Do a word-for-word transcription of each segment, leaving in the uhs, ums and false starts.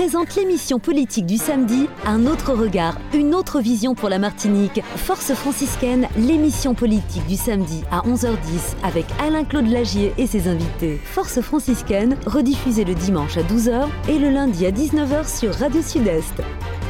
présente l'émission politique du samedi, un autre regard, une autre vision pour la Martinique. Force franciscaine, l'émission politique du samedi à onze heures dix avec Alain-Claude Lagier et ses invités. Force franciscaine, rediffusée le dimanche à douze heures et le lundi à dix-neuf heures sur Radio Sud-Est.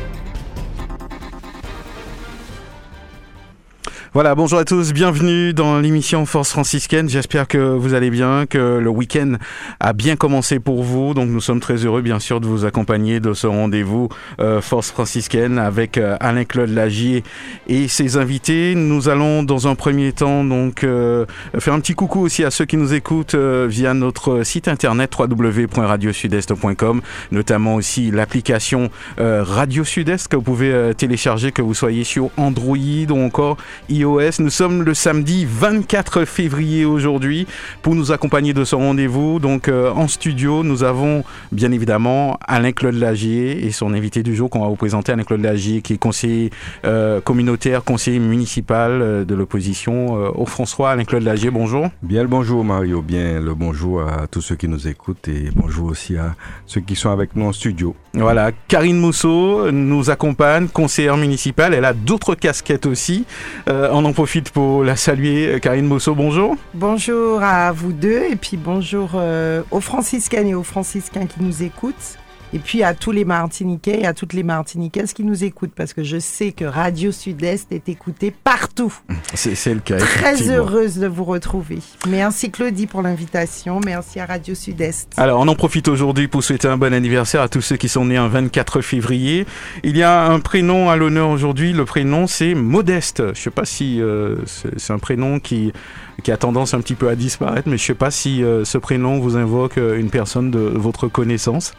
Voilà, bonjour à tous, bienvenue dans l'émission Force franciscaine. J'espère que vous allez bien, que le week-end a bien commencé pour vous. Donc nous sommes très heureux bien sûr de vous accompagner de ce rendez-vous euh, Force franciscaine avec euh, Alain-Claude Lagier et ses invités. Nous allons dans un premier temps donc euh, faire un petit coucou aussi à ceux qui nous écoutent euh, via notre site internet w w w point radio sud est point com, notamment aussi l'application euh, Radio Sud-Est que vous pouvez euh, télécharger, que vous soyez sur Android ou encore iOS. Nous sommes le samedi vingt-quatre février aujourd'hui pour nous accompagner de ce rendez-vous. Donc euh, en studio, nous avons bien évidemment Alain-Claude Lagier et son invité du jour qu'on va vous présenter, Alain-Claude Lagier qui est conseiller euh, communautaire, conseiller municipal euh, de l'opposition euh, au François. Alain-Claude Lagier, bonjour. Bien le bonjour Mario, bien le bonjour à tous ceux qui nous écoutent et bonjour aussi à ceux qui sont avec nous en studio. Voilà, Karine Mousseau nous accompagne, conseillère municipale, elle a d'autres casquettes aussi. Euh, on en profite pour la saluer. Karine Mousseau, bonjour. Bonjour à vous deux et puis bonjour euh, aux franciscaines et aux franciscains qui nous écoutent. Et puis à tous les Martiniquais et à toutes les Martiniquaises qui nous écoutent, parce que je sais que Radio Sud-Est est écoutée partout. C'est, c'est le cas. Très heureuse de vous retrouver. Merci Claudie pour l'invitation. Merci à Radio Sud-Est. Alors, on en profite aujourd'hui pour souhaiter un bon anniversaire à tous ceux qui sont nés un vingt-quatre février. Il y a un prénom à l'honneur aujourd'hui. Le prénom, c'est Modeste. Je ne sais pas si euh, c'est, c'est un prénom qui... qui a tendance un petit peu à disparaître, mais je ne sais pas si euh, ce prénom vous invoque euh, une personne de votre connaissance.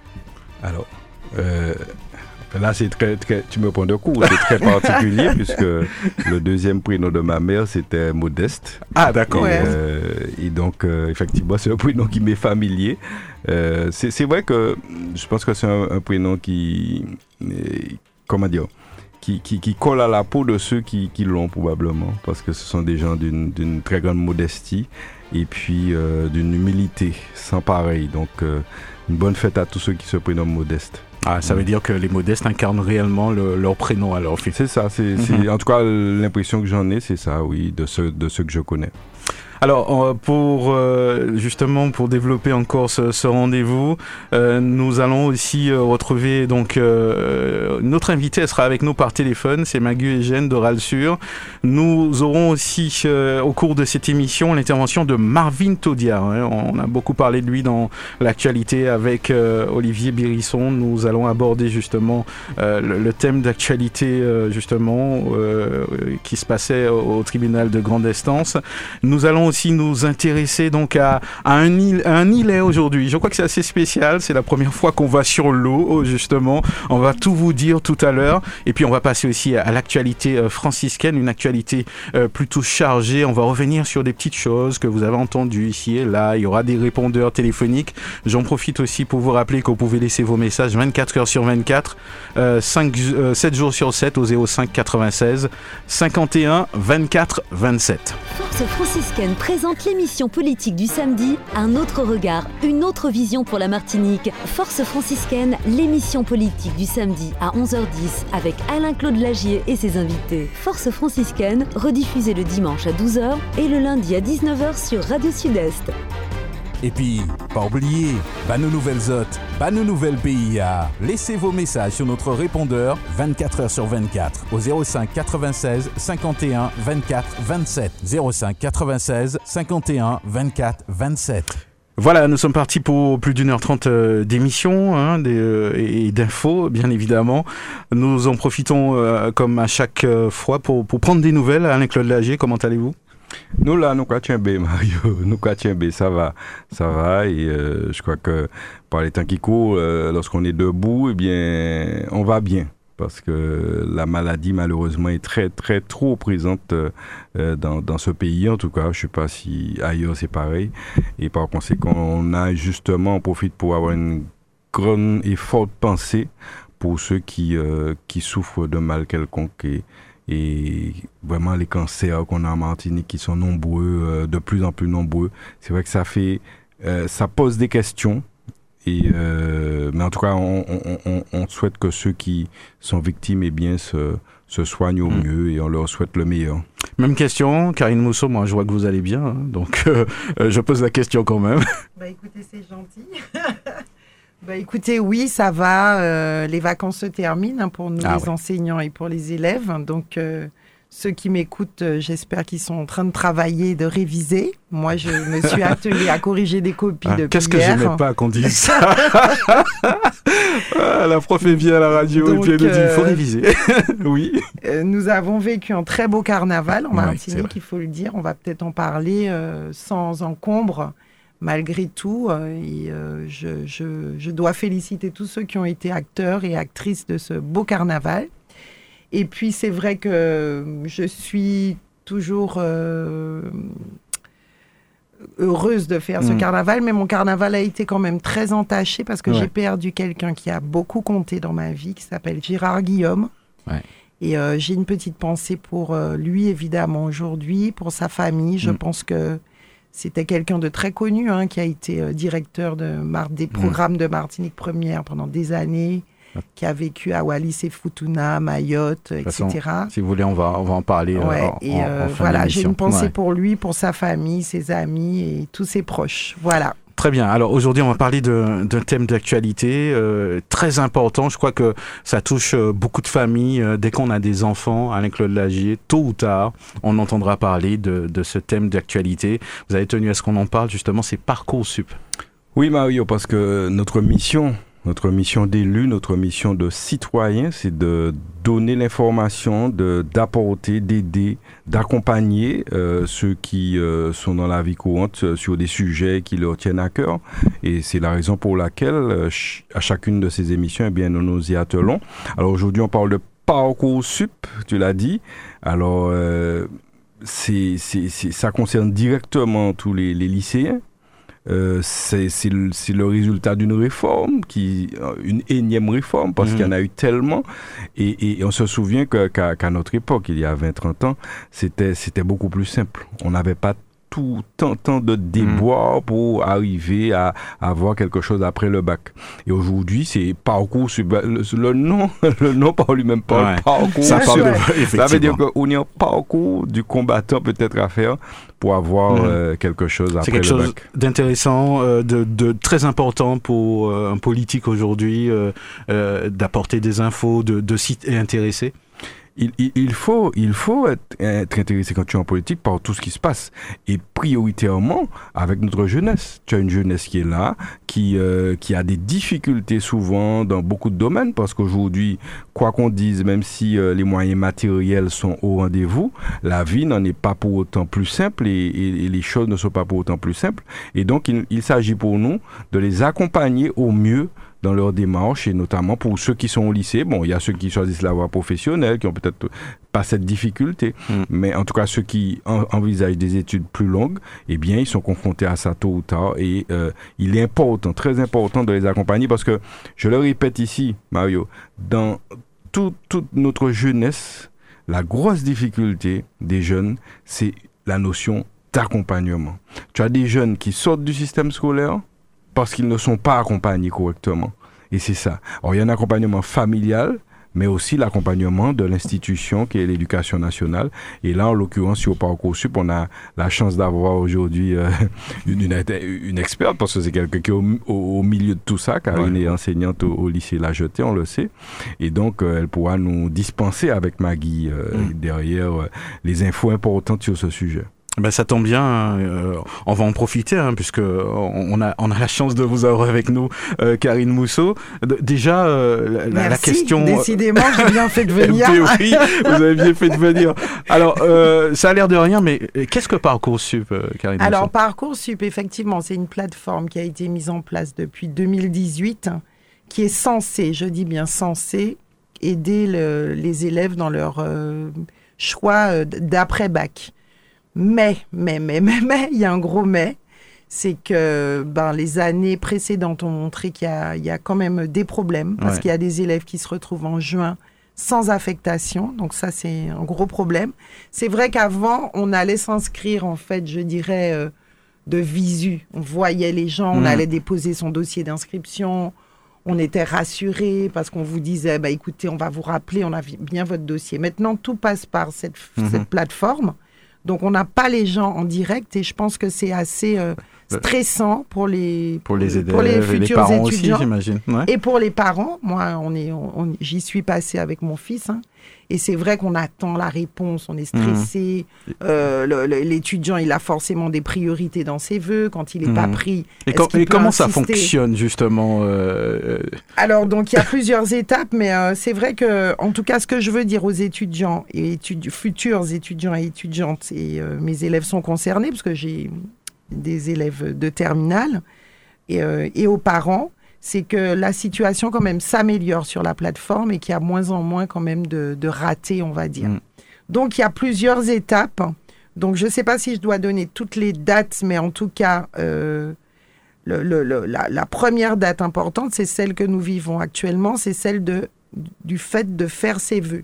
Alors, euh, là, c'est très, très, tu me prends de court, c'est très particulier puisque le deuxième prénom de ma mère, c'était Modeste. Ah, d'accord. Et, ouais. euh, et donc, euh, effectivement, c'est un prénom qui m'est familier. Euh, c'est, c'est vrai que je pense que c'est un, un prénom qui, euh, comment dire, Qui, qui, qui colle à la peau de ceux qui, qui l'ont probablement, parce que ce sont des gens d'une, d'une très grande modestie et puis euh, d'une humilité sans pareil. Donc, euh, une bonne fête à tous ceux qui se prénomment Modeste. Ah, ça veut dire que les Modestes incarnent réellement le, leur prénom alors. C'est ça, c'est, mm-hmm. c'est, en tout cas l'impression que j'en ai, c'est ça, oui, de ceux, de ceux que je connais. Alors, pour euh, justement pour développer encore ce, ce rendez-vous, euh, nous allons aussi euh, retrouver donc euh, notre invité. Elle sera avec nous par téléphone. C'est Magu Eugène de Ralsur. Nous aurons aussi euh, au cours de cette émission l'intervention de Marvin Taudiard. Hein. On a beaucoup parlé de lui dans l'actualité avec euh, Olivier Birisson. Nous allons aborder justement euh, le, le thème d'actualité euh, justement euh, qui se passait au, au tribunal de grande instance. Nous allons aussi nous intéresser donc à, à, un, île, à un îlet aujourd'hui. Je crois que c'est assez spécial. C'est la première fois qu'on va sur l'eau, justement. On va tout vous dire tout à l'heure. Et puis, on va passer aussi à, à l'actualité euh, franciscaine, une actualité euh, plutôt chargée. On va revenir sur des petites choses que vous avez entendues ici et là. Il y aura des répondeurs téléphoniques. J'en profite aussi pour vous rappeler que vous pouvez laisser vos messages vingt-quatre heures sur vingt-quatre, euh, cinq, euh, sept jours sur sept au zéro cinq quatre-vingt-seize cinquante et un vingt-quatre vingt-sept. Force franciscaine présente l'émission politique du samedi, un autre regard, une autre vision pour la Martinique. Force franciscaine, l'émission politique du samedi à onze heures dix avec Alain-Claude Lagier et ses invités. Force franciscaine, rediffusée le dimanche à douze heures et le lundi à dix-neuf heures sur Radio Sud-Est. Et puis, pas oublier, bah nos nouvelles hôtes, bah nos nouvelles P I A. Laissez vos messages sur notre répondeur vingt-quatre heures sur vingt-quatre au zéro cinq quatre-vingt-seize cinquante et un vingt-quatre vingt-sept. zéro cinq quatre-vingt-seize cinquante et un vingt-quatre vingt-sept. Voilà, nous sommes partis pour plus d'une heure trente euh, d'émissions hein, des, euh, et d'infos, bien évidemment. Nous en profitons, euh, comme à chaque euh, fois, pour, pour prendre des nouvelles. Alain-Claude Lagier, comment allez-vous ? Nous là, nous quoi tiens bien Mario, nous quoi tiens bien, ça va, ça va et euh, je crois que par les temps qui courent, euh, lorsqu'on est debout, eh bien, on va bien parce que la maladie malheureusement est très très trop présente euh, dans dans ce pays en tout cas. Je sais pas si ailleurs c'est pareil et par conséquent on a justement on profite pour avoir une grande et forte pensée pour ceux qui euh, qui souffrent de mal quelconque et Et vraiment les cancers qu'on a en Martinique qui sont nombreux, euh, de plus en plus nombreux. C'est vrai que ça fait, euh, ça pose des questions Et, euh, mais en tout cas, on, on, on, on souhaite que ceux qui sont victimes eh bien, se, se soignent au mmh. mieux et on leur souhaite le meilleur. Même question, Karine Mousseau, moi je vois que vous allez bien, hein, donc euh, euh, je pose la question quand même. Bah écoutez, c'est gentil. Bah écoutez, oui, ça va, euh, les vacances se terminent hein, pour nous ah, les ouais. enseignants et pour les élèves, donc... Euh, Ceux qui m'écoutent, euh, j'espère qu'ils sont en train de travailler, de réviser. Moi, je me suis attelée à corriger des copies ah, depuis Qu'est-ce hier. que j'aimais pas qu'on dise ça. ah, la prof est bien à la radio donc, et puis elle nous dit il faut réviser. oui. Euh, nous avons vécu un très beau carnaval en Martinique, il faut le dire. On va peut-être en parler euh, sans encombre. Malgré tout, euh, et, euh, je, je, je dois féliciter tous ceux qui ont été acteurs et actrices de ce beau carnaval. Et puis, c'est vrai que je suis toujours euh, heureuse de faire mmh. ce carnaval, mais mon carnaval a été quand même très entaché parce que ouais. j'ai perdu quelqu'un qui a beaucoup compté dans ma vie, qui s'appelle Gérard Guillaume. Ouais. Et euh, j'ai une petite pensée pour euh, lui, évidemment, aujourd'hui, pour sa famille. Je mmh. pense que c'était quelqu'un de très connu, hein, qui a été euh, directeur de Mar- des programmes mmh. de Martinique Première pendant des années, qui a vécu à Wallis et Futuna, Mayotte, et cetera. Façon, si vous voulez, on va, on va en parler. Ouais, en, et euh, en fin voilà, d'émission. j'ai une pensée ouais. pour lui, pour sa famille, ses amis et tous ses proches. Voilà. Très bien. Alors aujourd'hui, on va parler de, d'un thème d'actualité euh, très important. Je crois que ça touche euh, beaucoup de familles. Euh, dès qu'on a des enfants, Alain-Claude Lagier, tôt ou tard, on entendra parler de, de ce thème d'actualité. Vous avez tenu à ce qu'on en parle, justement, c'est Parcoursup. Oui, Mario, parce que notre mission... Notre mission d'élu, notre mission de citoyen, c'est de donner l'information, de, d'apporter, d'aider, d'accompagner euh, ceux qui euh, sont dans la vie courante euh, sur des sujets qui leur tiennent à cœur. Et c'est la raison pour laquelle, euh, ch- à chacune de ces émissions, eh bien, nous nous y attelons. Alors aujourd'hui, on parle de Parcoursup, tu l'as dit. Alors, euh, c'est, c'est, c'est, ça concerne directement tous les, les lycéens. Euh, c'est, c'est, le, c'est le résultat d'une réforme, qui, une énième réforme, parce mmh. qu'il y en a eu tellement. Et, et, et on se souvient que, qu'à, qu'à notre époque, il y a vingt trente ans, c'était, c'était beaucoup plus simple. On n'avait pas tout tant, tant de déboires mmh. pour arriver à, à avoir quelque chose après le bac. Et aujourd'hui, c'est parcours, le, le nom, le nom par lui-même parle ouais. parcours. Ça, parle ouais. de, ça veut dire qu'on est en parcours du combattant peut-être à faire pour avoir mmh. euh, quelque chose après c'est quelque le chose bac. D'intéressant, euh, de, de très important pour euh, un politique aujourd'hui, euh, euh, d'apporter des infos, de, de s'y intéresser. Il, il, il, faut, il faut être, être intéressé quand tu es en politique par tout ce qui se passe. Et prioritairement avec notre jeunesse. Tu as une jeunesse qui est là, qui, euh, qui a des difficultés souvent dans beaucoup de domaines, parce qu'aujourd'hui, quoi qu'on dise, même si euh, les moyens matériels sont au rendez-vous, la vie n'en est pas pour autant plus simple et, et, et les choses ne sont pas pour autant plus simples. Et donc, il, il s'agit pour nous de les accompagner au mieux dans leur démarche, et notamment pour ceux qui sont au lycée. Bon, il y a ceux qui choisissent la voie professionnelle, qui ont peut-être pas cette difficulté, mmh. mais en tout cas, ceux qui en, envisagent des études plus longues, eh bien, ils sont confrontés à ça tôt ou tard, et euh, il est important, très important de les accompagner, parce que, je le répète ici, Mario, dans tout, toute notre jeunesse, la grosse difficulté des jeunes, c'est la notion d'accompagnement. Tu as des jeunes qui sortent du système scolaire, parce qu'ils ne sont pas accompagnés correctement. Et c'est ça. Alors, il y a un accompagnement familial, mais aussi l'accompagnement de l'institution qui est l'éducation nationale. Et là, en l'occurrence, sur Parcoursup, on a la chance d'avoir aujourd'hui euh, une, une, une experte, parce que c'est quelqu'un qui est au, au, au milieu de tout ça, car ouais. elle est enseignante au, au lycée La Jetée, on le sait. Et donc, euh, elle pourra nous dispenser avec Maggie euh, mmh. derrière euh, les infos importantes sur ce sujet. Ben ça tombe bien, euh, on va en profiter hein, puisque on a on a la chance de vous avoir avec nous, euh, Karine Mousseau. D- déjà euh, la, la question. Décidément, j'ai bien fait de venir. Oui, vous avez bien fait de venir. Alors euh, ça a l'air de rien, mais qu'est-ce que Parcoursup, euh, Karine Alors Mousseau? Parcoursup, effectivement, c'est une plateforme qui a été mise en place depuis deux mille dix-huit, qui est censée, je dis bien censée, aider le, les élèves dans leur euh, choix euh, d'après-bac. Mais, mais, mais, mais, mais, il y a un gros mais, c'est que ben, les années précédentes ont montré qu'il y a, il y a quand même des problèmes, parce ouais. qu'il y a des élèves qui se retrouvent en juin sans affectation, donc ça c'est un gros problème. C'est vrai qu'avant, on allait s'inscrire, en fait, je dirais, euh, de visu. On voyait les gens, on mmh. allait déposer son dossier d'inscription, on était rassurés parce qu'on vous disait, bah, écoutez, on va vous rappeler, on a bien votre dossier. Maintenant, tout passe par cette, mmh. cette plateforme. Donc, on n'a pas les gens en direct et je pense que c'est assez euh, stressant pour les, pour les élèves, pour les futurs et les parents étudiants. Aussi, j'imagine. Ouais. Et pour les parents, moi, on est, on, on, j'y suis passée avec mon fils. Hein, et c'est vrai qu'on attend la réponse, on est stressé. Mmh. Euh, le, le, l'étudiant, il a forcément des priorités dans ses vœux. Quand il n'est mmh. pas pris, et, com- et comment insister? Ça fonctionne justement euh... Alors, donc, il y a plusieurs étapes, mais euh, c'est vrai que, en tout cas, ce que je veux dire aux étudiants et étudi- futurs étudiants et étudiantes, et euh, mes élèves sont concernés, parce que j'ai des élèves de terminale, et, euh, et aux parents, c'est que la situation quand même s'améliore sur la plateforme et qu'il y a moins en moins quand même de, de ratés, on va dire. Mmh. Donc, il y a plusieurs étapes. Donc, je ne sais pas si je dois donner toutes les dates, mais en tout cas, euh, le, le, le, la, la première date importante, c'est celle que nous vivons actuellement, c'est celle de, du fait de faire ses vœux.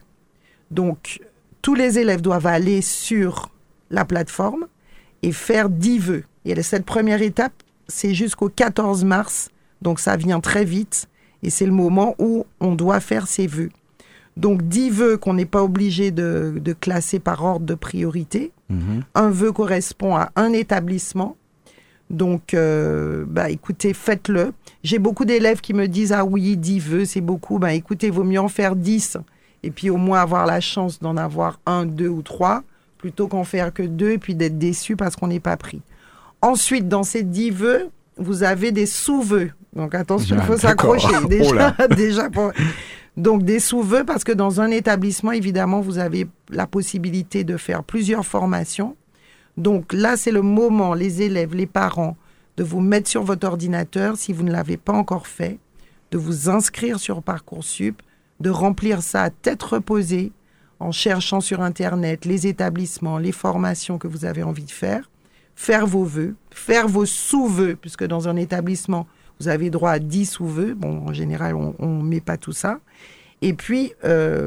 Donc, tous les élèves doivent aller sur la plateforme et faire dix vœux. Et cette première étape, c'est jusqu'au quatorze mars. Donc, ça vient très vite et c'est le moment où on doit faire ses vœux. Donc, dix vœux qu'on n'est pas obligé de, de classer par ordre de priorité. Mmh. Un vœu correspond à un établissement. Donc, euh, bah, écoutez, faites-le. J'ai beaucoup d'élèves qui me disent « Ah oui, dix vœux, c'est beaucoup. » Bah, écoutez, il vaut mieux en faire dix et puis au moins avoir la chance d'en avoir un, deux ou trois plutôt qu'en faire que deux et puis d'être déçu parce qu'on n'est pas pris. Ensuite, dans ces dix vœux, vous avez des sous-vœux. Donc, attention, il faut s'accrocher. Déjà, oh déjà pour... Donc, des sous-vœux, parce que dans un établissement, évidemment, vous avez la possibilité de faire plusieurs formations. Donc, là, c'est le moment, les élèves, les parents, de vous mettre sur votre ordinateur, si vous ne l'avez pas encore fait, de vous inscrire sur Parcoursup, de remplir ça à tête reposée, en cherchant sur Internet les établissements, les formations que vous avez envie de faire, faire vos vœux, faire vos sous-vœux, puisque dans un établissement, vous avez droit à dix sous-vœux. Bon, en général, on ne met pas tout ça. Et puis, euh,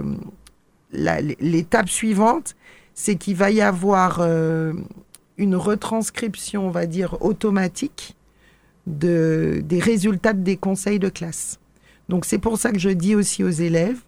la, l'étape suivante, c'est qu'il va y avoir euh, une retranscription, on va dire, automatique de, des résultats des conseils de classe. Donc, c'est pour ça que je dis aussi aux élèves,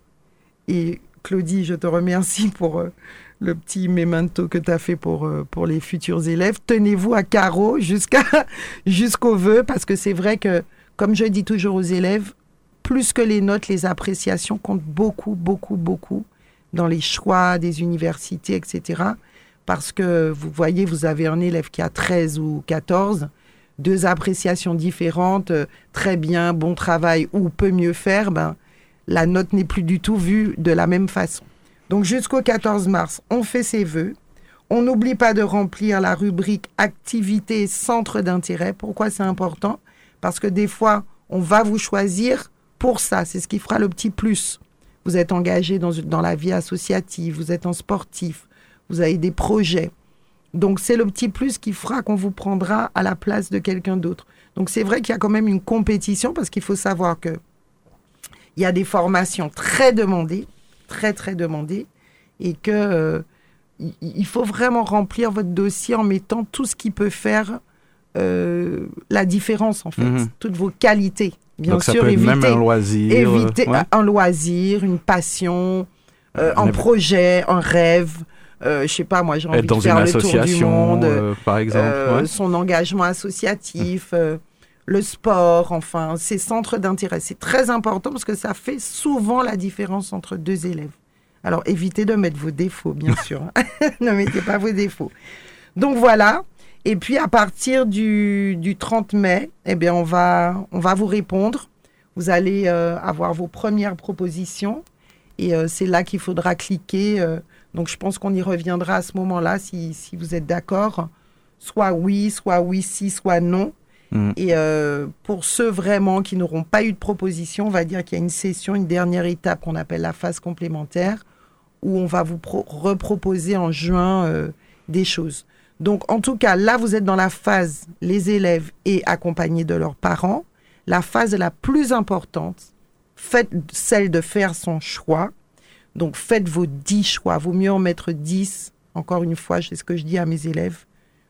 et Claudie, je te remercie pour euh, le petit memento que tu as fait pour, euh, pour les futurs élèves. Tenez-vous à carreau jusqu'à, jusqu'au vœu, parce que c'est vrai que, comme je dis toujours aux élèves, plus que les notes, les appréciations comptent beaucoup, beaucoup, beaucoup dans les choix des universités, et cetera. Parce que, vous voyez, vous avez un élève qui a treize ou quatorze, deux appréciations différentes, euh, très bien, bon travail ou peut mieux faire, ben, la note n'est plus du tout vue de la même façon. Donc, jusqu'au quatorze mars, on fait ses vœux. On n'oublie pas de remplir la rubrique activité centre d'intérêt. Pourquoi c'est important ? Parce que des fois, on va vous choisir pour ça. C'est ce qui fera le petit plus. Vous êtes engagé dans, dans la vie associative, vous êtes un sportif, vous avez des projets. Donc, c'est le petit plus qui fera qu'on vous prendra à la place de quelqu'un d'autre. Donc, c'est vrai qu'il y a quand même une compétition parce qu'il faut savoir que il y a des formations très demandées, très, très demandées, et que euh, il faut vraiment remplir votre dossier en mettant tout ce qui peut faire euh, la différence, en fait. Mmh. Toutes vos qualités, bien Donc sûr. Ça peut éviter, être même un loisir. Éviter ouais. un loisir, une passion, euh, un projet, un rêve. Euh, je sais pas, moi, j'ai envie de faire le tour du monde. Euh, par exemple. Euh, ouais. Son engagement associatif. Euh, le sport, enfin, ces centres d'intérêt. C'est très important parce que ça fait souvent la différence entre deux élèves. Alors, évitez de mettre vos défauts, bien sûr. Ne mettez pas vos défauts. Donc, voilà. Et puis, à partir du, du trente mai, eh bien, on va, on va vous répondre. Vous allez euh, avoir vos premières propositions. Et euh, c'est là qu'il faudra cliquer. Euh, donc, je pense qu'on y reviendra à ce moment-là, si, si vous êtes d'accord. Soit oui, soit oui, si, soit non. Mmh. Et euh, pour ceux vraiment qui n'auront pas eu de proposition, on va dire qu'il y a une session, une dernière étape qu'on appelle la phase complémentaire, où on va vous pro- reproposer en juin euh, des choses. Donc, en tout cas, là, vous êtes dans la phase, les élèves et accompagnés de leurs parents. La phase la plus importante, faites celle de faire son choix. Donc, faites vos dix choix. Vaut mieux en mettre dix. Encore une fois, c'est ce que je dis à mes élèves,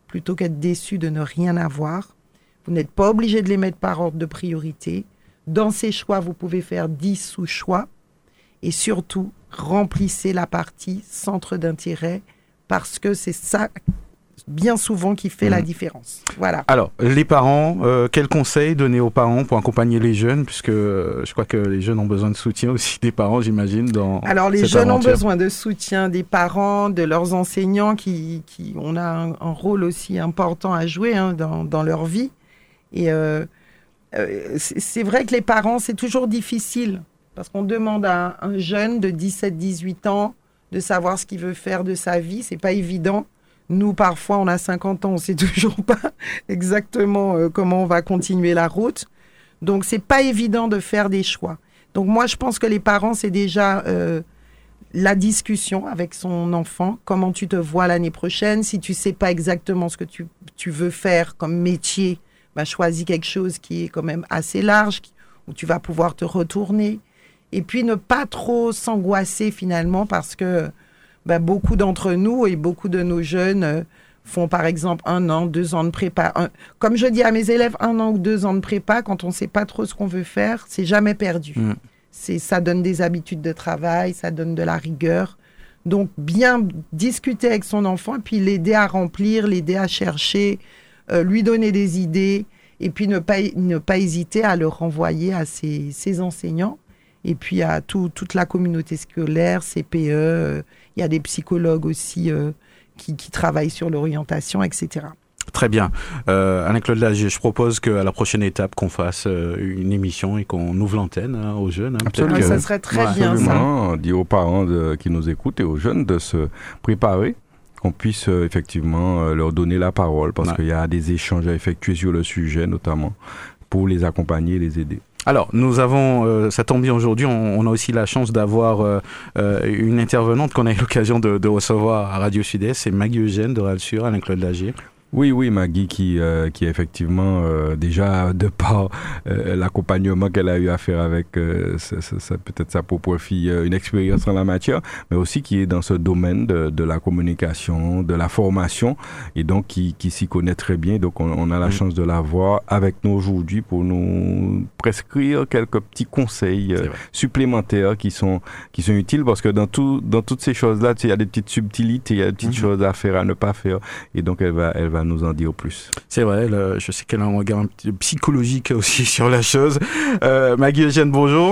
plutôt qu'être déçu de ne rien avoir. Vous n'êtes pas obligé de les mettre par ordre de priorité. Dans ces choix, vous pouvez faire dix sous-choix. Et surtout, remplissez la partie centre d'intérêt parce que c'est ça, bien souvent, qui fait mmh. la différence. Voilà. Alors, les parents, euh, quels conseils donner aux parents pour accompagner les jeunes, puisque euh, je crois que les jeunes ont besoin de soutien aussi des parents, j'imagine, dans Alors, les cette jeunes aventure. ont besoin de soutien des parents, de leurs enseignants, qui, qui on a un, un rôle aussi important à jouer hein, dans, dans leur vie. Et euh, euh, c'est, c'est vrai que les parents, c'est toujours difficile, parce qu'on demande à un jeune de dix-sept à dix-huit ans de savoir ce qu'il veut faire de sa vie. C'est pas évident. Nous, parfois, on a cinquante ans, on sait toujours pas exactement euh, comment on va continuer la route. Donc, c'est pas évident de faire des choix. Donc, moi, je pense que les parents, c'est déjà euh, la discussion avec son enfant. Comment tu te vois l'année prochaine? Si tu sais pas exactement ce que tu, tu veux faire comme métier, bah, choisis quelque chose qui est quand même assez large, où tu vas pouvoir te retourner. Et puis, ne pas trop s'angoisser finalement parce que ben, beaucoup d'entre nous et beaucoup de nos jeunes euh, font par exemple un an, deux ans de prépa. Un, comme je dis à mes élèves, un an ou deux ans de prépa, quand on ne sait pas trop ce qu'on veut faire, c'est jamais perdu. Mmh. C'est, ça donne des habitudes de travail, ça donne de la rigueur. Donc, bien discuter avec son enfant et puis l'aider à remplir, l'aider à chercher, euh, lui donner des idées et puis ne pas, ne pas hésiter à le renvoyer à ses, ses enseignants. Et puis à tout, toute la communauté scolaire, C P E, euh, il y a des psychologues aussi euh, qui, qui travaillent sur l'orientation, et cetera. Très bien. Euh, Alain-Claude Lagier, je propose qu'à la prochaine étape, qu'on fasse euh, une émission et qu'on ouvre l'antenne hein, aux jeunes. Hein, Absolument. Ouais, ça serait très ouais. bien, Absolument. ça. Dire aux parents de, qui nous écoutent et aux jeunes de se préparer, qu'on puisse euh, effectivement euh, leur donner la parole, parce ouais. qu'il y a des échanges à effectuer sur le sujet, notamment, pour les accompagner et les aider. Alors, nous avons, euh, ça tombe bien aujourd'hui, on, on a aussi la chance d'avoir euh, euh, une intervenante qu'on a eu l'occasion de, de recevoir à Radio Sud-Est, c'est Maggie Eugène de Ralsur, Alain-Claude Lagier. Oui, oui, Maggie qui, euh, qui effectivement, euh, déjà, de par euh, l'accompagnement qu'elle a eu à faire avec euh, sa, sa, sa, peut-être sa propre fille, euh, une expérience en la matière, mais aussi qui est dans ce domaine de, de la communication, de la formation, et donc qui, qui s'y connaît très bien. Donc, on, on a la mmh. chance de la voir avec nous aujourd'hui pour nous prescrire quelques petits conseils euh, supplémentaires qui sont, qui sont utiles, parce que dans, tout, dans toutes ces choses-là, tu sais, il y a des petites subtilités, il y a des petites mmh. choses à faire, à ne pas faire, et donc elle va, elle va nous en dire plus. C'est vrai, le, je sais qu'elle a un regard un petit psychologique aussi sur la chose. Euh, Maggie Eugène, bonjour.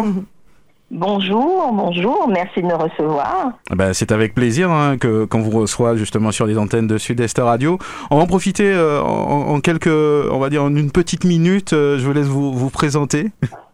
Bonjour, bonjour, merci de me recevoir. Ben, c'est avec plaisir hein, que, qu'on vous reçoit justement sur les antennes de Sud-Est Radio. On va en profiter euh, en, en quelques, on va dire en une petite minute, euh, je vous laisse vous, vous présenter.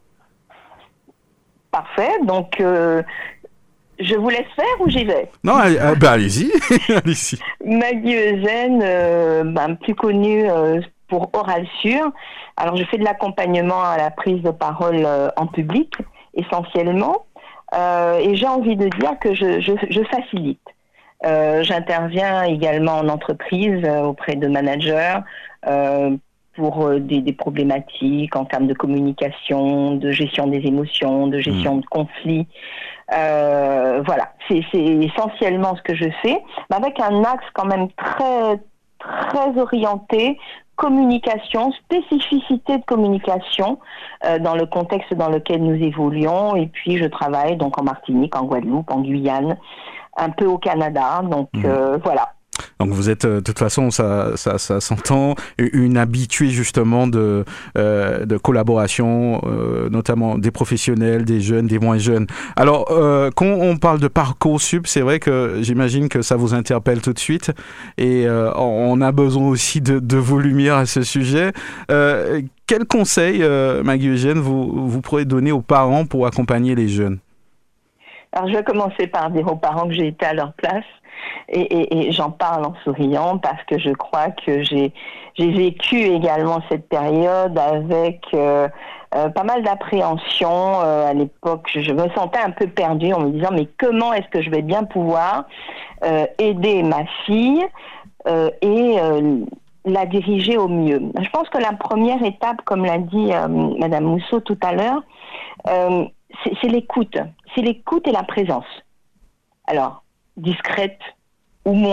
Parfait, donc... Euh... Je vous laisse faire ou j'y vais? Non, euh, bah, allez-y. allez-y. Maggie Eugène, euh, ben, plus connue euh, pour Oralsur. Alors, je fais de l'accompagnement à la prise de parole euh, en public, essentiellement. Euh, et j'ai envie de dire que je, je, je facilite. Euh, j'interviens également en entreprise euh, auprès de managers euh, pour euh, des, des problématiques en termes de communication, de gestion des émotions, de gestion mmh. de conflits. Euh, voilà, c'est, c'est essentiellement ce que je fais, mais avec un axe quand même très, très orienté, communication, spécificité de communication euh, dans le contexte dans lequel nous évoluons. Et puis je travaille donc en Martinique, en Guadeloupe, en Guyane, un peu au Canada, donc mmh. euh, voilà. Donc vous êtes, de toute façon, ça, ça, ça s'entend, une habituée justement de, euh, de collaboration, euh, notamment des professionnels, des jeunes, des moins jeunes. Alors, euh, quand on parle de Parcoursup, c'est vrai que j'imagine que ça vous interpelle tout de suite, et euh, on a besoin aussi de, de vos lumières à ce sujet. Euh, quels conseils, euh, Maggie Eugène, vous, vous pourrez donner aux parents pour accompagner les jeunes? Alors, je vais commencer par dire aux parents que j'ai été à leur place. Et, et, et j'en parle en souriant parce que je crois que j'ai, j'ai vécu également cette période avec euh, euh, pas mal d'appréhension. Euh, à l'époque, je, je me sentais un peu perdue en me disant mais comment est-ce que je vais bien pouvoir euh, aider ma fille euh, et euh, la diriger au mieux. Je pense que la première étape, comme l'a dit euh, Madame Mousseau tout à l'heure, euh, c'est, c'est l'écoute. C'est l'écoute et la présence. Alors, discrète ou moins,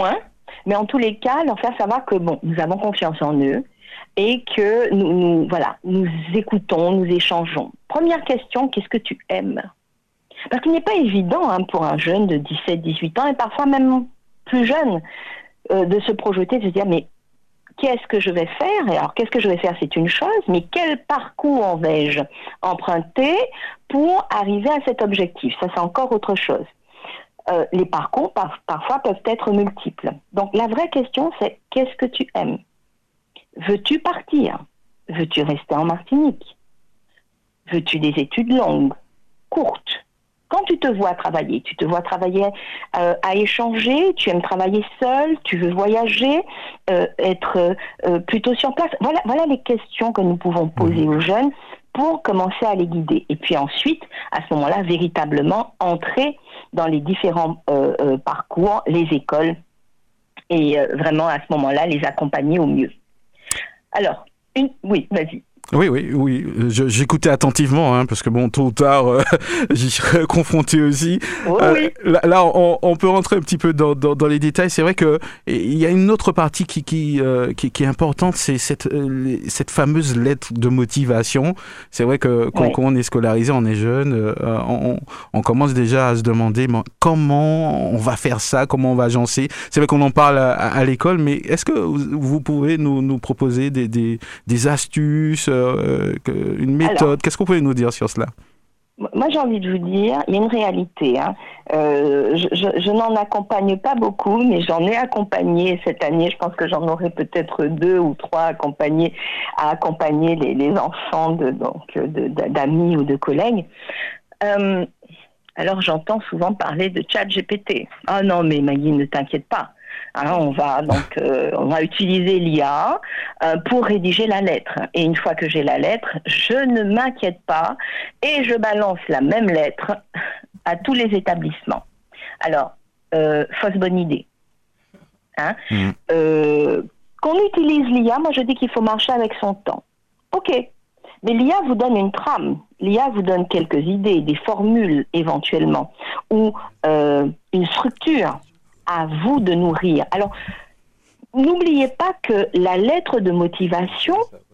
Mais en tous les cas, leur faire savoir que bon, nous avons confiance en eux et que nous, nous voilà, nous écoutons, nous échangeons. Première question, qu'est-ce que tu aimes? Parce qu'il n'est pas évident hein, pour un jeune de dix-sept, dix-huit ans, et parfois même plus jeune, euh, de se projeter, de se dire, mais qu'est-ce que je vais faire? Et alors, qu'est-ce que je vais faire, c'est une chose, mais quel parcours en vais-je emprunter pour arriver à cet objectif? Ça, c'est encore autre chose. Euh, les parcours, par, parfois, peuvent être multiples. Donc, la vraie question, c'est qu'est-ce que tu aimes? Veux-tu partir? Veux-tu rester en Martinique? Veux-tu des études longues, courtes? Quand tu te vois travailler, tu te vois travailler euh, à échanger, tu aimes travailler seul, tu veux voyager, euh, être euh, plutôt sur place. Voilà, voilà les questions que nous pouvons poser aux jeunes pour commencer à les guider. Et puis ensuite, à ce moment-là, véritablement entrer dans les différents euh, euh, parcours, les écoles, et euh, vraiment à ce moment-là, les accompagner au mieux. Alors, une... oui, vas-y. Oui, oui, oui. Je, j'écoutais attentivement, hein, parce que bon, tôt ou tard, euh, j'y serais confronté aussi. Oh, euh, oui. Là, là on, on peut rentrer un petit peu dans, dans, dans les détails. C'est vrai que il y a une autre partie qui, qui, euh, qui, qui est importante, c'est cette, euh, cette fameuse lettre de motivation. C'est vrai que quand, oui. quand on est scolarisé, on est jeune, euh, on, on commence déjà à se demander bon, comment on va faire ça, comment on va agencer. C'est vrai qu'on en parle à, à l'école, mais est-ce que vous pouvez nous, nous proposer des, des, des astuces? Euh, une méthode. Alors, qu'est-ce que vous pouvez nous dire sur cela? Moi, j'ai envie de vous dire, il y a une réalité. Hein. Euh, je, je, je n'en accompagne pas beaucoup, mais j'en ai accompagné cette année. Je pense que j'en aurai peut-être deux ou trois accompagnés à accompagner les, les enfants de, donc, de, d'amis ou de collègues. Euh, alors, j'entends souvent parler de ChatGPT. Ah non, mais Maggie, ne t'inquiète pas. Hein, on va donc euh, on va utiliser l'I A euh, pour rédiger la lettre. Et une fois que j'ai la lettre, je ne m'inquiète pas et je balance la même lettre à tous les établissements. Alors, euh, fausse bonne idée. Hein mmh. euh, qu'on utilise l'I A, moi je dis qu'il faut marcher avec son temps. Ok, mais l'I A vous donne une trame. L'I A vous donne quelques idées, des formules éventuellement, ou euh, une structure. À vous de nourrir. Alors, n'oubliez pas que la lettre de motivation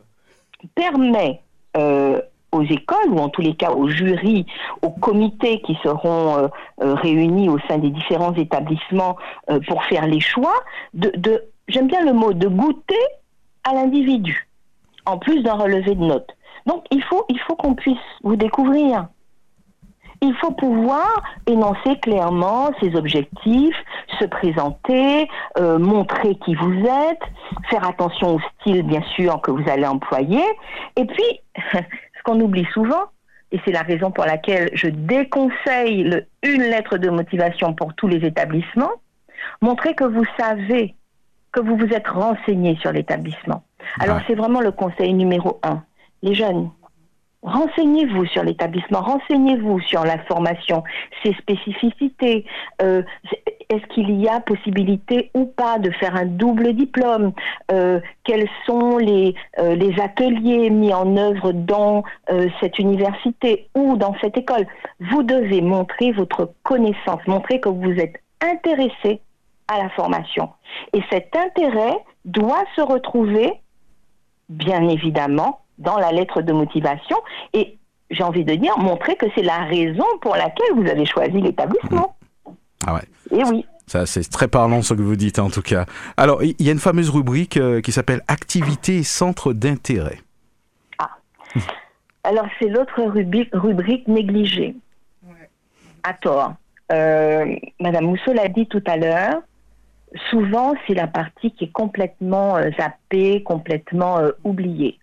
permet euh, aux écoles, ou en tous les cas aux jurys, aux comités qui seront euh, euh, réunis au sein des différents établissements euh, pour faire les choix, de, de, j'aime bien le mot, de goûter à l'individu, en plus d'un relevé de notes. Donc, il faut, il faut qu'on puisse vous découvrir. Il faut pouvoir énoncer clairement ses objectifs, se présenter, euh, montrer qui vous êtes, faire attention au style, bien sûr, que vous allez employer. Et puis, ce qu'on oublie souvent, et c'est la raison pour laquelle je déconseille le, une lettre de motivation pour tous les établissements, montrer que vous savez, que vous vous êtes renseigné sur l'établissement. Alors, ouais. C'est vraiment le conseil numéro un. Les jeunes, renseignez-vous sur l'établissement, renseignez-vous sur la formation, ses spécificités. Euh, est-ce qu'il y a possibilité ou pas de faire un double diplôme? euh, Quels sont les, euh, les ateliers mis en œuvre dans euh, cette université ou dans cette école? Vous devez montrer votre connaissance, montrer que vous êtes intéressé à la formation. Et cet intérêt doit se retrouver, bien évidemment, dans la lettre de motivation, et j'ai envie de dire, montrer que c'est la raison pour laquelle vous avez choisi l'établissement. Ah ouais. Et oui. Ça, c'est très parlant ce que vous dites en tout cas. Alors, il y a une fameuse rubrique euh, qui s'appelle « Activités et centres d'intérêt ». Ah. Alors, c'est l'autre rubrique, rubrique négligée. Ouais. À tort. Euh, Madame Mousseau l'a dit tout à l'heure, souvent, c'est la partie qui est complètement euh, zappée, complètement euh, oubliée.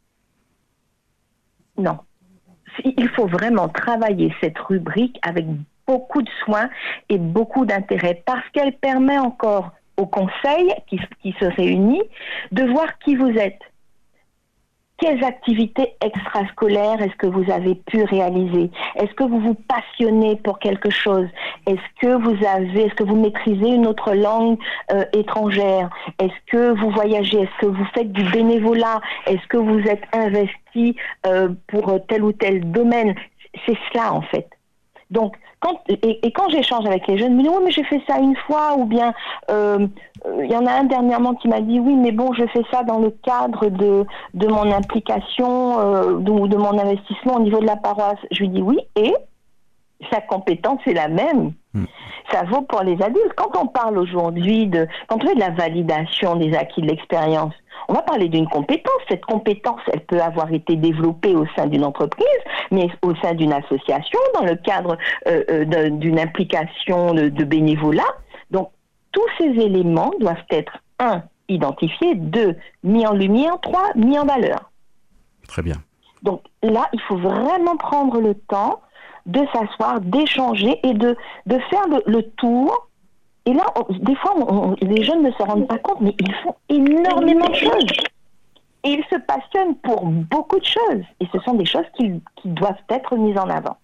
Non. Il faut vraiment travailler cette rubrique avec beaucoup de soin et beaucoup d'intérêt parce qu'elle permet encore au conseil qui, qui se réunit de voir qui vous êtes. Quelles activités extrascolaires est-ce que vous avez pu réaliser? Est-ce que vous vous passionnez pour quelque chose? Est-ce que vous avez, est-ce que vous maîtrisez une autre langue euh, étrangère? Est-ce que vous voyagez? Est-ce que vous faites du bénévolat? Est-ce que vous êtes investi euh, pour tel ou tel domaine? C'est cela en fait. Donc, quand, et, et quand j'échange avec les jeunes, ils me disent « Oui, mais j'ai fait ça une fois » ou bien euh, il y en a un dernièrement qui m'a dit oui, mais bon, je fais ça dans le cadre de de mon implication, euh, de, de mon investissement au niveau de la paroisse. Je lui dis oui, et sa compétence est la même. Mmh. Ça vaut pour les adultes. Quand on parle aujourd'hui de, quand on fait de la validation des acquis de l'expérience, on va parler d'une compétence. Cette compétence, elle peut avoir été développée au sein d'une entreprise, mais au sein d'une association, dans le cadre euh, euh, d'une implication de, de bénévolat. Donc, tous ces éléments doivent être, un, identifiés, deux, mis en lumière, trois, mis en valeur. Très bien. Donc là, il faut vraiment prendre le temps de s'asseoir, d'échanger et de, de faire le, le tour. Et là, on, des fois, on, on, les jeunes ne se rendent pas compte, mais ils font énormément de choses. Et ils se passionnent pour beaucoup de choses. Et ce sont des choses qui, qui doivent être mises en avant.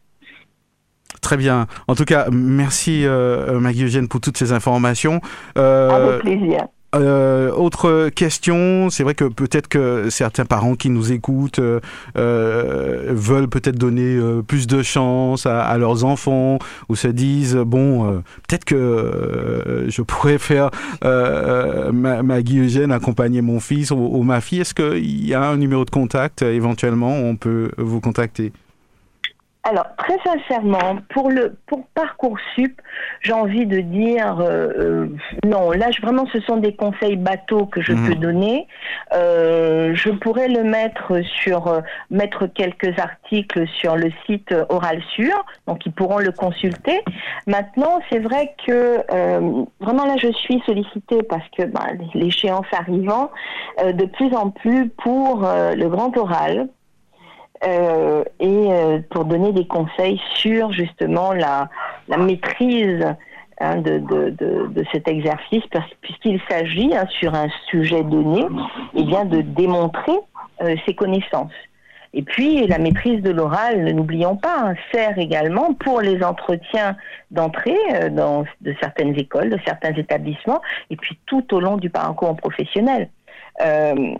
Très bien. En tout cas, merci euh, Marie-Eugène pour toutes ces informations. Euh, Avec plaisir. Euh, autre question, c'est vrai que peut-être que certains parents qui nous écoutent euh, euh, veulent peut-être donner euh, plus de chance à, à leurs enfants ou se disent bon euh, peut-être que euh, je pourrais faire euh, ma, Marie-Eugène accompagner mon fils ou, ou ma fille. Est-ce qu'il y a un numéro de contact euh, éventuellement où on peut vous contacter? Alors, très sincèrement, pour le pour Parcoursup, j'ai envie de dire euh, euh, non. Là, je, vraiment, ce sont des conseils bateaux que je mmh. peux donner. Euh, je pourrais le mettre sur euh, mettre quelques articles sur le site Oralsur, donc ils pourront le consulter. Maintenant, c'est vrai que euh, vraiment là, je suis sollicitée parce que bah, l'échéance arrivant, euh, de plus en plus pour euh, le grand oral. Euh, et euh, pour donner des conseils sur justement la, la maîtrise hein, de, de, de, de cet exercice, puisqu'il s'agit hein, sur un sujet donné, eh bien de démontrer euh, ses connaissances. Et puis la maîtrise de l'oral, ne n'oublions pas, hein, sert également pour les entretiens d'entrée euh, dans de certaines écoles, de certains établissements, et puis tout au long du parcours professionnel. Euh,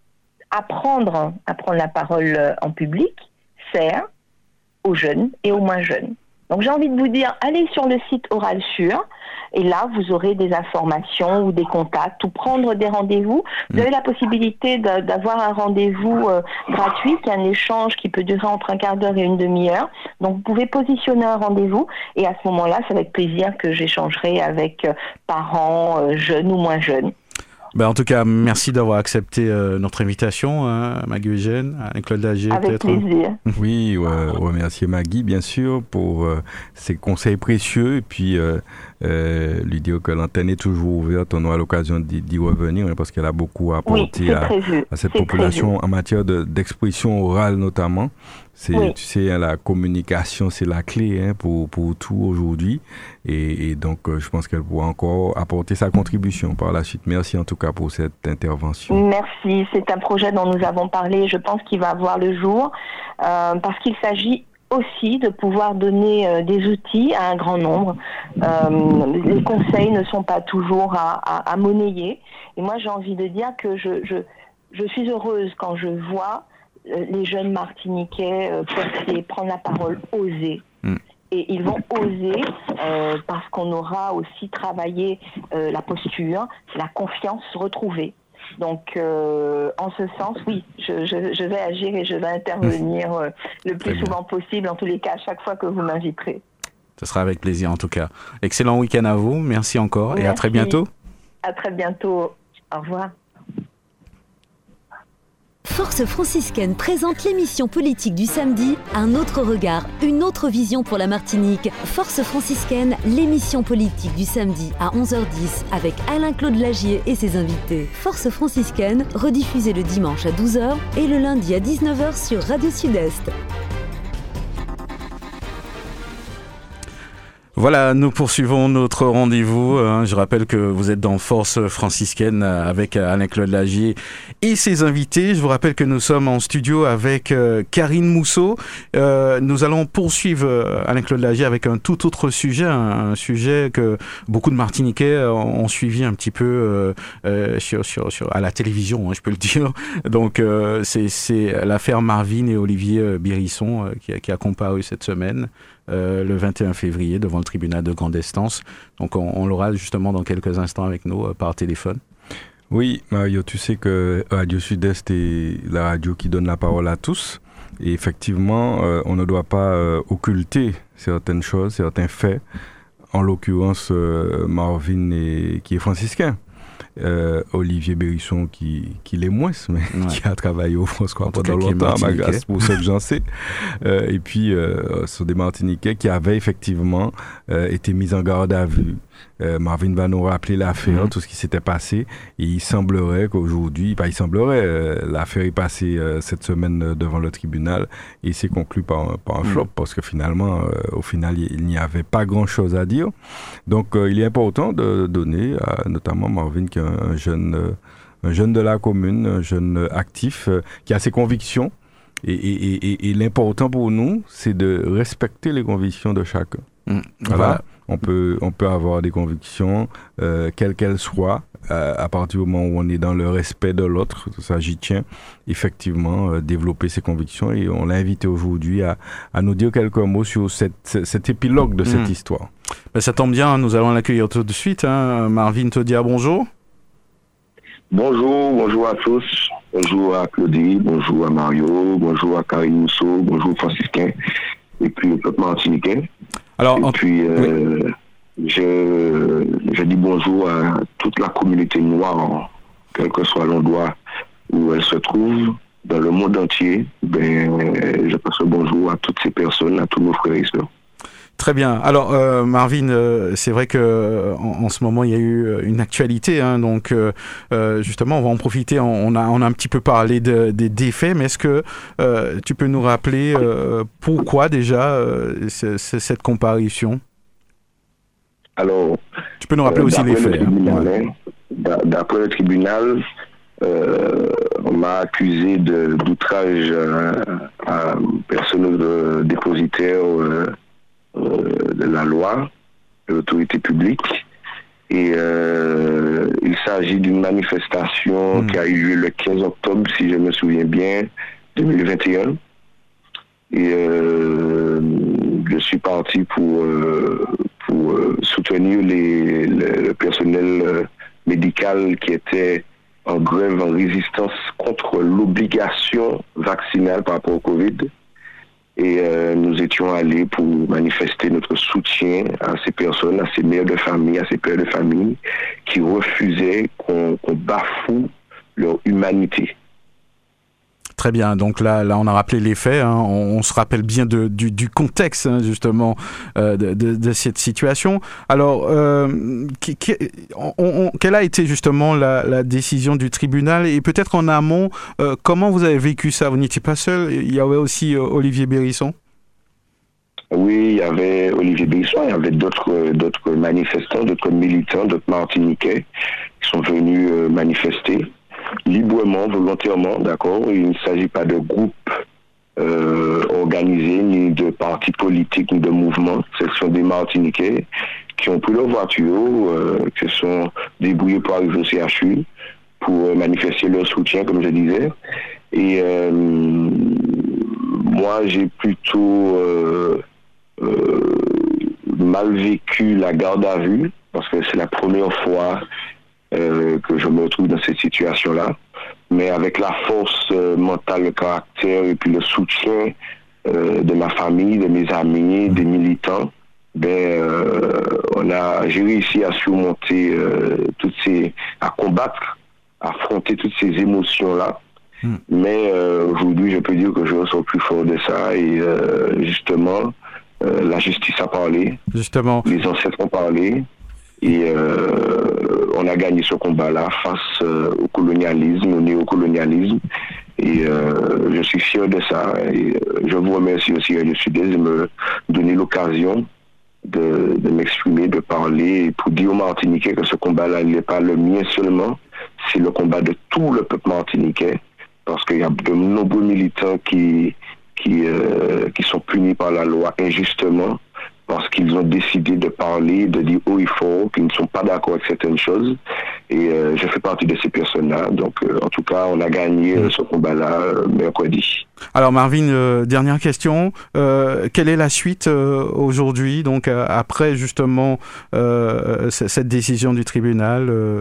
Apprendre, apprendre la parole en public sert aux jeunes et aux moins jeunes. Donc j'ai envie de vous dire, allez sur le site Oralsur et là vous aurez des informations ou des contacts ou prendre des rendez-vous. Vous avez la possibilité de, d'avoir un rendez-vous euh, gratuit, qui est un échange qui peut durer entre un quart d'heure et une demi-heure. Donc vous pouvez positionner un rendez-vous et à ce moment-là, c'est avec plaisir que j'échangerai avec euh, parents, euh, jeunes ou moins jeunes. Ben en tout cas, merci d'avoir accepté euh, notre invitation, hein, Marie-Eugène, Alain-Claude Lagier, avec peut-être. Avec plaisir. Oui, ouais, remercier Maggie, bien sûr, pour euh, ses conseils précieux et puis euh, euh, lui dire que l'antenne est toujours ouverte. On aura l'occasion d'y, d'y revenir hein, parce qu'elle a beaucoup apporté oui, à, à cette c'est population prévu. En matière de, d'expression orale notamment. C'est, oui. Tu sais, hein, la communication, c'est la clé hein, pour, pour tout aujourd'hui. Et, et donc, euh, je pense qu'elle pourra encore apporter sa contribution par la suite. Merci en tout cas pour cette intervention. Merci. C'est un projet dont nous avons parlé. Je pense qu'il va voir le jour euh, parce qu'il s'agit aussi de pouvoir donner euh, des outils à un grand nombre. Euh, les conseils ne sont pas toujours à, à, à monnayer. Et moi, j'ai envie de dire que je, je, je suis heureuse quand je vois les jeunes Martiniquais euh, percer, prendre la parole, oser. Mm. Et ils vont oser euh, parce qu'on aura aussi travaillé euh, la posture, la confiance retrouvée. Donc, euh, en ce sens, oui, je, je, je vais agir et je vais intervenir euh, le plus souvent possible, en tous les cas, à chaque fois que vous m'inviterez. Ce sera avec plaisir, en tout cas. Excellent week-end à vous. Merci encore. Merci. Et à très bientôt. À très bientôt. Au revoir. Force franciscaine présente l'émission politique du samedi, un autre regard, une autre vision pour la Martinique. Force franciscaine, l'émission politique du samedi à onze heures dix avec Alain-Claude Lagier et ses invités. Force franciscaine, rediffusée le dimanche à douze heures et le lundi à dix-neuf heures sur Radio Sud-Est. Voilà, nous poursuivons notre rendez-vous. Je rappelle que vous êtes dans Force franciscaine avec Alain-Claude Lagier et ses invités. Je vous rappelle que nous sommes en studio avec Karine Mousseau. Nous allons poursuivre Alain-Claude Lagier avec un tout autre sujet, un sujet que beaucoup de Martiniquais ont suivi un petit peu sur, sur, sur, à la télévision, je peux le dire. Donc, c'est, c'est l'affaire Marvin et Olivier Birisson qui a, qui a comparu cette semaine. euh, le vingt et un février devant le tribunal de grande instance. Donc on, on l'aura justement dans quelques instants avec nous euh, par téléphone. Oui, Mario, tu sais que Radio Sud-Est est la radio qui donne la parole à tous. Et effectivement, euh, on ne doit pas euh, occulter certaines choses, certains faits. En l'occurrence, euh, Marvin, est, qui est franciscain. Euh, Olivier Bérisson qui, qui l'est moins, mais ouais. qui a travaillé au France-Croix pendant longtemps, grâce pour ce que j'en sais. Euh, et puis, euh, ce sont des Martiniquais qui avaient effectivement euh, été mis en garde à vue. Euh, Marvin va nous rappeler l'affaire, mmh. tout ce qui s'était passé. Et il semblerait qu'aujourd'hui, bah, il semblerait, euh, l'affaire est passée euh, cette semaine euh, devant le tribunal et c'est conclu par, par un mmh. flop parce que finalement, euh, au final, il, il n'y avait pas grand-chose à dire. Donc, euh, il est important de donner, à, notamment Marvin, qui est un, un jeune, euh, un jeune de la commune, un jeune actif, euh, qui a ses convictions. Et, et, et, et l'important pour nous, c'est de respecter les convictions de chacun. Mmh. Voilà. voilà. On peut, on peut avoir des convictions, euh, quelles qu'elles soient, euh, à partir du moment où on est dans le respect de l'autre. Ça, j'y tiens. Effectivement, euh, développer ses convictions. Et on l'a invité aujourd'hui à, à nous dire quelques mots sur cette, cet épilogue de mmh. cette histoire. Ben, ça tombe bien, nous allons l'accueillir tout de suite. Hein. Marvin Todia, bonjour. Bonjour, bonjour à tous. Bonjour à Claudie, bonjour à Mario, bonjour à Karine Mousseau, bonjour Franciscain, et puis au peuple martiniquais. Alors, et en... puis, euh, oui. je, je dis bonjour à toute la communauté noire, quel que soit l'endroit où elle se trouve, dans le monde entier. Ben, je passe le bonjour à toutes ces personnes, à tous nos frères et sœurs. Très bien. Alors, euh, Marvin, euh, c'est vrai que en, en ce moment, il y a eu une actualité. Hein, donc, euh, justement, on va en profiter. On, on, a, on a un petit peu parlé de, des défaits, mais est-ce que euh, tu peux nous rappeler euh, pourquoi déjà euh, c'est, c'est cette comparution? Alors, tu peux nous rappeler euh, aussi les faits. Tribunal, hein. Ouais. D'après le tribunal, euh, on m'a accusé de, d'outrage euh, à personne de, dépositaire euh, de la loi, de l'autorité publique. Et euh, il s'agit d'une manifestation mmh. qui a eu lieu le quinze octobre, si je me souviens bien, deux mille vingt et un. Et euh, je suis parti pour, euh, pour euh, soutenir les, le, le personnel euh, médical qui était en grève, en résistance contre l'obligation vaccinale par rapport au Covid. Et euh, nous étions allés pour manifester notre soutien à ces personnes, à ces mères de famille, à ces pères de famille qui refusaient qu'on, qu'on bafoue leur humanité. Très bien, donc là, là on a rappelé les faits, hein. on, on se rappelle bien de, du, du contexte hein, justement euh, de, de, de cette situation. Alors, euh, qui, qui, on, on, quelle a été justement la, la décision du tribunal et peut-être en amont, euh, comment vous avez vécu ça? Vous n'étiez pas seul, il y avait aussi euh, Olivier Bérisson? Oui, il y avait Olivier Bérisson, il y avait d'autres, d'autres manifestants, d'autres militants, d'autres Martiniquais qui sont venus euh, manifester. Librement, volontairement, d'accord. Il ne s'agit pas de groupes euh, organisés, ni de partis politiques, ni de mouvements. Ce sont des Martiniquais qui ont pris leur voiture, euh, qui se sont débrouillés pour arriver au C H U, pour manifester leur soutien, comme je disais. Et euh, moi, j'ai plutôt euh, euh, mal vécu la garde à vue, parce que c'est la première fois Euh, que je me retrouve dans cette situation-là, mais avec la force euh, mentale, le caractère et puis le soutien euh, de ma famille, de mes amis, des militants, ben euh, on a, j'ai réussi à surmonter euh, toutes ces, à combattre, à affronter toutes ces émotions-là. Mm. Mais euh, aujourd'hui, je peux dire que je ressors plus fort de ça et euh, justement, euh, la justice a parlé, justement, les ancêtres ont parlé. Et euh, on a gagné ce combat-là face euh, au colonialisme, au néocolonialisme. Et euh, je suis fier de ça. Et euh, je vous remercie aussi, Radio Sud-Est, de me donner l'occasion de, de m'exprimer, de parler, et pour dire aux Martiniquais que ce combat-là n'est pas le mien seulement, c'est le combat de tout le peuple martiniquais. Parce qu'il y a de nombreux militants qui, qui, euh, qui sont punis par la loi injustement, parce qu'ils ont décidé de parler, de dire haut et fort, qu'ils ne sont pas d'accord avec certaines choses. Et euh, je fais partie de ces personnes-là. Donc, euh, en tout cas, on a gagné euh, ce combat-là euh, mercredi. Alors Marvin, euh, dernière question. Euh, quelle est la suite euh, aujourd'hui, donc euh, après justement euh, c- cette décision du tribunal euh...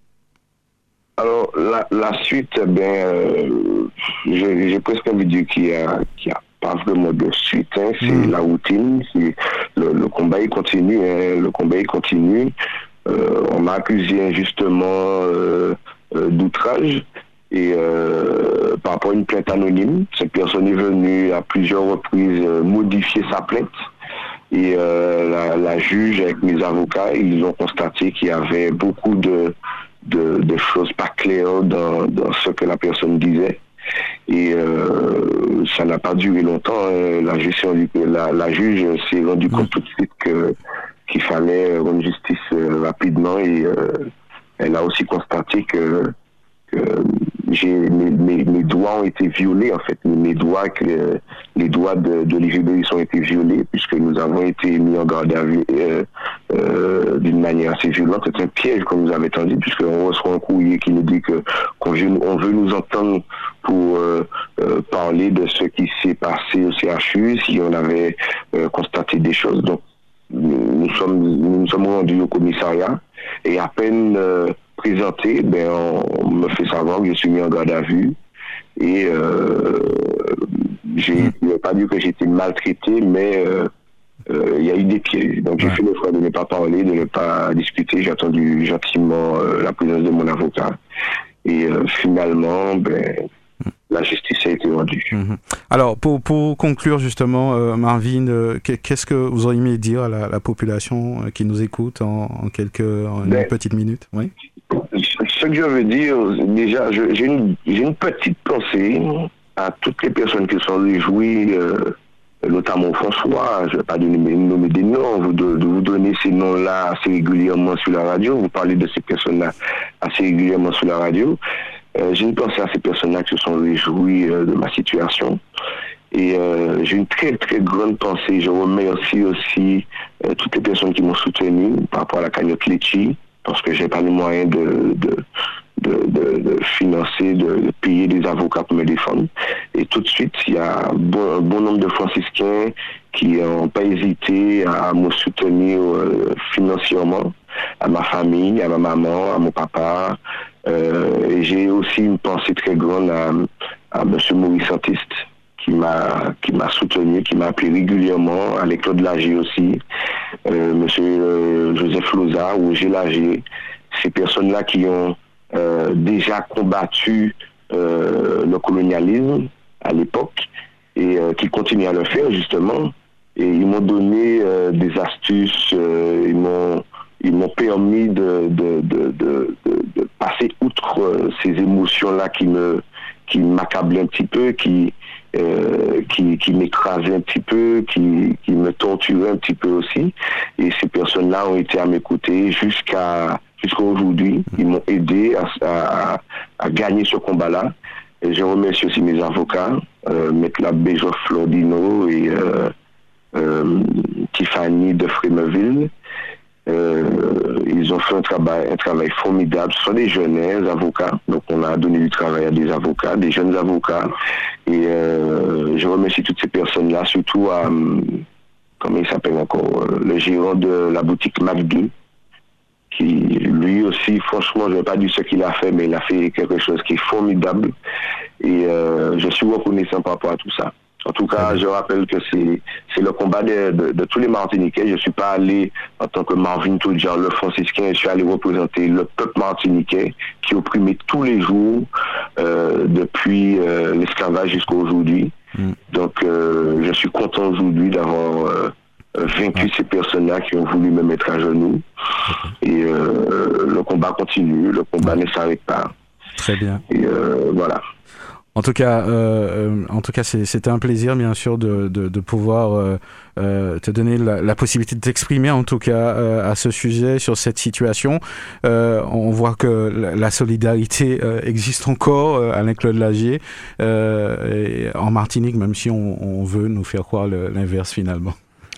Alors, la, la suite, eh bien, euh, j'ai, j'ai presque envie de dire qu'il y a, qu'il y a pas vraiment de suite. Hein. C'est mmh. la routine. C'est le, le combat il continue. Hein. Le combat il continue. Euh, on m'a accusé injustement euh, euh, d'outrage et euh, par rapport à une plainte anonyme. Cette personne est venue à plusieurs reprises euh, modifier sa plainte. Et euh, la, la juge avec mes avocats, ils ont constaté qu'il y avait beaucoup de De, de choses pas claires dans, dans ce que la personne disait. Et euh, ça n'a pas duré longtemps. Hein. La, gestion, la, la juge s'est rendue compte tout de suite que, qu'il fallait rendre justice euh, rapidement et euh, elle a aussi constaté que, que j'ai, mes, mes, mes droits ont été violés, en fait. Mes droits, que, les droits de, d'Olivier Beris ont été violés puisque nous avons été mis en garde à vue euh, euh, d'une manière assez violente. C'est un piège, comme vous avez entendu, puisqu'on reçoit un courrier qui nous dit que, qu'on veut, on veut nous entendre pour euh, euh, parler de ce qui s'est passé au C H U, si on avait euh, constaté des choses. Donc, nous sommes, nous nous sommes rendus au commissariat et à peine euh, présenté, ben, on, on me fait savoir que je suis mis en garde à vue et euh, j'ai, je n'ai pas dit que j'étais maltraité, mais euh, euh, il y a eu des pièges. Donc j'ai ouais. fait le choix de ne pas parler, de ne pas discuter. J'ai attendu gentiment euh, la présence de mon avocat et euh, finalement, ben, la justice a été rendue. Mmh. Alors, pour, pour conclure justement, euh, Marvin, euh, qu'est-ce que vous auriez aimé dire à la, la population euh, qui nous écoute en, en quelques en ben, une petite minute, oui? Ce que je veux dire, déjà, je, j'ai, une, j'ai une petite pensée à toutes les personnes qui sont réjouies, euh, notamment François. Je ne vais pas donner, nommer des noms, vous, de, de vous donner ces noms-là assez régulièrement sur la radio. Vous parlez de ces personnes-là assez régulièrement sur la radio. Euh, j'ai une pensée à ces personnes-là qui se sont réjouies euh, de ma situation. Et euh, j'ai une très très grande pensée. Je remercie aussi euh, toutes les personnes qui m'ont soutenu par rapport à la cagnotte Litchi, parce que j'ai pas les moyens de, de, de, de, de financer, de, de payer des avocats pour me défendre. Et tout de suite, il y a un bon, un bon nombre de franciscains qui n'ont pas hésité à me soutenir euh, financièrement, à ma famille, à ma maman, à mon papa. Euh, et j'ai aussi une pensée très grande à, à M. Maurice Santiste, qui m'a qui m'a soutenu, qui m'a appelé régulièrement, à l'école de l'A G aussi, euh, M. Euh, Joseph Loza, Roger Lager, ces personnes-là qui ont euh, déjà combattu euh, le colonialisme à l'époque et euh, qui continuent à le faire justement. Et ils m'ont donné euh, des astuces, euh, ils m'ont ils m'ont permis de, de, de, de, de, de passer outre euh, ces émotions-là qui me qui m'accablaient un petit peu, qui euh, qui, qui m'écrasaient un petit peu, qui, qui me torturaient un petit peu aussi. Et ces personnes-là ont été à mes côtés jusqu'à jusqu'à aujourd'hui. Ils m'ont aidé à, à, à gagner ce combat-là. Et je remercie aussi mes avocats, euh, Maître l'abbé Geoffre Flordino et euh, euh, Tiffany de Frémeville. Euh, ils ont fait un travail, un travail formidable. Ce sont des jeunes hein, avocats, donc on a donné du travail à des avocats, des jeunes avocats. Et euh, je remercie toutes ces personnes-là, surtout à, comment il s'appelle encore, le gérant de la boutique McDo, qui lui aussi, franchement, je ne vais pas dire ce qu'il a fait, mais il a fait quelque chose qui est formidable. Et euh, je suis reconnaissant par rapport à tout ça. En tout cas, je rappelle que c'est, c'est le combat de, de, de tous les Martiniquais. Je ne suis pas allé en tant que Marvin Toudjar, le franciscain, je suis allé représenter le peuple martiniquais qui est opprimé tous les jours euh, depuis euh, l'esclavage jusqu'à aujourd'hui. Mm. Donc, euh, je suis content aujourd'hui d'avoir euh, vaincu ouais. ces personnes-là qui ont voulu me mettre à genoux. Et euh, le combat continue, le combat ouais. ne s'arrête pas. Très bien. Et euh, voilà. En tout cas, euh, en tout cas, c'est, c'était un plaisir, bien sûr, de, de, de pouvoir euh, euh, te donner la, la possibilité de t'exprimer, en tout cas, euh, à ce sujet, sur cette situation. Euh, on voit que la, la solidarité euh, existe encore, euh, Alain Claude Lagier, euh, et en Martinique, même si on, on veut nous faire croire le, l'inverse finalement.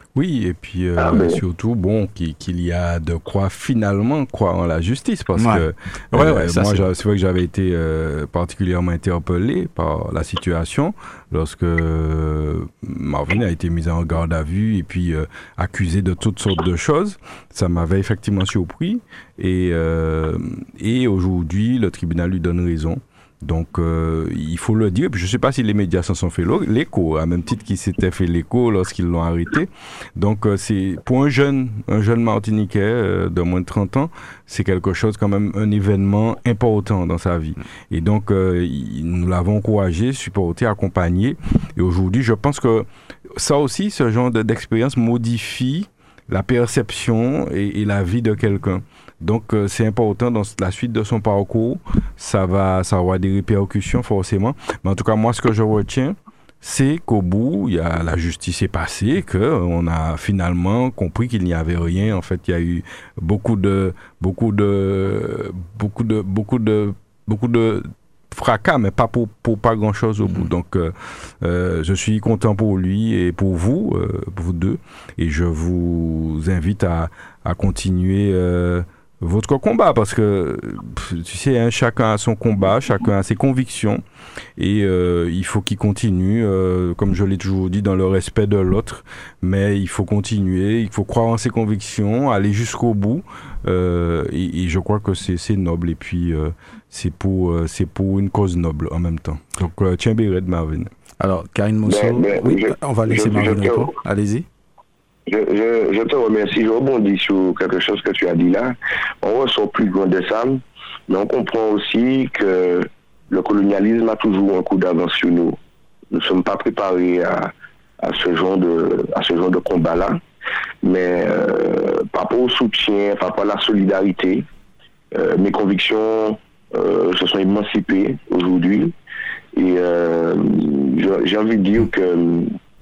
Oui, et puis euh, ah, mais... surtout, bon, qu'il, qu'il y a de quoi finalement croire en la justice, parce ouais. que ouais, euh, ouais, ça, moi, c'est... c'est vrai que j'avais été euh, particulièrement interpellé par la situation lorsque euh, Marvin a été mis en garde à vue et puis euh, accusé de toutes sortes de choses. Ça m'avait effectivement surpris, et, euh, et aujourd'hui, le tribunal lui donne raison. Donc, euh, il faut le dire. Puis, je ne sais pas si les médias s'en sont fait l'écho, à même titre qu'ils s'étaient fait l'écho lorsqu'ils l'ont arrêté. Donc, euh, c'est pour un jeune, un jeune Martiniquais euh, de moins de trente ans, c'est quelque chose quand même, un événement important dans sa vie. Et donc, euh, il, nous l'avons encouragé, supporté, accompagné. Et aujourd'hui, je pense que ça aussi, ce genre de, d'expérience modifie la perception et, et la vie de quelqu'un. Donc, euh, c'est important dans la suite de son parcours. Ça va, ça va avoir des répercussions forcément. Mais en tout cas, moi, ce que je retiens, c'est qu'au bout, il y a, la justice est passée, qu'on a finalement compris qu'il n'y avait rien. En fait, il y a eu beaucoup de, beaucoup de, beaucoup de, beaucoup de, beaucoup de fracas, mais pas pour, pour pas grand-chose au bout. Donc, euh, euh, je suis content pour lui et pour vous, euh, pour vous deux. Et je vous invite à, à continuer euh, votre combat, parce que tu sais, hein, chacun a son combat, chacun a ses convictions, et euh, il faut qu'il continue, euh, comme je l'ai toujours dit, dans le respect de l'autre, mais il faut continuer, il faut croire en ses convictions, aller jusqu'au bout, euh, et, et je crois que c'est, c'est noble, et puis euh, c'est pour, euh, c'est pour une cause noble en même temps. Donc euh, tiens, Béret de Marvin. Alors, Karine Mousseau, mais, mais, oui, je, on va laisser je, Marvin je, répondre. Allez-y. Je, je, je te remercie. Je rebondis sur quelque chose que tu as dit là. On ressort plus grand de ça, mais on comprend aussi que le colonialisme a toujours un coup d'avance sur nous. Nous ne sommes pas préparés à, à ce genre de, à ce genre de combat-là. Mais euh, par rapport au soutien, par rapport à la solidarité, euh, mes convictions euh, se sont émancipées aujourd'hui. Et euh, j'ai envie de dire que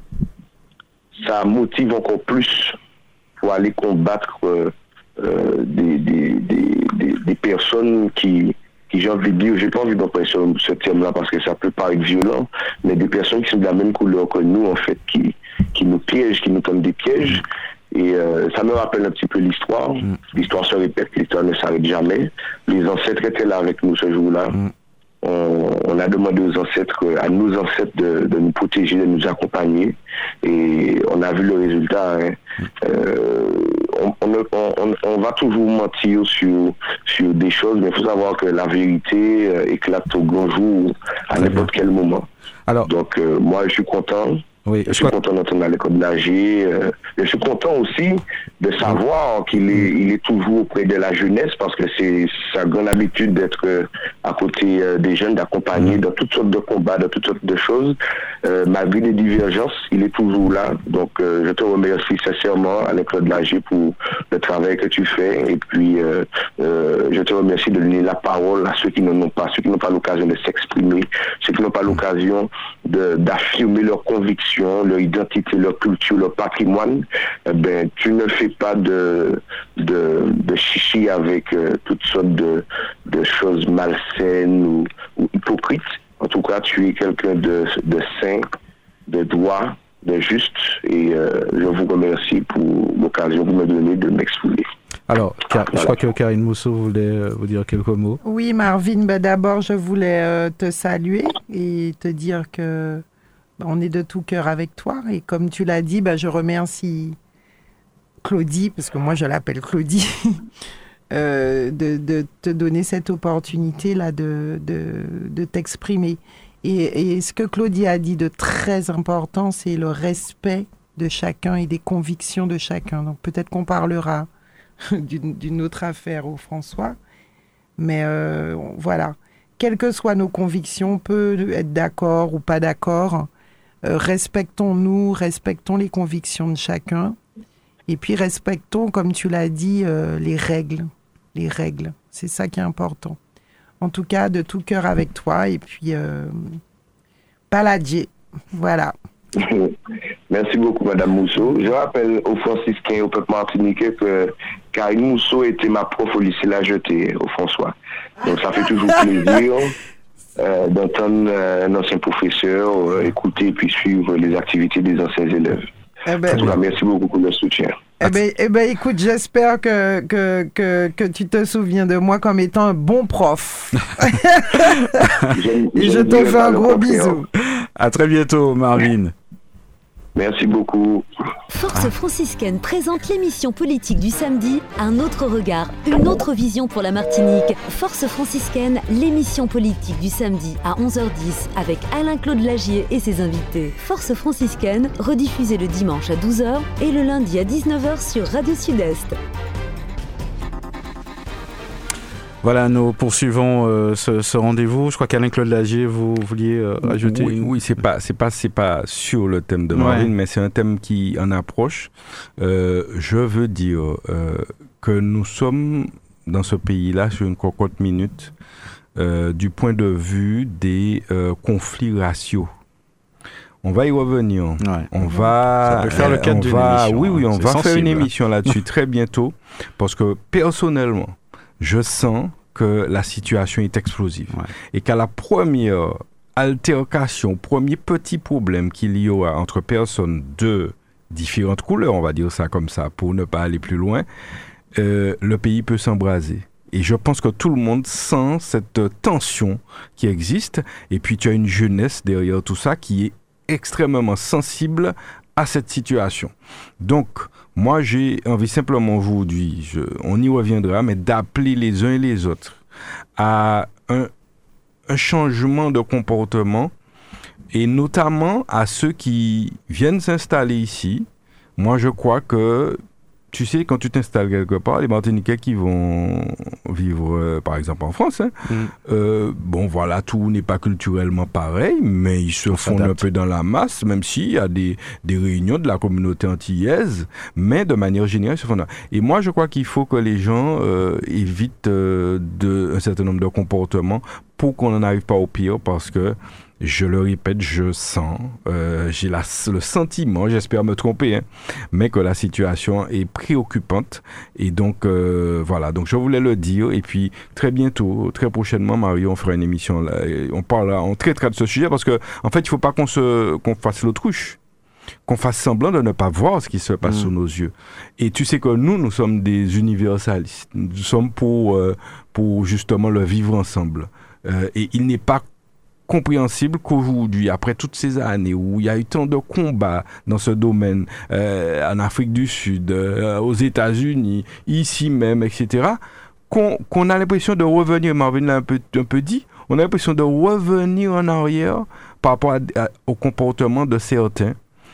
ça motive encore plus pour aller combattre euh, euh, des, des, des, des, des personnes qui, qui, j'ai envie de dire, j'ai pas envie d'employer ce, ce terme-là parce que ça peut paraître violent, mais des personnes qui sont de la même couleur que nous, en fait, qui, qui nous piègent, qui nous tendent des pièges. Et euh, ça me rappelle un petit peu l'histoire. Mm. L'histoire se répète, l'histoire ne s'arrête jamais. Les ancêtres étaient là avec nous ce jour-là. Mm. On, on a demandé aux ancêtres, à nos ancêtres de, de nous protéger, de nous accompagner. Et on a vu le résultat. Hein. Euh, on, on, on, on va toujours mentir sur, sur des choses, mais il faut savoir que la vérité euh, éclate au grand jour à Très n'importe bien. Quel moment. Alors, Donc euh, moi, je suis content. Oui, je suis crois... content d'entendre à l'école nager. Euh, je suis content aussi de savoir qu'il est, il est toujours auprès de la jeunesse parce que c'est sa grande habitude d'être euh, à côté euh, des jeunes, d'accompagner mmh. dans toutes sortes de combats, dans toutes sortes de choses. Euh, malgré les divergences, il est toujours là. Donc, euh, je te remercie sincèrement à l'école nager pour le travail que tu fais. Et puis, euh, euh, je te remercie de donner la parole à ceux qui n'en ont pas, ceux qui n'ont pas l'occasion de s'exprimer, ceux qui n'ont pas l'occasion de, d'affirmer leurs convictions, leur identité, leur culture, leur patrimoine. Eh ben, tu ne fais pas de, de, de chichi avec euh, toutes sortes de, de choses malsaines ou, ou hypocrites. En tout cas, tu es quelqu'un de, de saint, de droit, de juste, et euh, je vous remercie pour l'occasion que vous me donnez de m'exprimer. Alors, Car- voilà. Je crois que Karine Mousseau voulait vous dire quelques mots. Oui, Marvin, bah d'abord, je voulais euh, te saluer et te dire que bah, on est de tout cœur avec toi. Et comme tu l'as dit, bah, je remercie Claudie, parce que moi, je l'appelle Claudie, euh, de, de te donner cette opportunité-là de, de, de t'exprimer. Et, et ce que Claudie a dit de très important, c'est le respect de chacun et des convictions de chacun. Donc peut-être qu'on parlera d'une, d'une autre affaire au François. Mais euh, voilà, quelles que soient nos convictions, on peut être d'accord ou pas d'accord. Euh, respectons-nous, respectons les convictions de chacun. Et puis respectons, comme tu l'as dit, euh, les règles. Les règles, c'est ça qui est important. En tout cas, de tout cœur avec toi. Et puis, euh, Paladje, voilà. Merci beaucoup, Madame Mousseau. Je rappelle aux franciscains et au peuple martiniquais que Karine Mousseau était ma prof au lycée La Jetée, au François. Donc, ça fait toujours plaisir euh, d'entendre euh, un ancien professeur euh, écouter et puis suivre les activités des anciens élèves. Eh ben, en tout cas, merci beaucoup pour le soutien. Eh ben, eh ben, écoute, j'espère que, que, que, que tu te souviens de moi comme étant un bon prof. Et je te fais un gros bisou. À très bientôt, Marvin. Merci beaucoup. Force franciscaine présente l'émission politique du samedi, un autre regard, une autre vision pour la Martinique. Force franciscaine, l'émission politique du samedi à onze heures dix avec Alain-Claude Lagier et ses invités. Force franciscaine, rediffusée le dimanche à douze heures et le lundi à dix-neuf heures sur Radio Sud-Est. Voilà, nous poursuivons euh, ce, ce rendez-vous. Je crois qu'Alain-Claude Lagier, vous vouliez euh, ajouter. Oui, une... oui, c'est pas, c'est pas, c'est pas sur le thème de Marvin, ouais. mais c'est un thème qui en approche. Euh, je veux dire euh, que nous sommes dans ce pays-là sur une cocotte minute euh, du point de vue des euh, conflits raciaux. On va y revenir. Ouais. On va. Ça peut faire le cadre d'une émission. Oui, oui, on hein, va sensible. faire une émission là-dessus très bientôt, parce que personnellement, je sens que la situation est explosive ouais. et qu'à la première altercation, premier petit problème qu'il y aura entre personnes de différentes couleurs, on va dire ça comme ça, pour ne pas aller plus loin, euh, le pays peut s'embraser. Et je pense que tout le monde sent cette tension qui existe. Et puis tu as une jeunesse derrière tout ça qui est extrêmement sensible à cette situation. Donc, moi, j'ai envie simplement aujourd'hui, je, on y reviendra, mais d'appeler les uns et les autres à un, un changement de comportement et notamment à ceux qui viennent s'installer ici. Moi, je crois que, tu sais, quand tu t'installes quelque part, les Martiniquais qui vont vivre, euh, par exemple, en France, hein, mm. euh, bon, voilà, tout n'est pas culturellement pareil, mais ils se fondent un peu dans la masse, même s'il y a des, des réunions de la communauté antillaise, mais de manière générale, ils se fondent dans... Et moi, je crois qu'il faut que les gens euh, évitent euh, de, un certain nombre de comportements pour qu'on n'en arrive pas au pire, parce que je le répète, je sens, euh, j'ai la, le sentiment, j'espère me tromper, hein, mais que la situation est préoccupante. Et donc, euh, voilà, donc je voulais le dire. Et puis, très bientôt, très prochainement, Mario, on fera une émission là. Et on parlera, on traitera de ce sujet parce que, en fait, il ne faut pas qu'on, se, qu'on fasse l'autruche, qu'on fasse semblant de ne pas voir ce qui se passe mmh. sous nos yeux. Et tu sais que nous, nous sommes des universalistes. Nous sommes pour, euh, pour justement le vivre ensemble. Euh, et il n'est pas compréhensible qu'aujourd'hui, après toutes ces années où il y a eu tant de combats dans ce domaine, euh, en Afrique du Sud, euh, aux États-Unis, ici même, et cetera, qu'on, qu'on a l'impression de revenir, Marvin l'a un peu, un peu dit, on a l'impression de revenir en arrière par rapport à, à, au comportement de certains.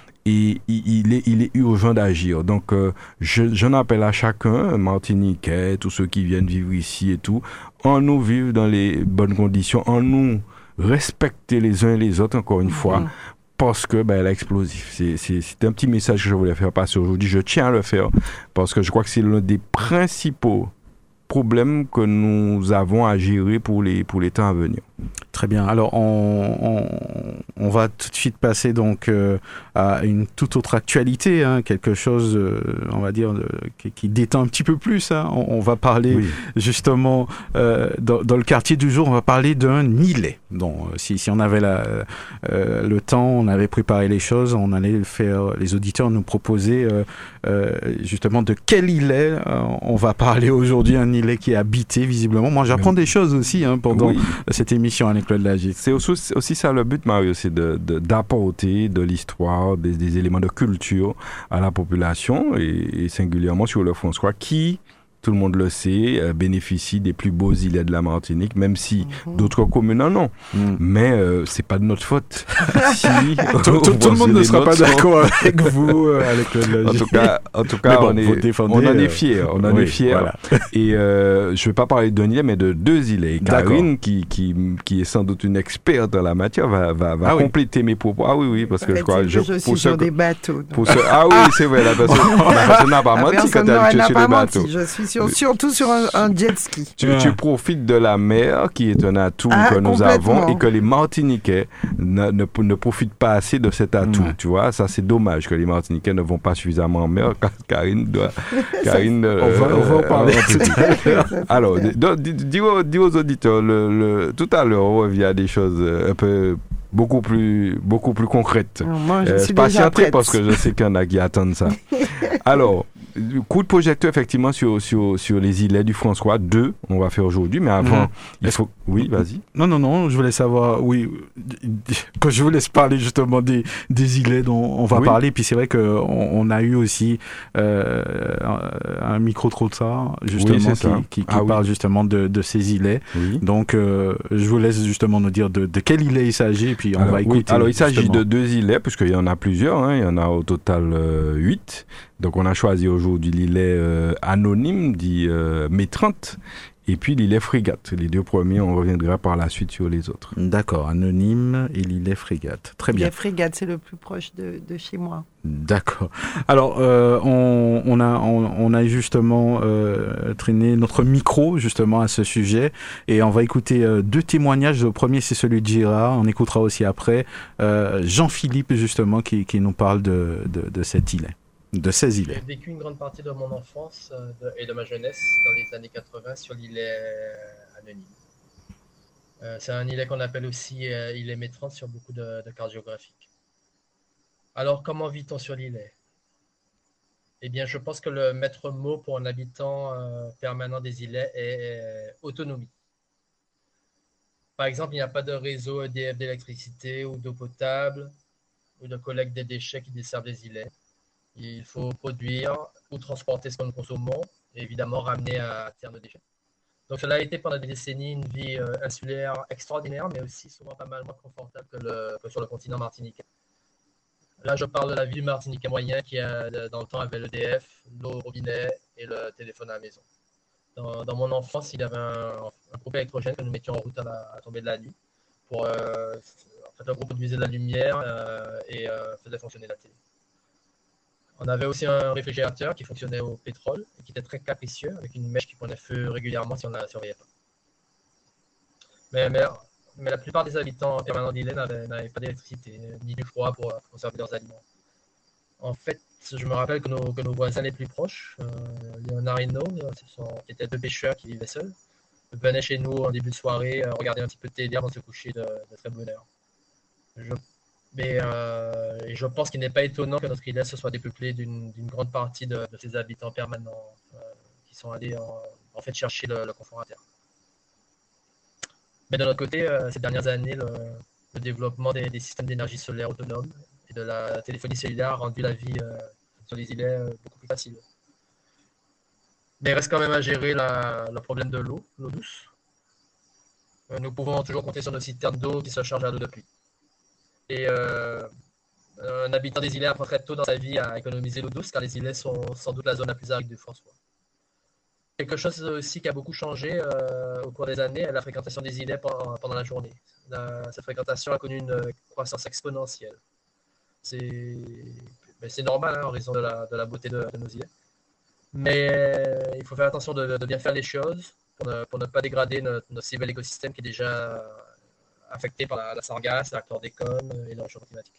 Et il est, il est urgent d'agir. Donc, euh, je, j'en appelle à chacun, Martiniquais, tous ceux qui viennent vivre ici et tout, en nous vivre dans les bonnes conditions, en nous respecter les uns et les autres, encore une fois, mmh. parce que ben, elle est explosive. C'est, c'est, c'est un petit message que je voulais faire passer aujourd'hui. Je tiens à le faire parce que je crois que c'est l'un des principaux problèmes que nous avons à gérer pour les, pour les temps à venir. Très bien. Alors, on, on, on va tout de suite passer donc euh, à une toute autre actualité, hein, quelque chose, euh, on va dire, de, qui, qui détend un petit peu plus. Hein. On, on va parler oui. justement, euh, dans, dans le quartier du jour, on va parler d'un îlet. Donc, si, si on avait la, euh, le temps, on avait préparé les choses, on allait faire, les auditeurs nous proposer euh, euh, justement de quel îlet euh, on va parler aujourd'hui, un îlet qui est habité visiblement. Moi, j'apprends oui. des choses aussi hein, pendant oui. cette émission. Avec Claude Lagier. C'est aussi, aussi ça le but, Mario, c'est de, de, d'apporter de l'histoire, des, des éléments de culture à la population et, et singulièrement sur le François qui, tout le monde le sait, euh, bénéficie des plus beaux îlets de la Martinique, même si mmh. d'autres communes en ont. Mmh. Mais euh, c'est pas de notre faute. si, tout, tout, tout le monde ne sera pas d'accord avec vous, euh, avec Claude Lagier. En tout cas, en tout cas, bon, on, est, on en est fiers. On en oui, est fiers. Voilà. Et euh, je ne vais pas parler d'un îlet, mais de deux îlets. Karine, qui, qui, qui est sans doute une experte en la matière, va, va, va ah, compléter oui. mes propos. Ah oui, oui, parce que je crois... Je, je suis sur que, des bateaux. Pour ce, ah oui, c'est vrai, la personne, la personne n'a pas menti quand tu es sur les bateaux. Je suis sur, surtout sur un, un jet ski. Tu, ouais. tu profites de la mer, qui est un atout ah, que nous avons, et que les Martiniquais ne, ne, ne profitent pas assez de cet atout. Ouais. Tu vois, ça c'est dommage que les Martiniquais ne vont pas suffisamment en mer. Karine doit... Karine, on, va, euh, on va en parler tout à l'heure. Alors, dis, dis, dis aux auditeurs, le, le, tout à l'heure, on revient à des choses un peu beaucoup plus, beaucoup plus concrète. Non, moi, je Euh, suis déjà patientez prête. parce que je sais qu'il y en a qui attendent ça. Alors, coup de projecteur effectivement sur, sur, sur les îlets du François, deux, on va faire aujourd'hui, mais avant, Mhm. il faut... Oui, vas-y. Non, non, non, je voulais savoir, oui, quand je vous laisse parler justement des, des îlets dont on va Oui. parler, puis c'est vrai qu'on on a eu aussi euh, un, un micro-trottoir justement Oui, c'est qui, ça. qui, qui Ah oui. parle justement de, de ces îlets. Oui. Donc, euh, je vous laisse justement nous dire de, de quel îlet il s'agit, et puis on Alors, va oui, écouter. alors il s'agit justement. de deux îlets, puisqu'il y en a plusieurs, hein, il y en a au total euh, huit. Donc on a choisi aujourd'hui l'îlet euh, anonyme, dit euh, Mai trente, et puis l'îlet Frégate. Les deux premiers, on reviendra par la suite sur les autres. D'accord, anonyme et l'îlet Frégate. Très bien. Les frégates, c'est le plus proche de, de chez moi. D'accord. Alors, euh, on, on, a, on, on a justement euh, traîné notre micro justement à ce sujet et on va écouter euh, deux témoignages. Le premier, c'est celui de Gérard. On écoutera aussi après euh, Jean-Philippe justement qui, qui nous parle de, de, de cet îlet, de ces J'ai îlets. vécu une grande partie de mon enfance euh, de- et de ma jeunesse dans les années quatre-vingts sur l'îlet euh, anonyme. Euh, c'est un îlet qu'on appelle aussi euh, îlet Mai trente sur beaucoup de, de cartes géographiques. Alors, comment vit-on sur l'îlet? Eh bien, je pense que le maître mot pour un habitant euh, permanent des îlets est euh, autonomie. Par exemple, il n'y a pas de réseau E D F d'électricité ou d'eau potable ou de collecte des déchets qui desservent les îlets. Il faut produire ou transporter ce que nous consommons et évidemment ramener à terme nos déchets. Donc cela a été pendant des décennies une vie euh, insulaire extraordinaire, mais aussi souvent pas mal moins confortable que, le, que sur le continent martiniquais. Là, je parle de la vie du Martiniquais moyen qui, a, dans le temps, avait l'E D F, l'eau au robinet et le téléphone à la maison. Dans, dans mon enfance, il y avait un, un groupe électrogène que nous mettions en route à la, à la tombée de la nuit. Pour, euh, en fait, le groupe produisait de la lumière euh, et euh, faisait fonctionner la télé. On avait aussi un réfrigérateur qui fonctionnait au pétrole et qui était très capricieux, avec une mèche qui prenait feu régulièrement si on ne la surveillait pas. Mais, mais, mais la plupart des habitants permanents d'îlet n'avaient, n'avaient pas d'électricité, ni du froid pour conserver leurs aliments. En fait, je me rappelle que nos, que nos voisins les plus proches, euh, Léonard et No, qui étaient deux pêcheurs qui vivaient seuls, venaient chez nous en début de soirée, euh, regarder un petit peu de télé avant de se coucher de, de très bonne heure. Je Mais euh, et je pense qu'il n'est pas étonnant que notre îlet se soit dépeuplé d'une, d'une grande partie de, de ses habitants permanents euh, qui sont allés en, en fait chercher le, le confort à terre. Mais de notre côté, euh, ces dernières années, le, le développement des, des systèmes d'énergie solaire autonomes et de la téléphonie cellulaire a rendu la vie euh, sur les îlets euh, beaucoup plus facile. Mais il reste quand même à gérer la, le problème de l'eau, l'eau douce. Euh, nous pouvons toujours compter sur nos citernes d'eau qui se chargent à l'eau de pluie. Et euh, un habitant des îlets apprend très tôt dans sa vie à économiser l'eau douce, car les îlets sont sans doute la zone la plus aride du François. Quelque chose aussi qui a beaucoup changé euh, au cours des années est la fréquentation des îlets pendant, pendant la journée. La, cette fréquentation a connu une croissance exponentielle. C'est, mais c'est normal hein, en raison de la, de la beauté de, de nos îlets. Mais euh, il faut faire attention de, de bien faire les choses pour ne, pour ne pas dégrader notre, notre si bel écosystème qui est déjà affecté par la, la sargasse, la chlordécone et le réchauffement climatique.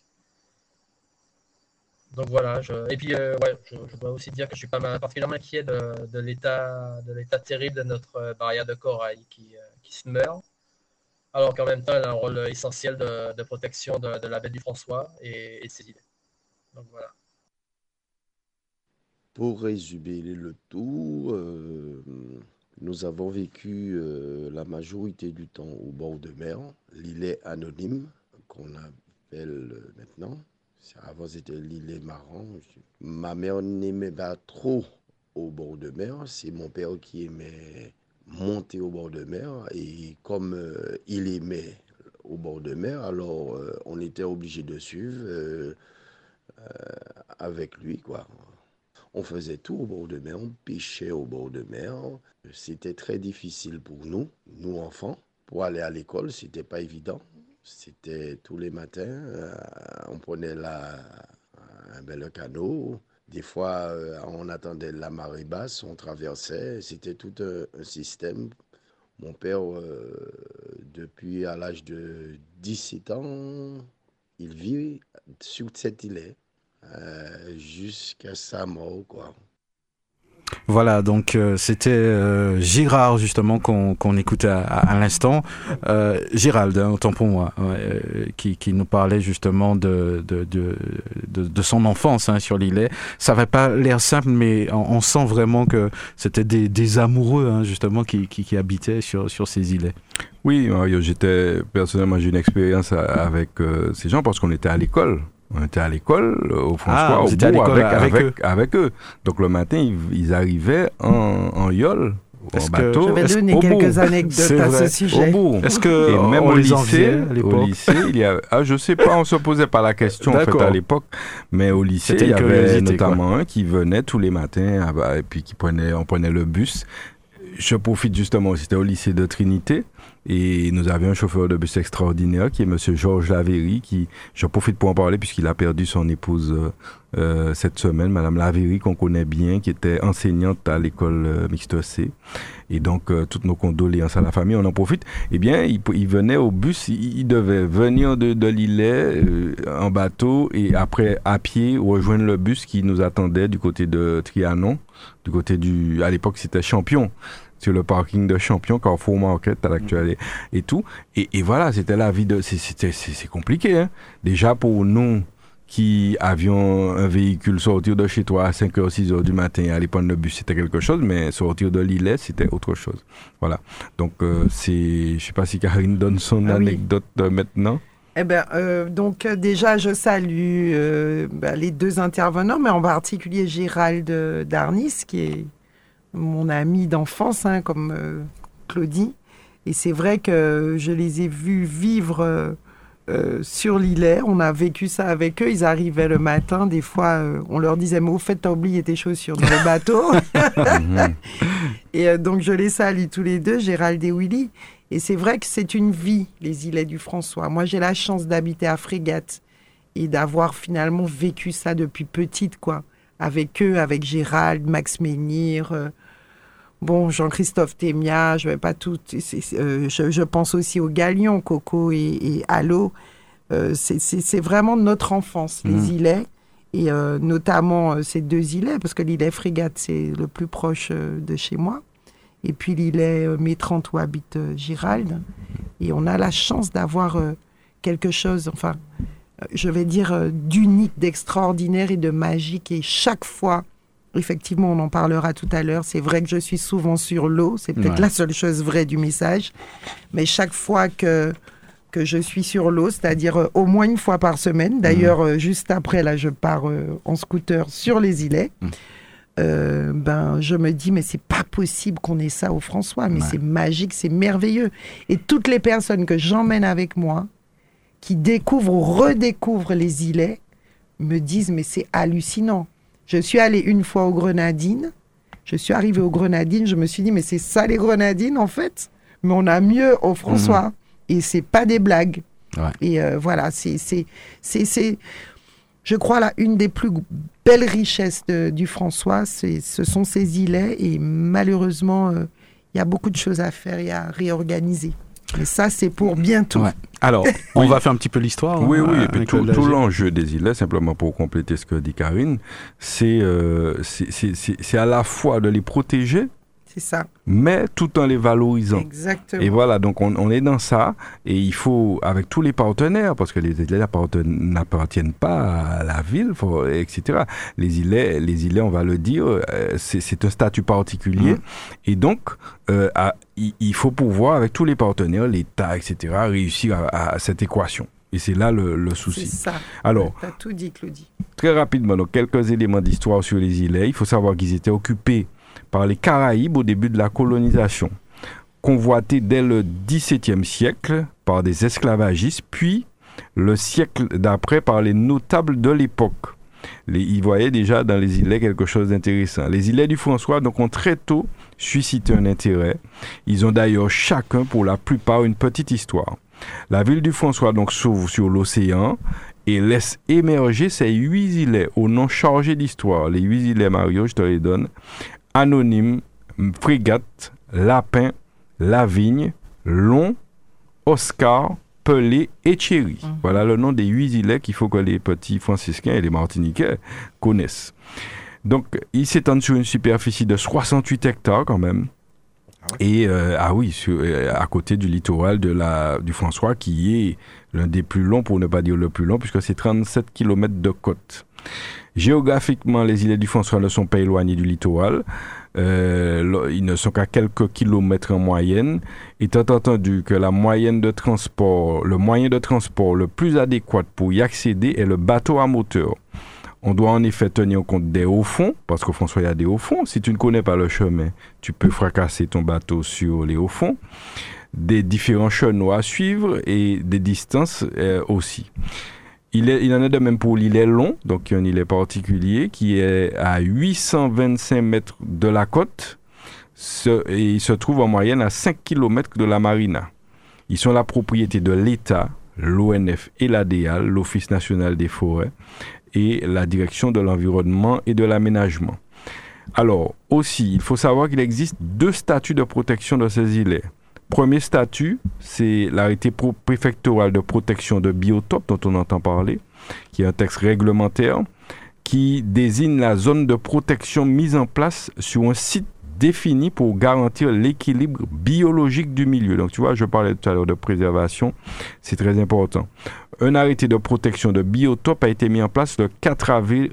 Donc voilà, je... et puis euh, ouais, je, je dois aussi dire que je suis pas mal, particulièrement inquiet de, de, l'état, de l'état terrible de notre barrière de corail qui, euh, qui se meurt, alors qu'en même temps elle a un rôle essentiel de, de protection de, de la baie du François et, et de ses îlets. Donc voilà. Pour résumer le tout, euh, nous avons vécu euh, la majorité du temps au bord de mer, l'îlet anonyme qu'on appelle maintenant. Avant, c'était l'îlet marrant. Ma mère n'aimait pas trop au bord de mer. C'est mon père qui aimait monter au bord de mer. Et comme euh, il aimait au bord de mer, alors euh, on était obligé de suivre euh, euh, avec lui, quoi. On faisait tout au bord de mer, on pêchait au bord de mer. C'était très difficile pour nous, nous enfants, pour aller à l'école. C'était pas évident. C'était tous les matins, euh, on prenait la, un bel canot. Des fois, euh, on attendait la marée basse, on traversait. C'était tout un, un système. Mon père, euh, depuis à l'âge de dix-sept ans, il vit sur cette île euh, jusqu'à sa mort, quoi. Voilà, donc euh, c'était euh, Gérard justement qu'on, qu'on écoutait à, à, à l'instant. Euh, Gérald, hein, autant pour moi, ouais, euh, qui, qui nous parlait justement de, de, de, de, de son enfance hein, sur l'îlet. Ça n'avait pas l'air simple, mais on, on sent vraiment que c'était des, des amoureux hein, justement qui, qui, qui habitaient sur, sur ces îlets. Oui, Mario, j'étais personnellement j'ai une expérience avec euh, ces gens parce qu'on était à l'école. On était à l'école au François, ah, au bout, à l'école avec, avec, avec, eux. avec eux. Donc le matin, ils, ils arrivaient en, en yole, est-ce en bateau. Je vais donner quelques anecdotes à ce sujet. Au bout. Est-ce que et même on au les lycée, enviait à l'époque? Au lycée, il y a, ah, je sais pas, on se posait pas la question en fait à l'époque, mais au lycée, il y avait notamment quoi. un qui venait tous les matins et puis qui prenait, on prenait le bus. Je profite justement, c'était au lycée de Trinité. Et nous avions un chauffeur de bus extraordinaire qui est monsieur Georges Lavéry, qui, je profite pour en parler puisqu'il a perdu son épouse euh, cette semaine, madame Lavéry, qu'on connaît bien, qui était enseignante à l'école euh, mixte C. Et donc, euh, toutes nos condoléances à la famille, on en profite. Eh bien, il, il venait au bus, il, il devait venir de, de l'îlet euh, en bateau et après, à pied, rejoindre le bus qui nous attendait du côté de Trianon, du côté du, à l'époque, c'était Champion. Sur le parking de Champion, Carrefour Market à l'actualité et tout. Et, et voilà, c'était la vie de... C'est, c'était, c'est, c'est compliqué, hein. Déjà pour nous qui avions un véhicule, sortir de chez toi à cinq heures, six heures du matin, aller prendre le bus, c'était quelque chose, mais sortir de l'îlet, c'était autre chose. Voilà. Donc, euh, c'est... Je sais pas si Karine donne son ah anecdote oui. maintenant. Eh ben, euh, donc euh, déjà, je salue euh, bah, les deux intervenants, mais en particulier Gérald Darnis, qui est mon ami d'enfance, hein, comme euh, Claudie. Et c'est vrai que je les ai vus vivre euh, euh, sur l'îlet. On a vécu ça avec eux. Ils arrivaient le matin. Des fois, euh, on leur disait, mais au fait, t'as oublié tes chaussures dans le bateau. Et euh, donc, je les salue tous les deux, Gérald et Willy. Et c'est vrai que c'est une vie, les îlets du François. Moi, j'ai la chance d'habiter à Frégate et d'avoir finalement vécu ça depuis petite, quoi. Avec eux, avec Gérald, Max Menhir, euh, bon, Jean-Christophe Témia, je vais pas tout. C'est, c'est, euh, je, je pense aussi aux Galions, Coco et, et Allo. Euh, c'est, c'est, c'est vraiment notre enfance, les mmh. îlets, et euh, notamment euh, ces deux îlets, parce que l'îlet Frégate, c'est le plus proche euh, de chez moi, et puis l'îlet euh, Métrante où habite euh, Gérald. Et on a la chance d'avoir euh, quelque chose, enfin, euh, je vais dire, euh, d'unique, d'extraordinaire et de magique, et chaque fois. Effectivement, on en parlera tout à l'heure. C'est vrai que je suis souvent sur l'eau. C'est peut-être ouais. la seule chose vraie du message. Mais chaque fois que, que je suis sur l'eau, c'est-à-dire euh, au moins une fois par semaine, d'ailleurs, mmh. euh, juste après, là, je pars euh, en scooter sur les îlets, mmh. euh, ben, je me dis, mais c'est pas possible qu'on ait ça au François. Mais ouais. c'est magique, c'est merveilleux. Et toutes les personnes que j'emmène avec moi, qui découvrent ou redécouvrent les îlets, me disent, mais c'est hallucinant. Je suis allée une fois aux Grenadines. Je suis arrivée aux Grenadines. Je me suis dit, mais c'est ça les Grenadines, en fait. Mais on a mieux au François. Mmh. Et c'est pas des blagues. Ouais. Et euh, voilà, c'est, c'est, c'est, c'est, je crois, là, une des plus belles richesses de, du François, c'est, ce sont ces îlets. Et malheureusement, il euh, y a beaucoup de choses à faire et à réorganiser. Mais ça, c'est pour bientôt. Ouais. Alors, on oui. va faire un petit peu l'histoire. Oui, hein, oui, et puis tout, tout l'enjeu des îlets, simplement pour compléter ce que dit Karine, c'est, euh, c'est, c'est, c'est, c'est à la fois de les protéger, c'est ça. Mais tout en les valorisant. Exactement. Et voilà, donc on, on est dans ça, et il faut, avec tous les partenaires, parce que les îlets n'appartiennent pas à la ville, faut, et cetera. Les îlets, les îlets, on va le dire, c'est, c'est un statut particulier, mmh. et donc euh, à, il, il faut pouvoir, avec tous les partenaires, l'État, et cetera, réussir à, à cette équation. Et c'est là le, le souci. C'est ça. Alors, t'as tout dit, Claudie. Très rapidement, donc quelques éléments d'histoire sur les îlets. Il faut savoir qu'ils étaient occupés par les Caraïbes au début de la colonisation, convoités dès le dix-septième siècle par des esclavagistes, puis le siècle d'après par les notables de l'époque. Les, ils voyaient déjà dans les îlets quelque chose d'intéressant. Les îlets du François donc, ont très tôt suscité un intérêt. Ils ont d'ailleurs chacun, pour la plupart, une petite histoire. La ville du François donc s'ouvre sur l'océan et laisse émerger ces huit îlets au nom chargé d'histoire. Les huit îlets, Mario, je te les donne. Anonyme, Frégate, Lapin, Lavigne, Long, Oscar, Pelé et Thierry. Mmh. Voilà le nom des huit îlets qu'il faut que les petits franciscains et les martiniquais connaissent. Donc, il s'étend sur une superficie de soixante-huit hectares quand même. Ah ouais. Et euh, ah oui, sur, à côté du littoral de la, du François, qui est l'un des plus longs, pour ne pas dire le plus long, puisque c'est trente-sept kilomètres de côte. Géographiquement, les îlets du François ne sont pas éloignés du littoral. Euh, ils ne sont qu'à quelques kilomètres en moyenne. Étant entendu que la moyenne de transport, le moyen de transport le plus adéquat pour y accéder est le bateau à moteur. On doit en effet tenir compte des hauts-fonds, parce qu'au François, il y a des hauts-fonds. Si tu ne connais pas le chemin, tu peux fracasser ton bateau sur les hauts-fonds. Des différents chenaux à suivre et des distances euh, aussi. Il, est, il en est de même pour l'îlet long, donc un îlet particulier qui est à huit cent vingt-cinq mètres de la côte ce, et il se trouve en moyenne à cinq kilomètres de la marina. Ils sont la propriété de l'État, l'O N F et l'A D A L, l'Office national des forêts, et la direction de l'environnement et de l'aménagement. Alors, aussi, il faut savoir qu'il existe deux statuts de protection de ces îlets. Premier statut, c'est l'arrêté préfectoral de protection de biotopes dont on entend parler, qui est un texte réglementaire qui désigne la zone de protection mise en place sur un site défini pour garantir l'équilibre biologique du milieu. Donc tu vois, je parlais tout à l'heure de préservation, c'est très important. Un arrêté de protection de biotopes a été mis en place le quatre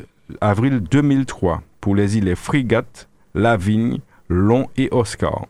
avril deux mille trois pour les îlets Frégate, Lavigne, Long et Oscar.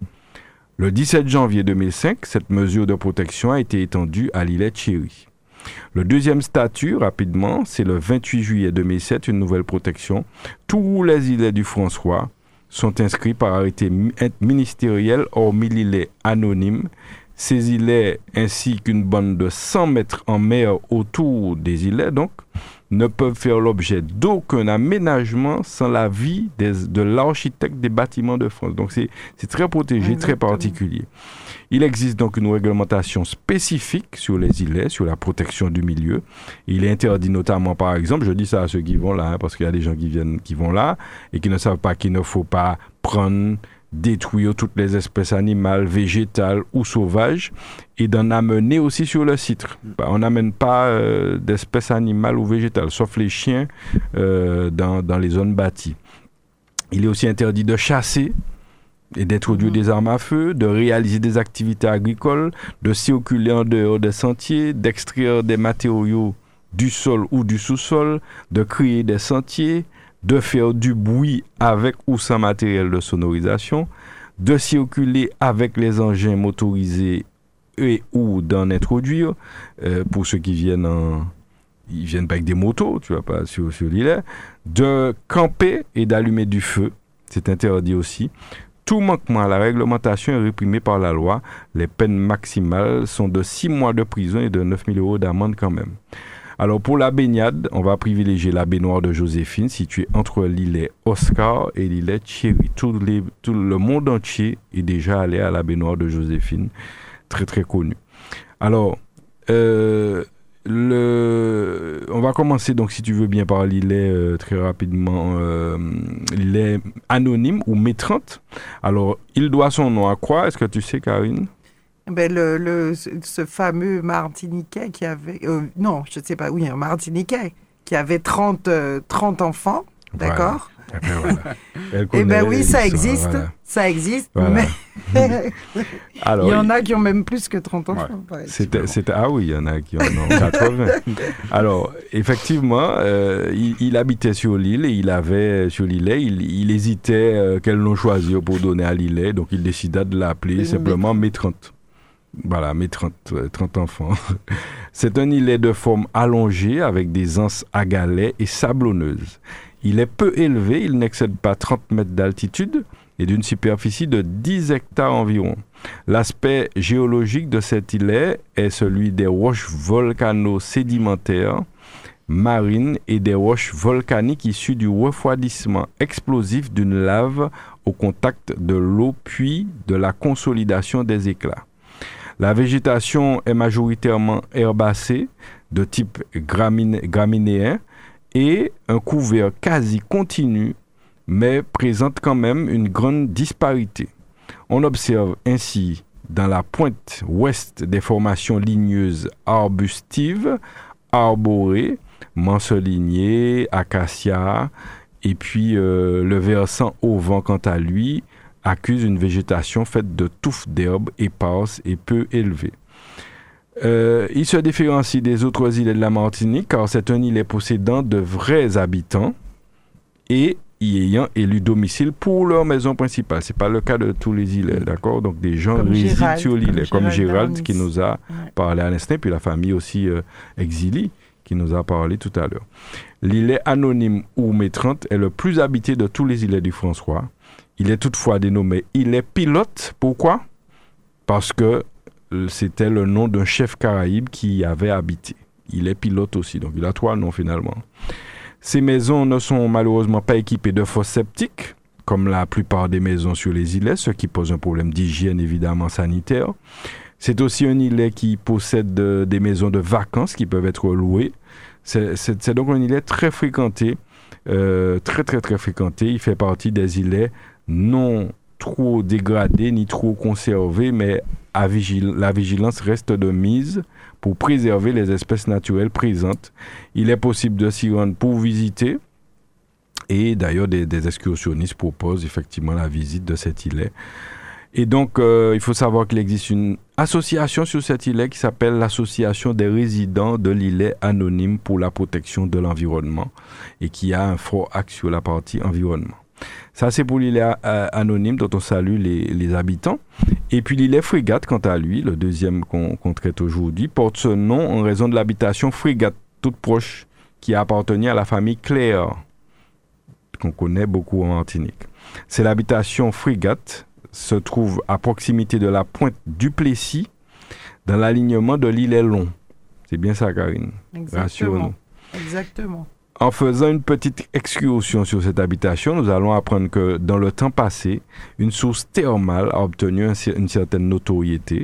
Le dix-sept janvier deux mille cinq, cette mesure de protection a été étendue à l'îlet Thierry. Le deuxième statut, rapidement, c'est le vingt-huit juillet deux mille sept, une nouvelle protection. Tous les îlets du François sont inscrits par arrêté ministériel, hormis l'îlet anonyme. Ces îlets, ainsi qu'une bande de cent mètres en mer autour des îlets, donc, ne peuvent faire l'objet d'aucun aménagement sans l'avis des, de l'architecte des bâtiments de France. Donc, c'est, c'est très protégé, Exactement. Très particulier. Il existe donc une réglementation spécifique sur les îlets, sur la protection du milieu. Il est interdit notamment, par exemple, je dis ça à ceux qui vont là, hein, parce qu'il y a des gens qui viennent, qui vont là et qui ne savent pas qu'il ne faut pas prendre, détruire toutes les espèces animales, végétales ou sauvages, et d'en amener aussi sur le site. Bah, on n'amène pas euh, d'espèces animales ou végétales, sauf les chiens euh, dans, dans les zones bâties. Il est aussi interdit de chasser et d'introduire mmh. des armes à feu, de réaliser des activités agricoles, de circuler en dehors des sentiers, d'extraire des matériaux du sol ou du sous-sol, de créer des sentiers, de faire du bruit avec ou sans matériel de sonorisation, de circuler avec les engins motorisés et ou d'en introduire, euh, pour ceux qui viennent en... Ils viennent pas avec des motos, tu vois, pas sur, sur l'îlet, de camper et d'allumer du feu, c'est interdit aussi. Tout manquement à la réglementation est réprimé par la loi. Les peines maximales sont de six mois de prison et de neuf mille euros d'amende quand même. Alors pour la baignade, on va privilégier la baignoire de Joséphine, située entre l'îlet Oscar et l'îlet Thierry. Tout, les, tout le monde entier est déjà allé à la baignoire de Joséphine, très très connue. Alors, euh, le, on va commencer donc, si tu veux bien, par l'îlet euh, très rapidement, euh, l'îlet anonyme ou Métrante. Alors, il doit son nom à quoi? Est-ce que tu sais, Karine? Ben le, le, ce fameux Martiniquais qui avait... Euh, non, je ne sais pas, oui, un Martiniquais qui avait trente, euh, trente enfants, voilà. D'accord. Voilà. Eh bien oui, ça existe, voilà. ça existe, voilà. Mais alors, il y en a qui ont même plus que trente enfants. Ouais. C'était, c'était, ah oui, il y en a qui en ont quatre-vingts. Alors, effectivement, euh, il, il habitait sur l'île et il avait, sur l'îlet, il, il hésitait euh, quel nom choisir pour donner à l'îlet, donc il décida de l'appeler simplement Métrante. Voilà, mes trente, trente enfants. C'est un îlet de forme allongée avec des anses à galets et sablonneuses. Il est peu élevé, il n'excède pas trente mètres d'altitude et d'une superficie de dix hectares environ. L'aspect géologique de cet îlet est celui des roches volcano-sédimentaires marines et des roches volcaniques issues du refroidissement explosif d'une lave au contact de l'eau puis de la consolidation des éclats. La végétation est majoritairement herbacée, de type graminé- graminéen, et un couvert quasi continu, mais présente quand même une grande disparité. On observe ainsi dans la pointe ouest des formations ligneuses arbustives, arborées, mancelignées, acacias, Et puis euh, le versant auvent, quant à lui, accuse une végétation faite de touffes d'herbes éparses et peu élevées. Euh, il se différencie des autres îlets de la Martinique car c'est un îlet possédant de vrais habitants et y ayant élu domicile pour leur maison principale. C'est pas le cas de tous les îlets, d'accord? Donc des gens Comme résident Gérald, sur l'îlet, comme, comme Gérald, Gérald qui nous a ouais. parlé à l'instant, puis la famille aussi euh, exilée qui nous a parlé tout à l'heure. L'îlet anonyme ou Métrante est le plus habité de tous les îlets du François. Il est toutefois dénommé îlet pilote. Pourquoi? Parce que c'était le nom d'un chef caraïbe qui y avait habité. Il est pilote aussi, donc il a trois noms finalement. Ces maisons ne sont malheureusement pas équipées de fosses septiques, comme la plupart des maisons sur les îlets, ce qui pose un problème d'hygiène évidemment sanitaire. C'est aussi un îlet qui possède de, des maisons de vacances qui peuvent être louées. C'est, c'est, c'est donc un îlet très fréquenté, euh, très très très fréquenté. Il fait partie des îlets non trop dégradés ni trop conservés, mais à vigil- la vigilance reste de mise pour préserver les espèces naturelles présentes. Il est possible de s'y rendre pour visiter. Et d'ailleurs, des, des excursionnistes proposent effectivement la visite de cet îlet. Et donc, euh, il faut savoir qu'il existe une association sur cet îlet qui s'appelle l'Association des résidents de l'îlet anonyme pour la protection de l'environnement et qui a un fort axe sur la partie environnement. Ça, c'est pour l'îlet euh, anonyme dont on salue les, les habitants. Et puis l'îlet Frégate, quant à lui, le deuxième qu'on, qu'on traite aujourd'hui, porte ce nom en raison de l'habitation Frégate, toute proche, qui a appartenu à la famille Claire, qu'on connaît beaucoup en Martinique. C'est l'habitation Frégate, se trouve à proximité de la pointe Duplessis, dans l'alignement de l'îlet Long. C'est bien ça, Karine? Exactement. Rassure-nous. Exactement. En faisant une petite excursion sur cette habitation, nous allons apprendre que dans le temps passé, une source thermale a obtenu un, une certaine notoriété.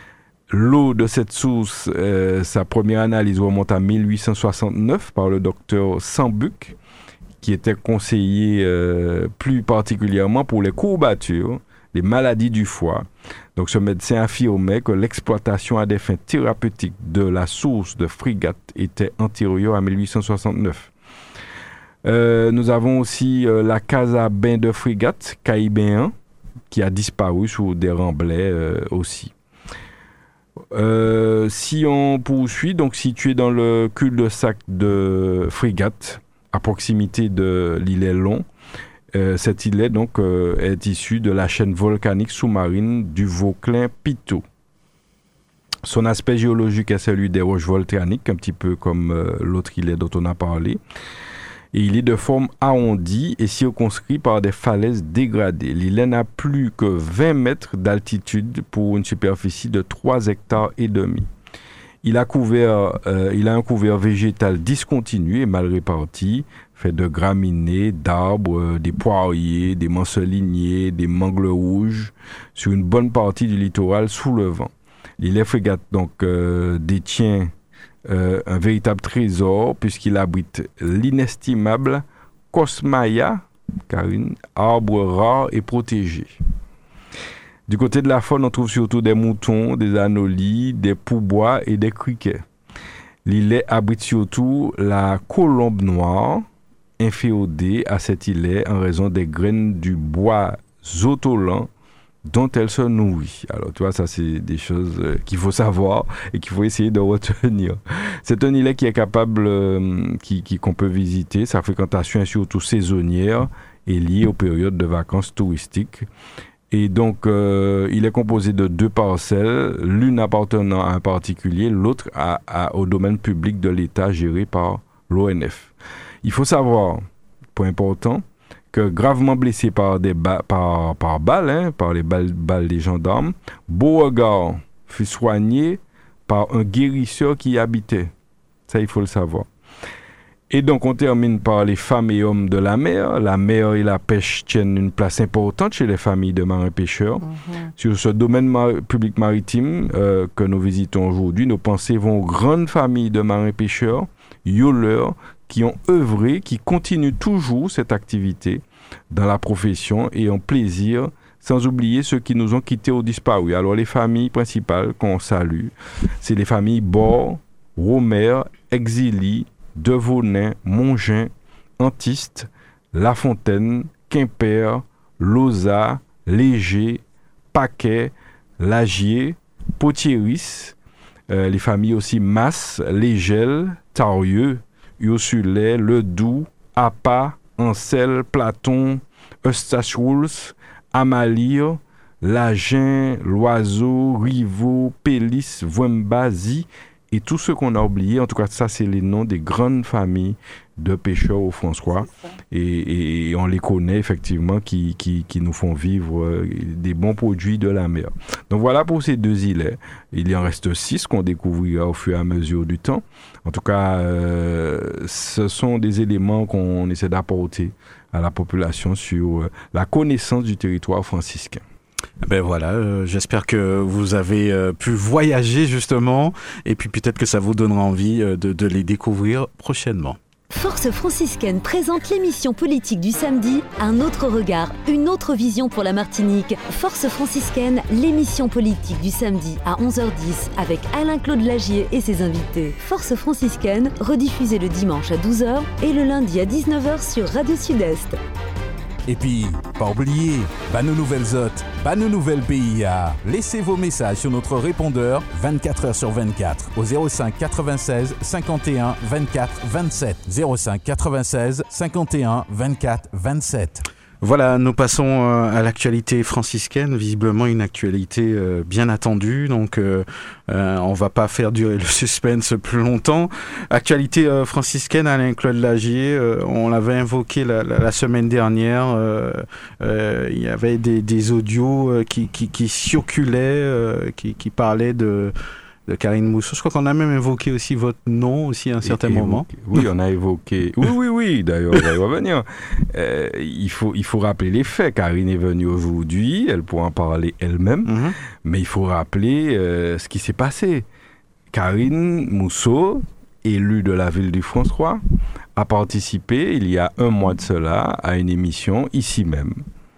L'eau de cette source, euh, sa première analyse remonte à mille huit cent soixante-neuf par le docteur Sambuc, qui était conseiller euh, plus particulièrement pour les courbatures, les maladies du foie. Donc ce médecin affirmait que l'exploitation à des fins thérapeutiques de la source de Frégate était antérieure à mille huit cent soixante-neuf. Euh, nous avons aussi euh, la Casa Bain de Frégate, Caïbéen, qui a disparu sous des remblais euh, aussi. Euh, si on poursuit, donc situé dans le cul-de-sac de Frégate, à proximité de l'îlet Long, euh, cet îlet donc euh, est issu de la chaîne volcanique sous-marine du Vauclin-Pitot. Son aspect géologique est celui des roches volcaniques, un petit peu comme euh, l'autre îlet dont on a parlé. Et il est de forme arrondie et circonscrit par des falaises dégradées. L'îlet n'a plus que vingt mètres d'altitude pour une superficie de trois hectares et demi. Il a, couvert, euh, il a un couvert végétal discontinu et mal réparti, fait de graminées, d'arbres, euh, des poiriers, des manceliniers, des mangles rouges, sur une bonne partie du littoral sous le vent. L'îlet Frégate donc euh, détient Euh, un véritable trésor puisqu'il abrite l'inestimable Cosmaia, Karine, arbre rare et protégé. Du côté de la faune, on trouve surtout des moutons, des anolis, des pourbois et des criquets. L'îlet abrite surtout la colombe noire, inféodée à cet îlet en raison des graines du bois zotolan dont elle se nourrit. Alors, tu vois, ça, c'est des choses euh, qu'il faut savoir et qu'il faut essayer de retenir. C'est un îlet qui est capable, euh, qui, qui, qu'on peut visiter. Sa fréquentation est surtout saisonnière et liée aux périodes de vacances touristiques. Et donc, euh, il est composé de deux parcelles, l'une appartenant à un particulier, l'autre à, à, au domaine public de l'État géré par l'O N F. Il faut savoir, point important, que gravement blessé par des ba- par, par balles, hein, par les balles, balles des gendarmes, Beauregard fut soigné par un guérisseur qui y habitait. Ça, il faut le savoir. Et donc, on termine par les femmes et hommes de la mer. La mer et la pêche tiennent une place importante chez les familles de marins-pêcheurs. Mm-hmm. Sur ce domaine mar- public maritime euh, que nous visitons aujourd'hui, nos pensées vont aux grandes familles de marins-pêcheurs, yoleurs, qui ont œuvré, qui continuent toujours cette activité dans la profession et en plaisir, sans oublier ceux qui nous ont quittés ou disparus. Alors les familles principales qu'on salue, c'est les familles Bord, Romer, Exili, Devonin, Mongin, Antiste, La Fontaine, Quimper, Lauza, Léger, Paquet, Lagier, Potieris, euh, les familles aussi Masse, Légel, Tarieux, Ursulais, Ledoux, Appa, Ancel, Platon, Eustache-Rouls, Amalir, Lagen, Loiseau, Rivaux, Pélis, Vouemba, Zi, et tous ceux qu'on a oubliés. En tout cas, ça, c'est les noms des grandes familles de pêcheurs au François. Et, et on les connaît effectivement, qui, qui, qui nous font vivre euh, des bons produits de la mer. Donc voilà pour ces deux îlets. Il y en reste six qu'on découvrira au fur et à mesure du temps. En tout cas, euh, ce sont des éléments qu'on essaie d'apporter à la population sur euh, la connaissance du territoire franciscain. Ben voilà, euh, j'espère que vous avez euh, pu voyager justement, et puis peut-être que ça vous donnera envie euh, de, de les découvrir prochainement. Force franciscaine présente l'émission politique du samedi, un autre regard, une autre vision pour la Martinique. Force franciscaine, l'émission politique du samedi à onze heures dix avec Alain-Claude Lagier et ses invités. Force franciscaine, rediffusée le dimanche à douze heures et le lundi à dix-neuf heures sur Radio Sud-Est. Et puis, pas oublier, bah nos nouvelles hôtes, bah nos nouvelles P I A. Laissez vos messages sur notre répondeur vingt-quatre heures sur vingt-quatre au zéro cinq quatre-vingt-seize cinquante et un vingt-quatre vingt-sept. zéro cinq quatre-vingt-seize cinquante et un vingt-quatre vingt-sept. Voilà, nous passons euh, à l'actualité franciscaine, visiblement une actualité euh, bien attendue, donc euh, euh, on va pas faire durer le suspense plus longtemps. Actualité euh, franciscaine, Alain-Claude Lagier, euh, on l'avait invoqué la, la, la semaine dernière, euh, euh, il y avait des, des audios euh, qui, qui, qui circulaient, euh, qui, qui parlaient de... de Karine Mousseau. Je crois qu'on a même évoqué aussi votre nom aussi à un certain évoqué, moment. Oui, on a évoqué. Oui, oui, oui. D'ailleurs, on va y revenir. Euh, il faut, il faut rappeler les faits. Karine est venue aujourd'hui. Elle pourra en parler elle-même. Mm-hmm. Mais il faut rappeler euh, ce qui s'est passé. Karine Mousseau, élue de la ville du François, a participé il y a un mois de cela à une émission ici même.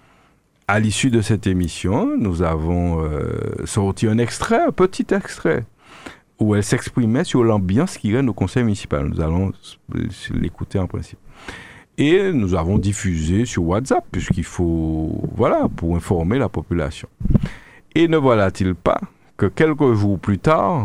À l'issue de cette émission, nous avons euh, sorti un extrait, un petit extrait, où elle s'exprimait sur l'ambiance qui règne au conseil municipal. Nous allons l'écouter en principe. Et nous avons diffusé sur WhatsApp, puisqu'il faut, voilà, pour informer la population. Et ne voilà-t-il pas que quelques jours plus tard,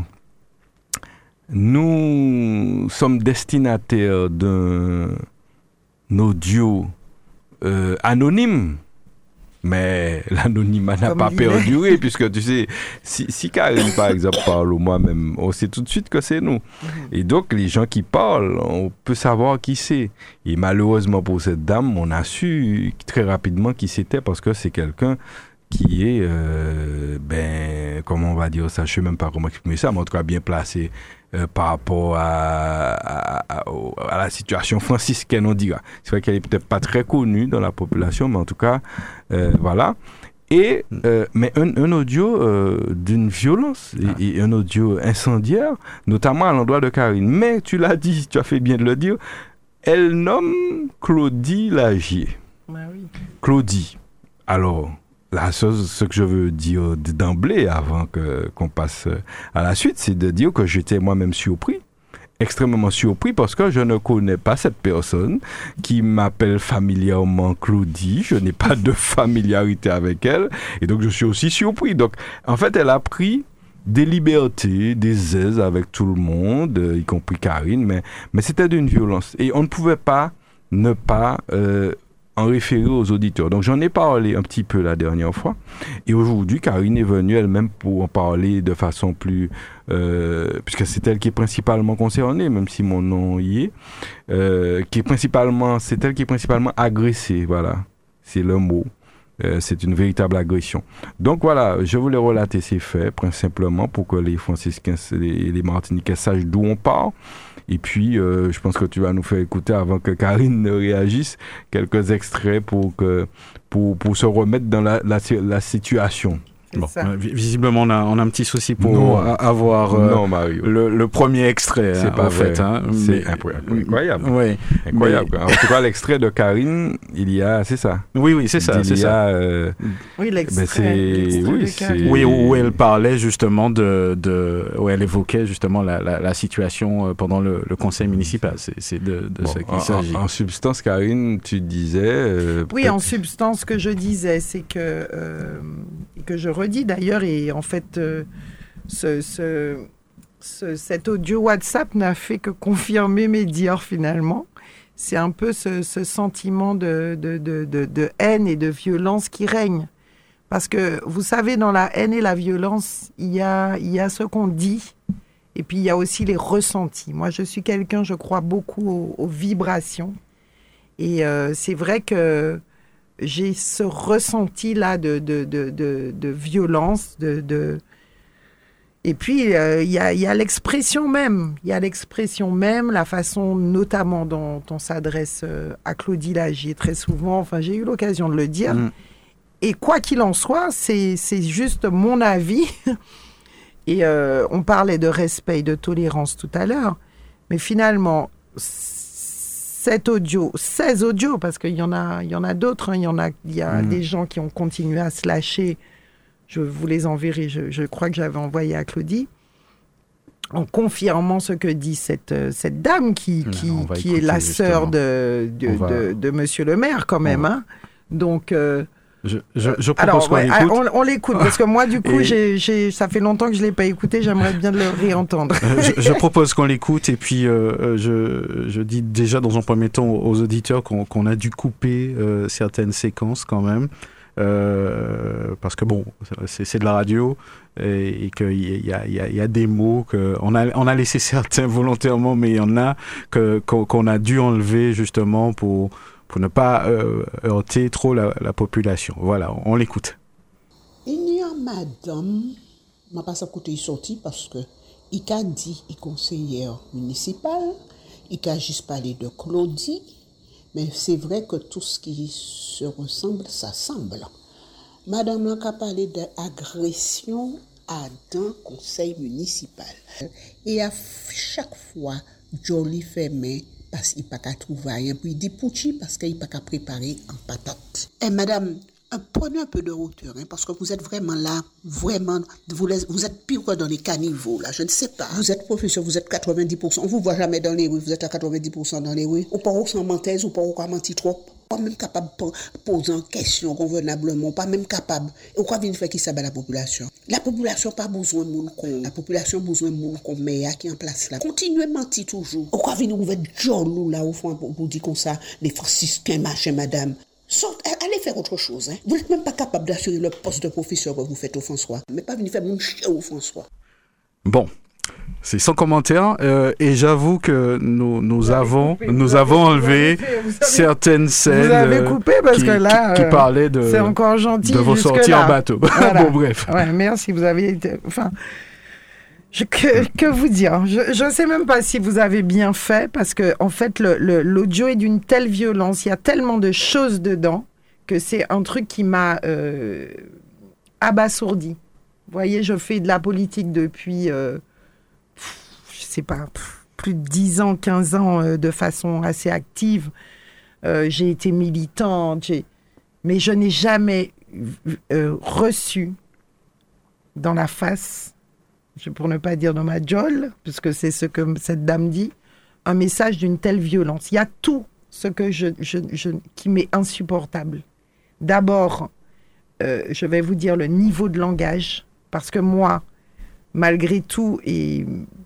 nous sommes destinataires d'un audio euh, anonyme. Mais l'anonymat n'a Comme pas perduré, puisque tu sais, si, si Karine, par exemple, parle ou moi-même, on sait tout de suite que c'est nous. Mm-hmm. Et donc, les gens qui parlent, on peut savoir qui c'est. Et malheureusement pour cette dame, on a su très rapidement qui c'était, parce que c'est quelqu'un qui est, euh, ben, comment on va dire ça, je ne sais même pas comment exprimer ça, mais en tout cas bien placé euh, par rapport à, à, à, à la situation franciscaine, on dira. C'est vrai qu'elle est peut-être pas très connue dans la population, mais en tout cas, euh, voilà. Et, euh, mais un, un audio euh, d'une violence et, et un audio incendiaire, notamment à l'endroit de Karine. Mais tu l'as dit, tu as fait bien de le dire, elle nomme Claudie Lagier. Bah oui. Claudie. Alors, la chose, ce que je veux dire d'emblée, avant que, qu'on passe à la suite, c'est de dire que j'étais moi-même surpris, extrêmement surpris, parce que je ne connais pas cette personne qui m'appelle familièrement Claudie. Je n'ai pas de familiarité avec elle, et donc je suis aussi surpris. Donc, en fait, elle a pris des libertés, des aises avec tout le monde, y compris Karine, mais, mais c'était d'une violence. Et on ne pouvait pas ne pas... Euh, en référer aux auditeurs. Donc j'en ai parlé un petit peu la dernière fois, et aujourd'hui Karine est venue elle-même pour en parler de façon plus, euh, puisque c'est elle qui est principalement concernée, même si mon nom y est, euh, qui est principalement, c'est elle qui est principalement agressée, voilà, c'est le mot. Euh, c'est une véritable agression. Donc voilà, je voulais relater ces faits, simplement pour que les franciscains et les, les martiniquais sachent d'où on part. Et puis, euh, je pense que tu vas nous faire écouter, avant que Karine ne réagisse, quelques extraits pour, que, pour, pour se remettre dans la, la, la situation. Bon, euh, visiblement, on a, on a un petit souci pour non, avoir euh, non, Mario. Le, le premier extrait. C'est hein, pas en vrai. fait. Hein, c'est mais, incroyable. Oui, incroyable. Mais... En tout cas, l'extrait de Karine, il y a, c'est ça. Oui, oui, c'est ça. Il c'est y ça. a. Euh, oui, l'extrait. Ben c'est, l'extrait oui, de c'est... oui, où elle parlait justement de, de où elle évoquait justement la, la, la situation pendant le, le conseil municipal. C'est, c'est de, de bon, ce qu'il en, s'agit. En, en substance, Karine, tu disais. Euh, oui, en substance, ce que je disais, c'est que euh, que je redis d'ailleurs, et en fait, euh, ce, ce, ce, cet audio WhatsApp n'a fait que confirmer mes dires finalement. C'est un peu ce, ce sentiment de, de, de, de, de haine et de violence qui règne. Parce que, vous savez, dans la haine et la violence, il y a, il y a ce qu'on dit, et puis il y a aussi les ressentis. Moi, je suis quelqu'un, je crois beaucoup aux, aux vibrations. Et euh, c'est vrai que j'ai ce ressenti-là de, de, de, de, de violence, de... de... Et puis, il euh, y a, y a l'expression même. Il y a l'expression même, la façon notamment dont on s'adresse euh, à Claudie Lagier très souvent. Enfin, j'ai eu l'occasion de le dire. Mmh. Et quoi qu'il en soit, c'est, c'est juste mon avis. Et euh, on parlait de respect et de tolérance tout à l'heure. Mais finalement, cet audio, seize audios, parce qu'il y en a, il y en a d'autres. Hein, il y en a, il y a mmh. des gens qui ont continué à se lâcher. Je vous les enverrai, je, je crois que j'avais envoyé à Claudie, en confirmant ce que dit cette, cette dame qui, qui, qui est la sœur de, de, va... de, de Monsieur le maire quand même. Hein. Donc, euh, je, je, je propose alors, qu'on ouais, l'écoute. On, on l'écoute, parce que moi, du coup, et... j'ai, j'ai, ça fait longtemps que je ne l'ai pas écouté, j'aimerais bien le réentendre. je, je propose qu'on l'écoute, et puis euh, je, je dis déjà dans un premier temps aux auditeurs qu'on, qu'on a dû couper euh, certaines séquences quand même. Euh, parce que bon, c'est, c'est de la radio et, et qu'il y a, y, a, y a des mots qu'on a, on a laissé certains volontairement, mais il y en a que, qu'on, qu'on a dû enlever justement pour, pour ne pas euh, heurter trop la, la population. Voilà, on, on l'écoute. Il y a madame, je ne pas écouter sorti parce que il a dit, il conseillère municipale, il a juste parlé de Claudie. Mais c'est vrai que tout ce qui se ressemble, ça semble. Madame a parlé d'agression à un conseil municipal. Et à chaque fois, Jolie fait main parce qu'il n'a pas trouvé rien. Puis il dit Pouchi parce qu'il n'a pas préparé en patate. Et madame, prenez un peu de hauteur, hein, parce que vous êtes vraiment là, vraiment, vous, vous êtes pire que dans les caniveaux, là, je ne sais pas. Vous êtes professeur, vous êtes quatre-vingt-dix pour cent, on ne vous voit jamais dans les rues, vous êtes à quatre-vingt-dix pour cent dans les rues. Ou pas sans menteuse, ou pas au menti trop. Pas même capable de poser en question convenablement, pas même capable. Et pourquoi venir faire qui ça la population? La population n'a pas besoin de monde con. La population a besoin de monde comme meilleur qui est en place là. Continuez à mentir toujours. Pourquoi venir ouvrir jolou là au fond pour dire comme ça, les franciscains, machin, madame? Sorte, allez faire autre chose. Hein. Vous n'êtes même pas capable d'assurer le poste de professeur que vous faites au François. Mais pas venir faire mon chien au François. Bon. C'est sans commentaire euh, et j'avoue que nous, nous avons, coupé, nous avons enlevé fait, avez, certaines scènes vous avez coupé parce qui, que là, qui, qui parlaient de, c'est encore gentil de vos sorties là. en bateau. Voilà. Bon, bref. Ouais, merci, vous avez été... Enfin, je, que, que vous dire? Je ne sais même pas si vous avez bien fait parce que en fait, le, le, l'audio est d'une telle violence, il y a tellement de choses dedans que c'est un truc qui m'a euh, abasourdi. Vous voyez, je fais de la politique depuis... Euh, je sais pas, plus de dix ans, quinze ans euh, de façon assez active. Euh, j'ai été militante, j'ai... mais je n'ai jamais euh, reçu dans la face, pour ne pas dire dans ma jolle, puisque c'est ce que cette dame dit, un message d'une telle violence. Il y a tout ce que je, je, je, qui m'est insupportable. D'abord, euh, je vais vous dire le niveau de langage, parce que moi, malgré tout, et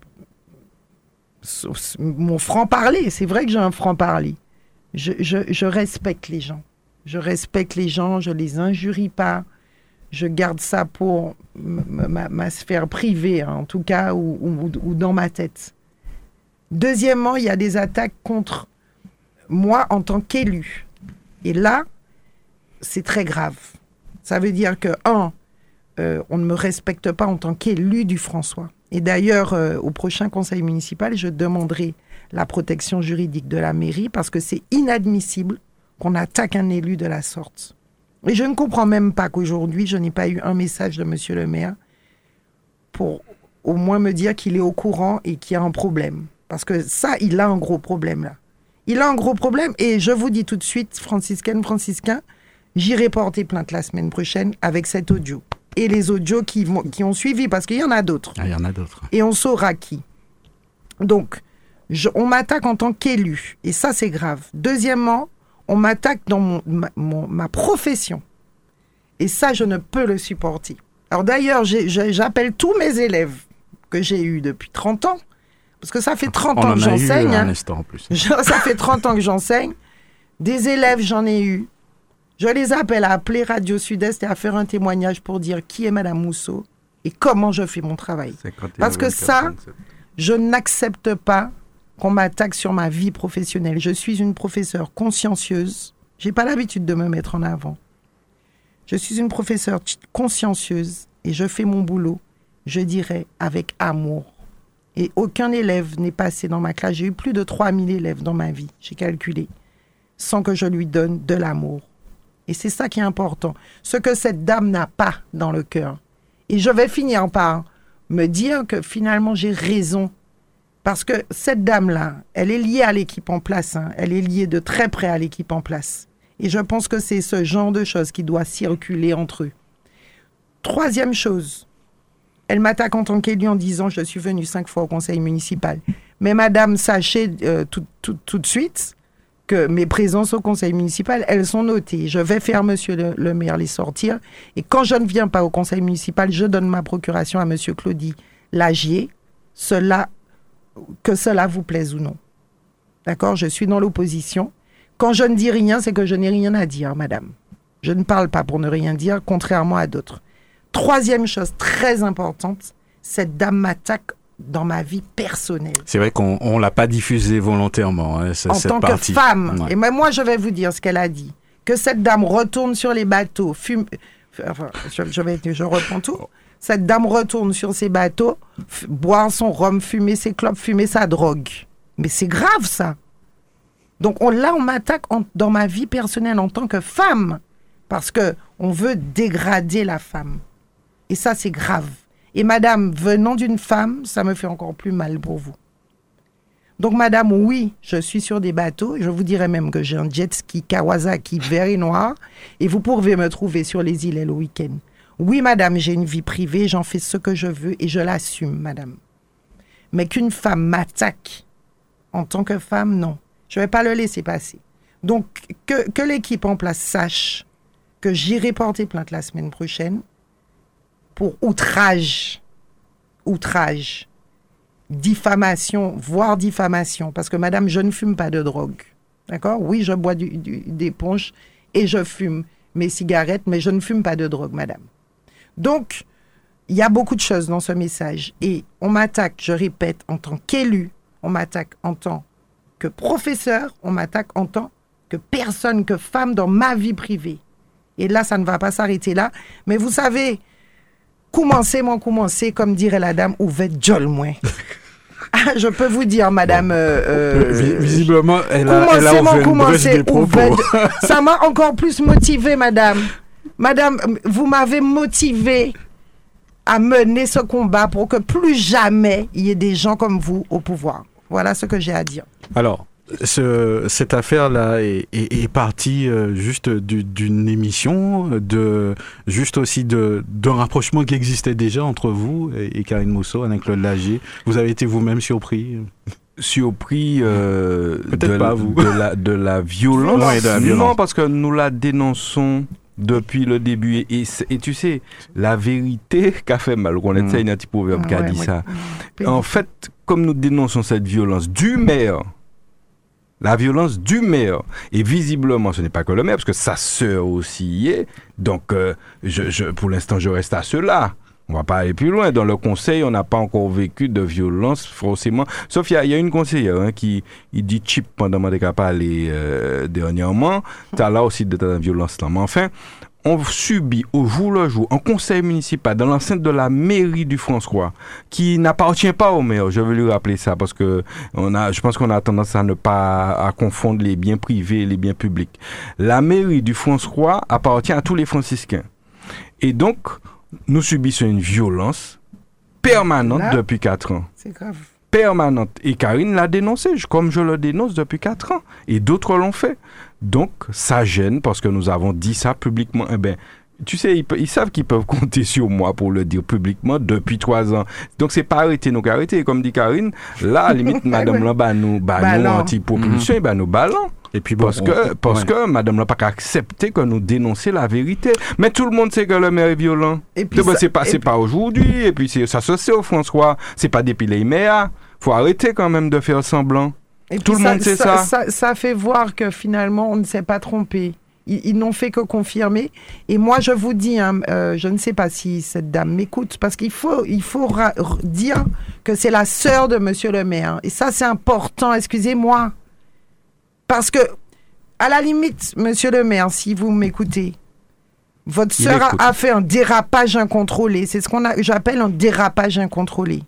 mon franc-parler, c'est vrai que j'ai un franc-parler. Je, je, je respecte les gens. Je respecte les gens, je les injurie pas. Je garde ça pour ma, ma, ma sphère privée, hein, en tout cas, ou, ou, ou dans ma tête. Deuxièmement, il y a des attaques contre moi en tant qu'élu. Et là, c'est très grave. Ça veut dire que, un, euh, on ne me respecte pas en tant qu'élu du François. Et d'ailleurs, euh, au prochain conseil municipal, je demanderai la protection juridique de la mairie parce que c'est inadmissible qu'on attaque un élu de la sorte. Et je ne comprends même pas qu'aujourd'hui, je n'ai pas eu un message de monsieur le maire pour au moins me dire qu'il est au courant et qu'il y a un problème. Parce que ça, il a un gros problème là. Il a un gros problème et je vous dis tout de suite, franciscaine, franciscain, j'irai porter plainte la semaine prochaine avec cet audio. Et les audios qui, vont, qui ont suivi, parce qu'il y en a d'autres. Ah, il y en a d'autres. Et on saura qui. Donc, je, on m'attaque en tant qu'élu. Et ça, c'est grave. Deuxièmement, on m'attaque dans mon, ma, mon, ma profession. Et ça, je ne peux le supporter. Alors d'ailleurs, j'ai, j'appelle tous mes élèves que j'ai eus depuis trente ans, parce que ça fait trente on ans que j'enseigne. On en a eu un hein. instant en plus. Ça fait trente ans que j'enseigne. Des élèves, j'en ai eu. Je les appelle à appeler Radio Sud-Est et à faire un témoignage pour dire qui est Madame Mousseau et comment je fais mon travail. Parce que ça, je n'accepte pas qu'on m'attaque sur ma vie professionnelle. Je suis une professeure consciencieuse. Je n'ai pas l'habitude de me mettre en avant. Je suis une professeure consciencieuse et je fais mon boulot, je dirais, avec amour. Et aucun élève n'est passé dans ma classe. J'ai eu plus de trois mille élèves dans ma vie, j'ai calculé, sans que je lui donne de l'amour. Et c'est ça qui est important. Ce que cette dame n'a pas dans le cœur. Et je vais finir par me dire que finalement j'ai raison. Parce que cette dame-là, elle est liée à l'équipe en place. Hein. Elle est liée de très près à l'équipe en place. Et je pense que c'est ce genre de choses qui doit circuler entre eux. Troisième chose, elle m'attaque en tant qu'élue en disant « Je suis venue cinq fois au conseil municipal. » Mais madame, sachez euh, tout, tout, tout de suite que mes présences au conseil municipal, elles sont notées. Je vais faire monsieur le, le maire les sortir. Et quand je ne viens pas au conseil municipal, je donne ma procuration à monsieur Claudie Lagier. Cela, que cela vous plaise ou non. D'accord ? Je suis dans l'opposition. Quand je ne dis rien, c'est que je n'ai rien à dire, madame. Je ne parle pas pour ne rien dire, contrairement à d'autres. Troisième chose très importante, cette dame m'attaque dans ma vie personnelle. C'est vrai qu'on ne l'a pas diffusé volontairement, hein, cette, en cette tant partie. que femme. Ouais. Et même moi, je vais vous dire ce qu'elle a dit. Que cette dame retourne sur les bateaux, fume... Enfin, je, je, vais, je reprends tout. Cette dame retourne sur ses bateaux, f... boire son rhum, fumer ses clopes, fumer sa drogue. Mais c'est grave, ça. Donc on, là, on m'attaque en, dans ma vie personnelle en tant que femme. Parce qu'on veut dégrader la femme. Et ça, c'est grave. Et madame, venant d'une femme, ça me fait encore plus mal pour vous. Donc madame, oui, je suis sur des bateaux. Je vous dirais même que j'ai un jet ski Kawasaki vert et noir. Et vous pouvez me trouver sur les îles le week-end. Oui, madame, j'ai une vie privée, j'en fais ce que je veux et je l'assume, madame. Mais qu'une femme m'attaque en tant que femme, non. Je ne vais pas le laisser passer. Donc, que, que l'équipe en place sache que j'irai porter plainte la semaine prochaine pour outrage, outrage, diffamation, voire diffamation. Parce que, madame, je ne fume pas de drogue. D'accord ? Oui, je bois du, du, des punches et je fume mes cigarettes, mais je ne fume pas de drogue, madame. Donc, il y a beaucoup de choses dans ce message. Et on m'attaque, je répète, en tant qu'élu, on m'attaque en tant que professeur, on m'attaque en tant que personne, que femme dans ma vie privée. Et là, ça ne va pas s'arrêter là. Mais vous savez, commencez, moi, commencez, comme dirait la dame, ou va jol moins. Je peux vous dire, madame... Bon. Euh, euh, Visiblement, elle a, elle a ouvert une brèche des propos. Ça m'a encore plus motivée, madame. Madame, vous m'avez motivée à mener ce combat pour que plus jamais il y ait des gens comme vous au pouvoir. Voilà ce que j'ai à dire. Alors, ce, cette affaire-là est, est, est partie euh, juste du, d'une émission, de, juste aussi de, d'un rapprochement qui existait déjà entre vous et, et Karine Mousseau, Alain-Claude Lagier. Vous avez été vous-même surpris Surpris euh, Peut-être de, pas, vous. De, la, de la violence. Ouais, de la violence. Non, parce que nous la dénonçons depuis le début. Et, et, et tu sais, la vérité qu'a fait mal, on mmh. il y a un petit proverbe ah, qui a ouais, dit ouais. ça. Mmh. En fait, comme nous dénonçons cette violence du maire, la violence du maire, et visiblement ce n'est pas que le maire, parce que sa sœur aussi y est, donc euh, je, je, pour l'instant je reste à cela. On ne va pas aller plus loin. Dans le conseil, on n'a pas encore vécu de violence, forcément. Sauf qu'il y, y a une conseillère hein, qui il dit chip pendant que je n'ai pas parlé euh, dernièrement. Tu as là aussi de la violence. Là. Mais enfin, on subit au jour le jour, en conseil municipal, dans l'enceinte de la mairie du François, qui n'appartient pas au maire, je veux lui rappeler ça, parce que on a, je pense qu'on a tendance à ne pas à confondre les biens privés et les biens publics. La mairie du François appartient à tous les franciscains. Et donc, nous subissons une violence permanente Là, depuis quatre ans. C'est grave. Permanente. Et Karine l'a dénoncé, comme je le dénonce depuis quatre ans. Et d'autres l'ont fait. Donc, ça gêne parce que nous avons dit ça publiquement. Eh ben, tu sais, ils, ils savent qu'ils peuvent compter sur moi pour le dire publiquement depuis trois ans. Donc, c'est pas arrêter nos arrêter. Comme dit Karine, là, à la limite, Madame là, bah, nous, bah, bah nous anti-propulsion, mm-hmm. bah, nous ballons. Et puis parce bon, que, on, parce ouais. que Madame n'a pas qu'à accepter que nous dénoncions la vérité. Mais tout le monde sait que le maire est violent. Et puis ça, c'est pas, c'est puis... pas aujourd'hui. Et puis c'est, ça se sait au François. C'est pas depuis les maires. Faut arrêter quand même de faire semblant. Et tout le ça, monde sait ça ça. ça. Ça fait voir que finalement on ne s'est pas trompé. Ils, ils n'ont fait que confirmer. Et moi je vous dis, hein, euh, je ne sais pas si cette dame m'écoute, parce qu'il faut, il faut ra- dire que c'est la sœur de Monsieur le maire. Et ça c'est important. Excusez-moi. Parce que, à la limite, Monsieur le maire, si vous m'écoutez, votre sœur a, a fait un dérapage incontrôlé. C'est ce qu'on a, j'appelle un dérapage incontrôlé.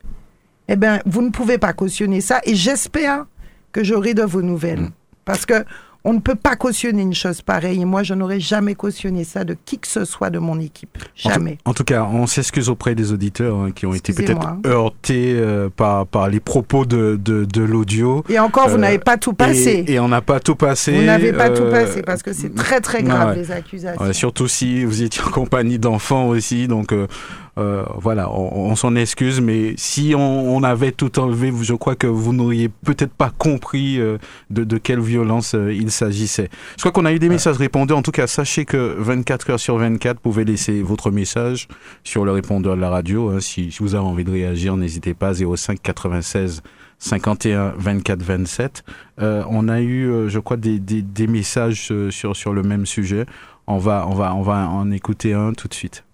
Eh bien, vous ne pouvez pas cautionner ça. Et j'espère que j'aurai de vos nouvelles. Mmh. Parce que on ne peut pas cautionner une chose pareille. Et moi, je n'aurais jamais cautionné ça de qui que ce soit de mon équipe. Jamais. En tout, en tout cas, on s'excuse auprès des auditeurs hein, qui ont été peut-être hein. heurtés euh, par, par les propos de, de, de l'audio. Et encore, euh, vous n'avez pas tout passé. Et, et on n'a pas tout passé. Vous n'avez pas euh, tout passé parce que c'est très, très grave, ouais. les accusations. Ouais, surtout si vous étiez en compagnie d'enfants aussi. Donc, euh, euh, voilà, on, on s'en excuse. Mais si on, on avait tout enlevé, je crois que vous n'auriez peut-être pas compris euh, de, de quelle violence euh, il s'agissait. Je crois qu'on a eu des messages répondeurs. En tout cas, sachez que vingt-quatre heures sur vingt-quatre, vous pouvez laisser votre message sur le répondeur de la radio. Hein. Si, si vous avez envie de réagir, n'hésitez pas. zéro cinq quatre-vingt-seize cinquante et un vingt-quatre vingt-sept. Euh, on a eu, euh, je crois, des, des, des messages euh, sur, sur le même sujet. On va, on, va, on va en écouter un tout de suite.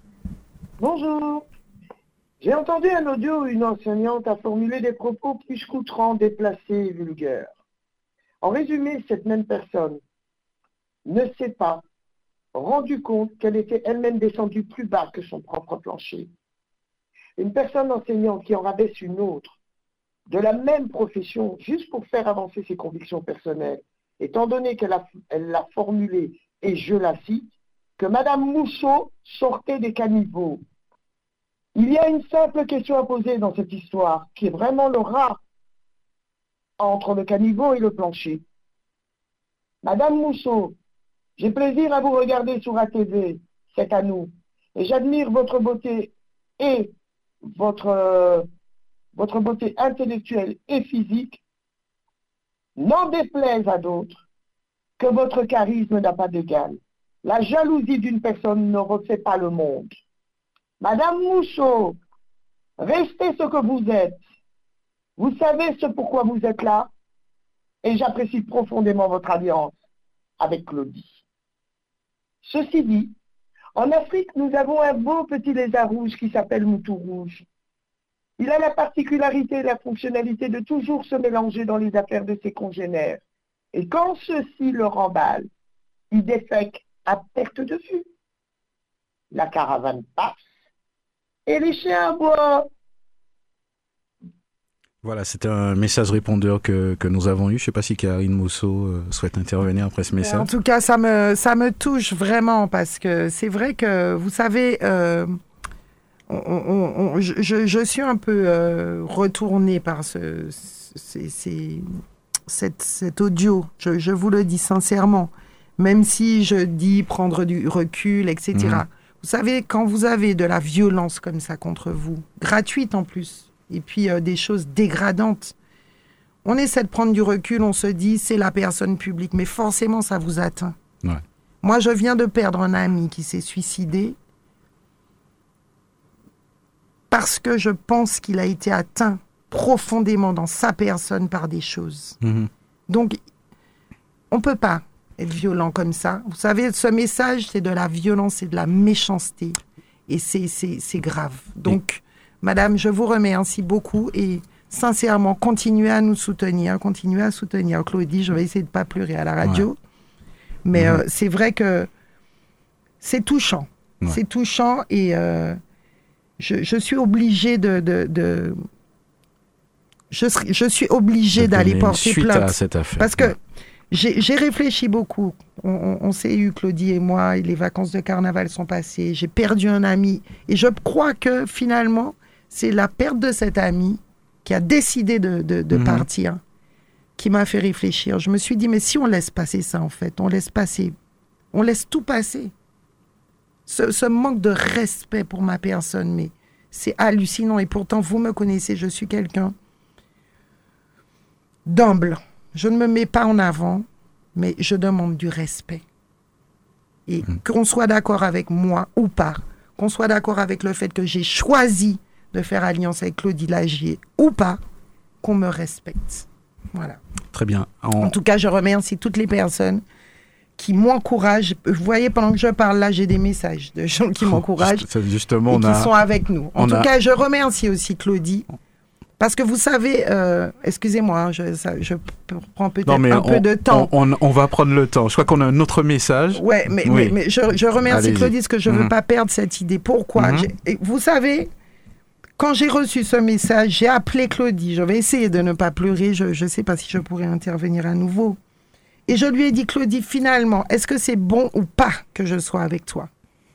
Bonjour. J'ai entendu un audio où une enseignante a formulé des propos plus qu'outrants, déplacés et vulgaires. En résumé, cette même personne ne s'est pas rendu compte qu'elle était elle-même descendue plus bas que son propre plancher. Une personne enseignante qui en rabaisse une autre, de la même profession, juste pour faire avancer ses convictions personnelles, étant donné qu'elle a, elle l'a formulé, et je la cite, que Madame Mousseau sortait des caniveaux. Il y a une simple question à poser dans cette histoire, qui est vraiment le rat entre le caniveau et le plancher. Madame Mousseau, j'ai plaisir à vous regarder sur la T V, c'est à nous, et j'admire votre beauté et votre, euh, votre beauté intellectuelle et physique. N'en déplaise à d'autres que votre charisme n'a pas d'égal. La jalousie d'une personne ne refait pas le monde. Madame Mousseau, restez ce que vous êtes. Vous savez ce pourquoi vous êtes là, et j'apprécie profondément votre alliance avec Claudie. Ceci dit, en Afrique, nous avons un beau petit lézard rouge qui s'appelle Moutou Rouge. Il a la particularité et la fonctionnalité de toujours se mélanger dans les affaires de ses congénères. Et quand ceux-ci le remballent, il défèque à perte de vue. La caravane passe et les chiens aboient. Voilà, c'était un message répondeur que, que nous avons eu. Je ne sais pas si Karine Mousseau euh, souhaite intervenir après ce message. En tout cas, ça me, ça me touche vraiment parce que c'est vrai que, vous savez, euh, on, on, on, je, je suis un peu euh, retournée par ce, ces, ces, cette, cet audio. Je, je vous le dis sincèrement. Même si je dis prendre du recul, et cetera. Mmh. Vous savez, quand vous avez de la violence comme ça contre vous, gratuite en plus, et puis euh, des choses dégradantes, on essaie de prendre du recul, on se dit c'est la personne publique, mais forcément ça vous atteint. Ouais. Moi, je viens de perdre un ami qui s'est suicidé parce que je pense qu'il a été atteint profondément dans sa personne par des choses. Mmh. Donc, on ne peut pas être violent comme ça. Vous savez, ce message, c'est de la violence et de la méchanceté. Et c'est, c'est, c'est grave. Donc, et... madame, je vous remercie beaucoup et sincèrement, continuez à nous soutenir, continuez à soutenir Claudie. Je vais essayer de ne pas pleurer à la radio. Ouais. Mais mmh. euh, c'est vrai que c'est touchant. Ouais. C'est touchant et euh, je, je suis obligée de... de, de je, serai, je suis obligée d'aller porter suite plainte. À cette affaire. Parce que ouais. j'ai, j'ai réfléchi beaucoup. On, on, on s'est eu, Claudie et moi, et les vacances de carnaval sont passées. J'ai perdu un ami. Et je crois que finalement, c'est la perte de cet ami qui a décidé de, de, de mmh. partir qui m'a fait réfléchir. Je me suis dit, mais si on laisse passer ça, en fait, on laisse passer, on laisse tout passer. Ce, ce manque de respect pour ma personne, mais c'est hallucinant. Et pourtant, vous me connaissez, je suis quelqu'un d'humble. Je ne me mets pas en avant, mais je demande du respect. Et mmh. qu'on soit d'accord avec moi ou pas, qu'on soit d'accord avec le fait que j'ai choisi de faire alliance avec Claudie Lagier ou pas, qu'on me respecte. Voilà. Très bien. En... en tout cas, je remercie toutes les personnes qui m'encouragent. Vous voyez, pendant que je parle là, j'ai des messages de gens qui m'encouragent Justement, et on qui a... sont avec nous. En on tout a... cas, je remercie aussi Claudie. Parce que vous savez, euh, excusez-moi, hein, je, ça, je prends peut-être non, mais un on, peu de temps. On, on, on va prendre le temps. Je crois qu'on a un autre message. Ouais, mais, oui. mais, mais je, je remercie Allez-y. Claudie parce que je ne veux mmh. pas perdre cette idée. Pourquoi mmh. Et vous savez, quand j'ai reçu ce message, j'ai appelé Claudie. Je vais essayer de ne pas pleurer. Je ne sais pas si je pourrais intervenir à nouveau. Et je lui ai dit, Claudie, finalement, est-ce que c'est bon ou pas que je sois avec toi ?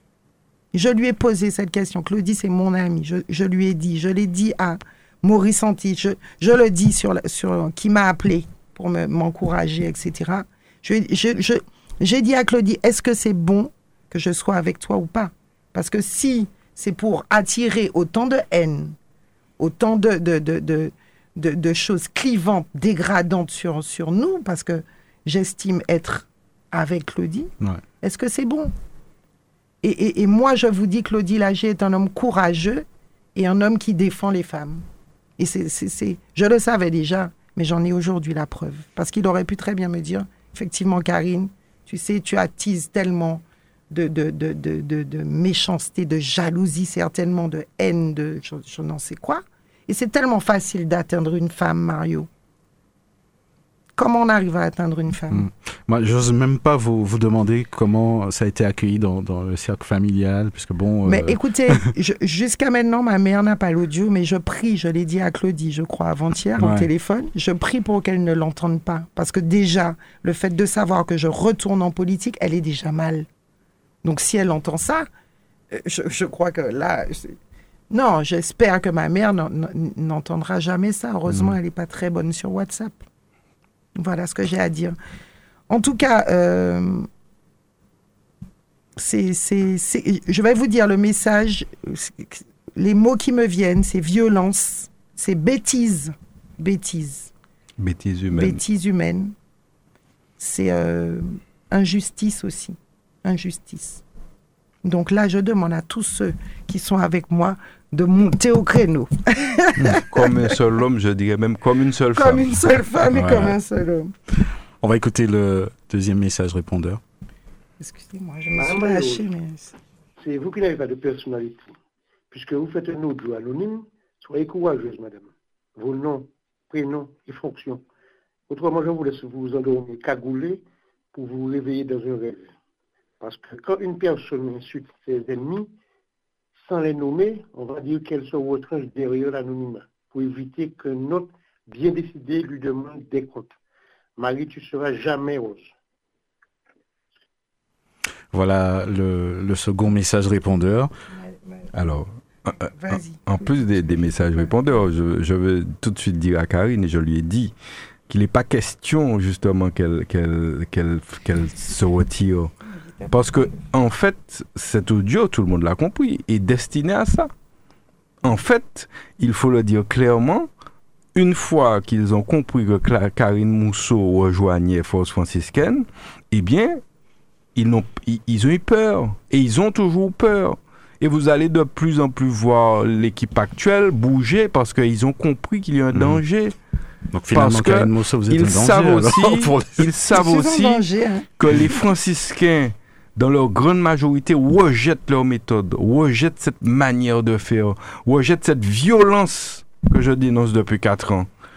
Je lui ai posé cette question. Claudie, c'est mon amie. Je, je lui ai dit, je l'ai dit à Maurice Santi, je, je le dis sur, sur qui m'a appelé pour me, m'encourager, et cetera. Je, je, je, j'ai dit à Claudie, est-ce que c'est bon que je sois avec toi ou pas ? Parce que si c'est pour attirer autant de haine, autant de, de, de, de, de, de choses clivantes, dégradantes sur, sur nous, parce que j'estime être avec Claudie, ouais. Est-ce que c'est bon ? et, et, et moi, je vous dis, Claudie Lagier est un homme courageux et un homme qui défend les femmes. Et c'est, c'est, c'est, je le savais déjà, mais j'en ai aujourd'hui la preuve. Parce qu'il aurait pu très bien me dire, effectivement, Karine, tu sais, tu attises tellement de, de, de, de, de, de méchanceté, de jalousie, certainement de haine, de je, je n'en sais quoi. Et c'est tellement facile d'atteindre une femme, Mario. Comment on arrive à atteindre une femme ? mmh. Moi, je n'ose même pas vous, vous demander comment ça a été accueilli dans, dans le cercle familial, puisque bon... Euh... Mais écoutez, je, jusqu'à maintenant, ma mère n'a pas l'audio, mais je prie, je l'ai dit à Claudie, je crois, avant-hier, ouais. au téléphone, je prie pour qu'elle ne l'entende pas. Parce que déjà, le fait de savoir que je retourne en politique, elle est déjà mal. Donc si elle entend ça, je, je crois que là... Non, j'espère que ma mère n'entendra jamais ça. Heureusement, mmh. elle n'est pas très bonne sur WhatsApp. Voilà ce que j'ai à dire. En tout cas, euh, c'est, c'est, c'est, je vais vous dire le message, les mots qui me viennent, c'est violence, c'est bêtise, bêtise. Bêtise humaine. Bêtise humaine. C'est euh, injustice aussi, injustice. Donc là, je demande à tous ceux qui sont avec moi de monter au créneau. Comme un seul homme, je dirais même comme une seule comme femme. Comme une seule femme et ouais. comme un seul homme. On va écouter le deuxième message répondeur. Excusez-moi, je me suis lâchée, mais... C'est vous qui n'avez pas de personnalité. Puisque vous faites un audio anonyme, soyez courageuse, madame. Vos noms, prénoms et fonctions. Autrement, je vous laisse vous endormir cagoulé pour vous réveiller dans un rêve. Parce que quand une personne insulte ses ennemis, sans les nommer, on va dire qu'elle se retranche derrière l'anonymat pour éviter qu'un autre bien décidé lui demande des comptes. Marie, tu ne seras jamais rose. Voilà le, le second message répondeur. Alors, en, en plus des, des messages répondeurs, je, je veux tout de suite dire à Karine, et je lui ai dit qu'il n'est pas question justement qu'elle, qu'elle, qu'elle, qu'elle se retire. Parce que, en fait, cet audio, tout le monde l'a compris, est destiné à ça. En fait, il faut le dire clairement, une fois qu'ils ont compris que Karine Mousseau rejoignait Force franciscaine, eh bien, ils ont, ils ont eu peur. Et ils ont toujours peur. Et vous allez de plus en plus voir l'équipe actuelle bouger parce qu'ils ont compris qu'il y a un danger. Donc finalement, Karine Mousseau, vous êtes ils un danger. Savent aussi, les... Ils savent aussi danger, hein. que les franciscains, dans leur grande majorité, rejettent leur méthode, rejettent cette manière de faire, rejettent cette violence que je dénonce depuis quatre ans.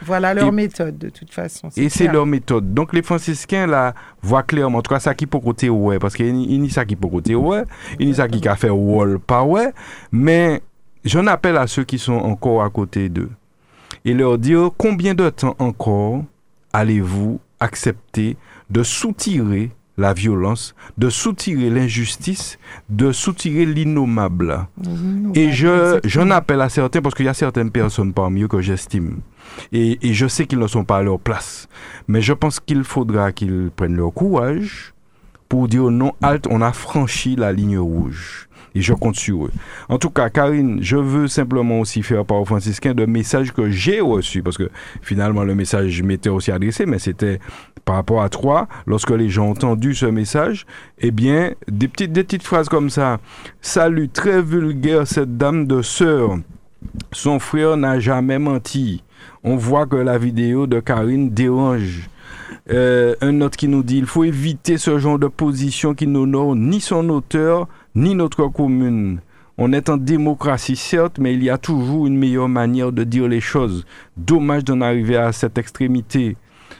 Voilà leur Et, méthode, de toute façon. C'est et clair. c'est leur méthode. Donc, les franciscains, là, voient clairement, en tout cas, ça qui peut côté, ouais, parce qu'il y a ça qui peut côté, ouais, il y a ça qui a fait wall, pas ouais, mais j'en appelle à ceux qui sont encore à côté d'eux et leur dire combien de temps encore allez-vous accepter de soutirer la violence, de soutirer l'injustice, de soutirer l'innommable. Mmh, et je, j'en appelle à certains, parce qu'il y a certaines personnes parmi eux que j'estime. Et, et je sais qu'ils ne sont pas à leur place. Mais je pense qu'il faudra qu'ils prennent leur courage pour dire non, halte, on a franchi la ligne rouge. Et je compte sur eux. En tout cas, Karine, je veux simplement aussi faire part aux franciscains de messages que j'ai reçus, parce que finalement, le message m'était aussi adressé, mais c'était par rapport à toi. Lorsque les gens ont entendu ce message, eh bien, des petites, des petites phrases comme ça. Salut, très vulgaire cette dame de sœur. Son frère n'a jamais menti. On voit que la vidéo de Karine dérange. Euh, un autre qui nous dit, il faut éviter ce genre de position qui n'honore ni son auteur, ni notre commune. On est en démocratie, certes, mais il y a toujours une meilleure manière de dire les choses. Dommage d'en arriver à cette extrémité.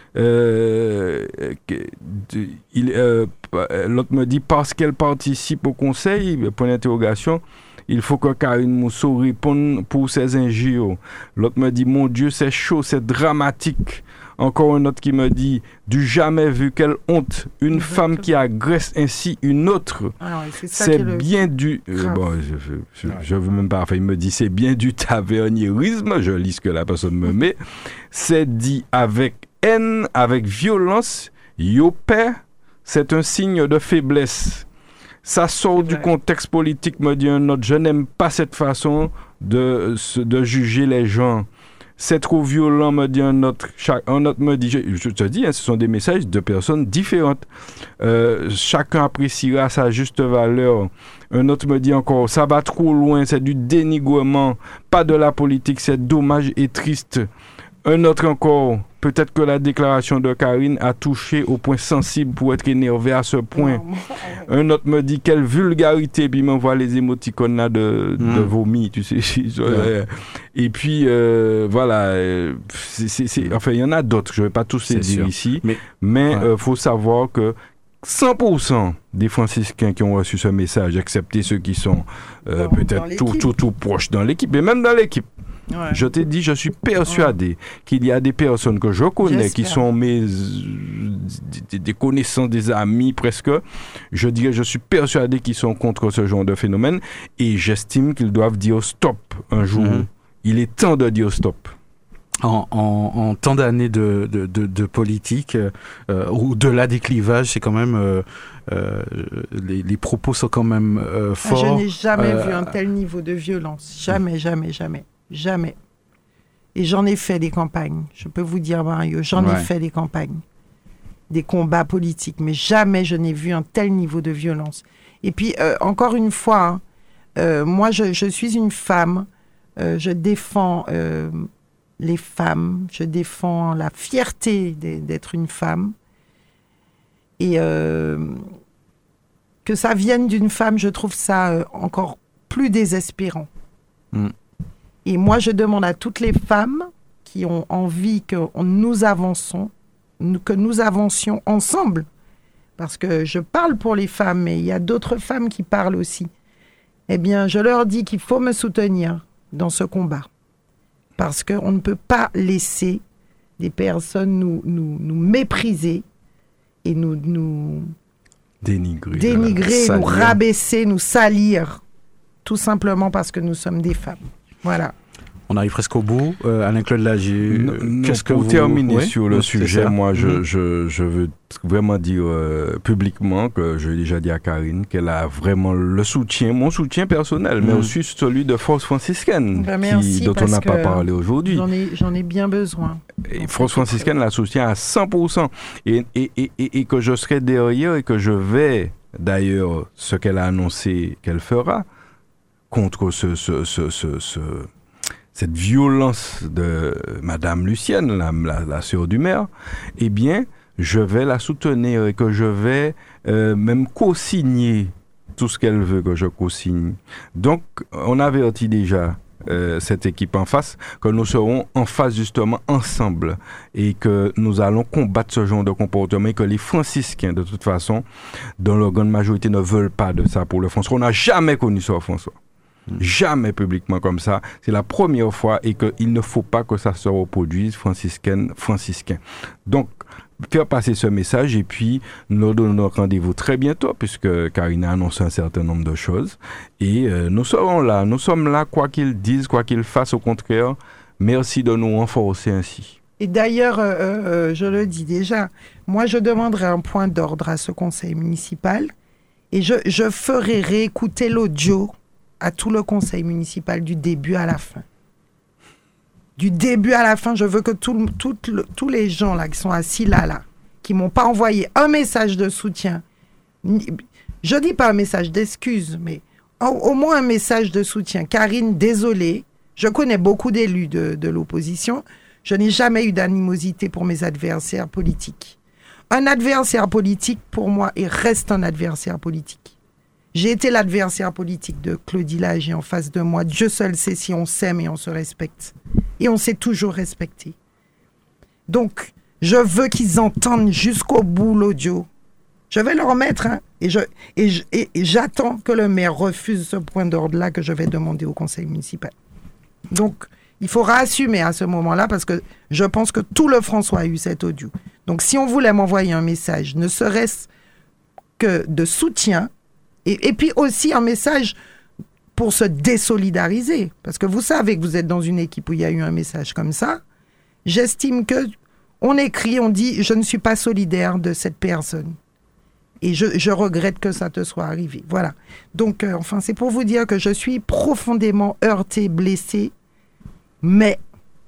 Euh, il, euh, l'autre me dit, parce qu'elle participe au conseil, point d'interrogation, il faut que Karine Mousseau réponde pour ses injures. L'autre me dit, mon Dieu, c'est chaud, c'est dramatique. Encore un autre qui me dit, du jamais vu, quelle honte, une Exactement. Femme qui agresse ainsi une autre. Ah ouais, c'est ça c'est bien le... du... Euh, bon, je ne veux même pas... Enfin, il me dit, c'est bien du taverniérisme, je lis ce que la personne me met. C'est dit avec haine, avec violence, yopé, c'est un signe de faiblesse. Ça sort du contexte politique, me dit un autre. Je n'aime pas cette façon de, de juger les gens. C'est trop violent, me dit un autre. Chaque, un autre me dit, je, je te dis, hein, ce sont des messages de personnes différentes. Euh, chacun appréciera à sa juste valeur. Un autre me dit encore, ça va trop loin, c'est du dénigrement, pas de la politique, c'est dommage et triste. Un autre encore, peut-être que la déclaration de Karine a touché au point sensible pour être énervé à ce point. Un autre me dit, quelle vulgarité, puis il m'envoie les émoticônes là de, mmh. de vomi, tu sais. Ouais. Et puis, euh, voilà, c'est, c'est, c'est, enfin, il y en a d'autres, je ne vais pas tous les dire sûr. Ici, mais il ouais. euh, faut savoir que cent pour cent des franciscains qui ont reçu ce message, excepté ceux qui sont euh, dans, peut-être dans tout, tout, tout proches dans l'équipe, mais même dans l'équipe, ouais. je t'ai dit, je suis persuadé ouais. qu'il y a des personnes que je connais J'espère. Qui sont mes des, des connaissances, des amis presque. Je dirais, je suis persuadé qu'ils sont contre ce genre de phénomène et j'estime qu'ils doivent dire stop un jour. Mm-hmm. Il est temps de dire stop. En, en, en tant d'années de, de, de, de politique euh, ou de la déclivage, c'est quand même euh, euh, les, les propos sont quand même euh, forts. Ah, je n'ai jamais euh, vu un tel niveau de violence. Jamais, jamais, jamais, jamais. Et j'en ai fait des campagnes. Je peux vous dire, Mario, j'en ouais. ai fait des campagnes, des combats politiques, mais jamais je n'ai vu un tel niveau de violence. Et puis, euh, encore une fois, hein, euh, moi, je, je suis une femme. Euh, je défends euh, les femmes, je défends la fierté d'être une femme. Et euh, que ça vienne d'une femme, je trouve ça euh, encore plus désespérant. Mm. Et moi, je demande à toutes les femmes qui ont envie que nous avançons, que nous avancions ensemble. Parce que je parle pour les femmes, mais il y a d'autres femmes qui parlent aussi. Eh bien, je leur dis qu'il faut me soutenir dans ce combat. Parce qu'on ne peut pas laisser des personnes nous, nous, nous mépriser et nous, nous dénigrer, dénigrer nous rabaisser, nous salir, tout simplement parce que nous sommes des femmes. Voilà. On arrive presque au bout. Euh, Alain-Claude Lagier, euh, qu'est-ce que pour vous... terminer oui, sur le sujet, moi, mm-hmm. je, je, je veux vraiment dire euh, publiquement que j'ai déjà dit à Karine qu'elle a vraiment le soutien, mon soutien personnel, mm. mais aussi celui de Force franciscaine, ben merci, qui, dont on n'a pas parlé aujourd'hui. J'en ai, j'en ai bien besoin. Et Force franciscaine la soutient à cent pour cent. Et, et, et, et, et que je serai derrière et que je vais, d'ailleurs, ce qu'elle a annoncé qu'elle fera, contre ce... ce, ce, ce, ce cette violence de Madame Lucienne, la, la, la sœur du maire, eh bien, je vais la soutenir et que je vais euh, même co-signer tout ce qu'elle veut que je co-signe. Donc, on avertit déjà euh, cette équipe en face, que nous serons en face justement ensemble et que nous allons combattre ce genre de comportement et que les franciscains, de toute façon, dans leur grande majorité, ne veulent pas de ça pour le François. On n'a jamais connu ça, François. Jamais publiquement comme ça. C'est la première fois et qu'il ne faut pas que ça se reproduise, franciscaine, franciscain. Donc, faire passer ce message et puis nous donnons rendez-vous très bientôt puisque Karine a annoncé un certain nombre de choses et euh, nous serons là. Nous sommes là, quoi qu'ils disent, quoi qu'ils fassent, au contraire. Merci de nous renforcer ainsi. Et d'ailleurs, euh, euh, je le dis déjà, moi je demanderai un point d'ordre à ce conseil municipal et je, je ferai réécouter l'audio à tout le conseil municipal du début à la fin. Du début à la fin, je veux que tout, tout le, tous les gens là qui sont assis là, là, qui m'ont pas envoyé un message de soutien, je dis pas un message d'excuse, mais au, au moins un message de soutien. Karine, désolée, je connais beaucoup d'élus de, de l'opposition, je n'ai jamais eu d'animosité pour mes adversaires politiques. Un adversaire politique, pour moi, il reste un adversaire politique. J'ai été l'adversaire politique de Claudie Lagier en face de moi. Dieu seul sait si on s'aime et on se respecte. Et on s'est toujours respecté. Donc, je veux qu'ils entendent jusqu'au bout l'audio. Je vais leur mettre, hein, et, je, et, je, et, et j'attends que le maire refuse ce point d'ordre-là que je vais demander au conseil municipal. Donc, il faudra assumer à ce moment-là parce que je pense que tout le François a eu cet audio. Donc, si on voulait m'envoyer un message, ne serait-ce que de soutien, Et, et puis aussi un message pour se désolidariser. Parce que vous savez que vous êtes dans une équipe où il y a eu un message comme ça. J'estime que on écrit, on dit « je ne suis pas solidaire de cette personne ». Et je, je regrette que ça te soit arrivé. Voilà. Donc, euh, enfin, c'est pour vous dire que je suis profondément heurtée, blessée, mais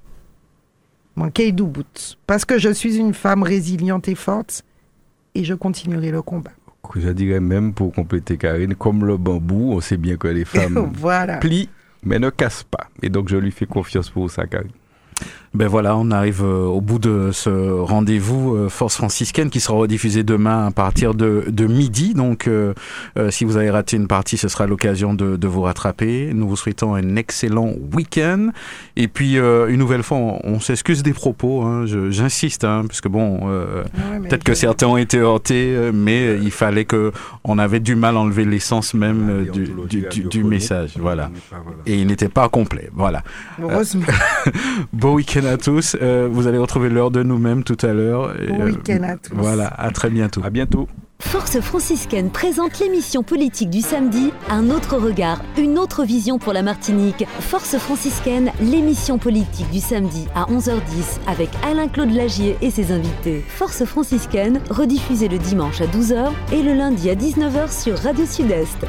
manquée du bout. Parce que je suis une femme résiliente et forte et je continuerai le combat. Je dirais même, pour compléter Karine, comme le bambou, on sait bien que les femmes voilà. plient, mais ne cassent pas. Et donc, je lui fais confiance pour ça, Karine. Ben voilà, on arrive euh, au bout de ce rendez-vous euh, Force franciscaine qui sera rediffusé demain à partir de, de midi. Donc, euh, euh, si vous avez raté une partie, ce sera l'occasion de, de vous rattraper. Nous vous souhaitons un excellent week-end. Et puis, euh, une nouvelle fois, on, on s'excuse des propos. Hein, je, j'insiste, hein, parce que bon, euh, ouais, peut-être que je... certains ont été heurtés, mais euh, il fallait que on avait du mal à enlever l'essence même euh, du, du, du, du message. Voilà. Et il n'était pas complet. Voilà. Heureusement. Euh, bon week-end à tous. Euh, vous allez retrouver l'heure de nous-mêmes tout à l'heure. Et, bon week-end à tous. Euh, voilà, à très bientôt. À bientôt. Force franciscaine présente l'émission politique du samedi, un autre regard, une autre vision pour la Martinique. Force franciscaine, l'émission politique du samedi à onze heures dix avec Alain-Claude Lagier et ses invités. Force franciscaine, rediffusée le dimanche à douze heures et le lundi à dix-neuf heures sur Radio Sud-Est.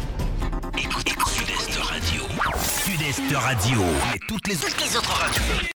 Écoutez Sud-Est Radio. Sud-Est Radio et toutes les autres radios.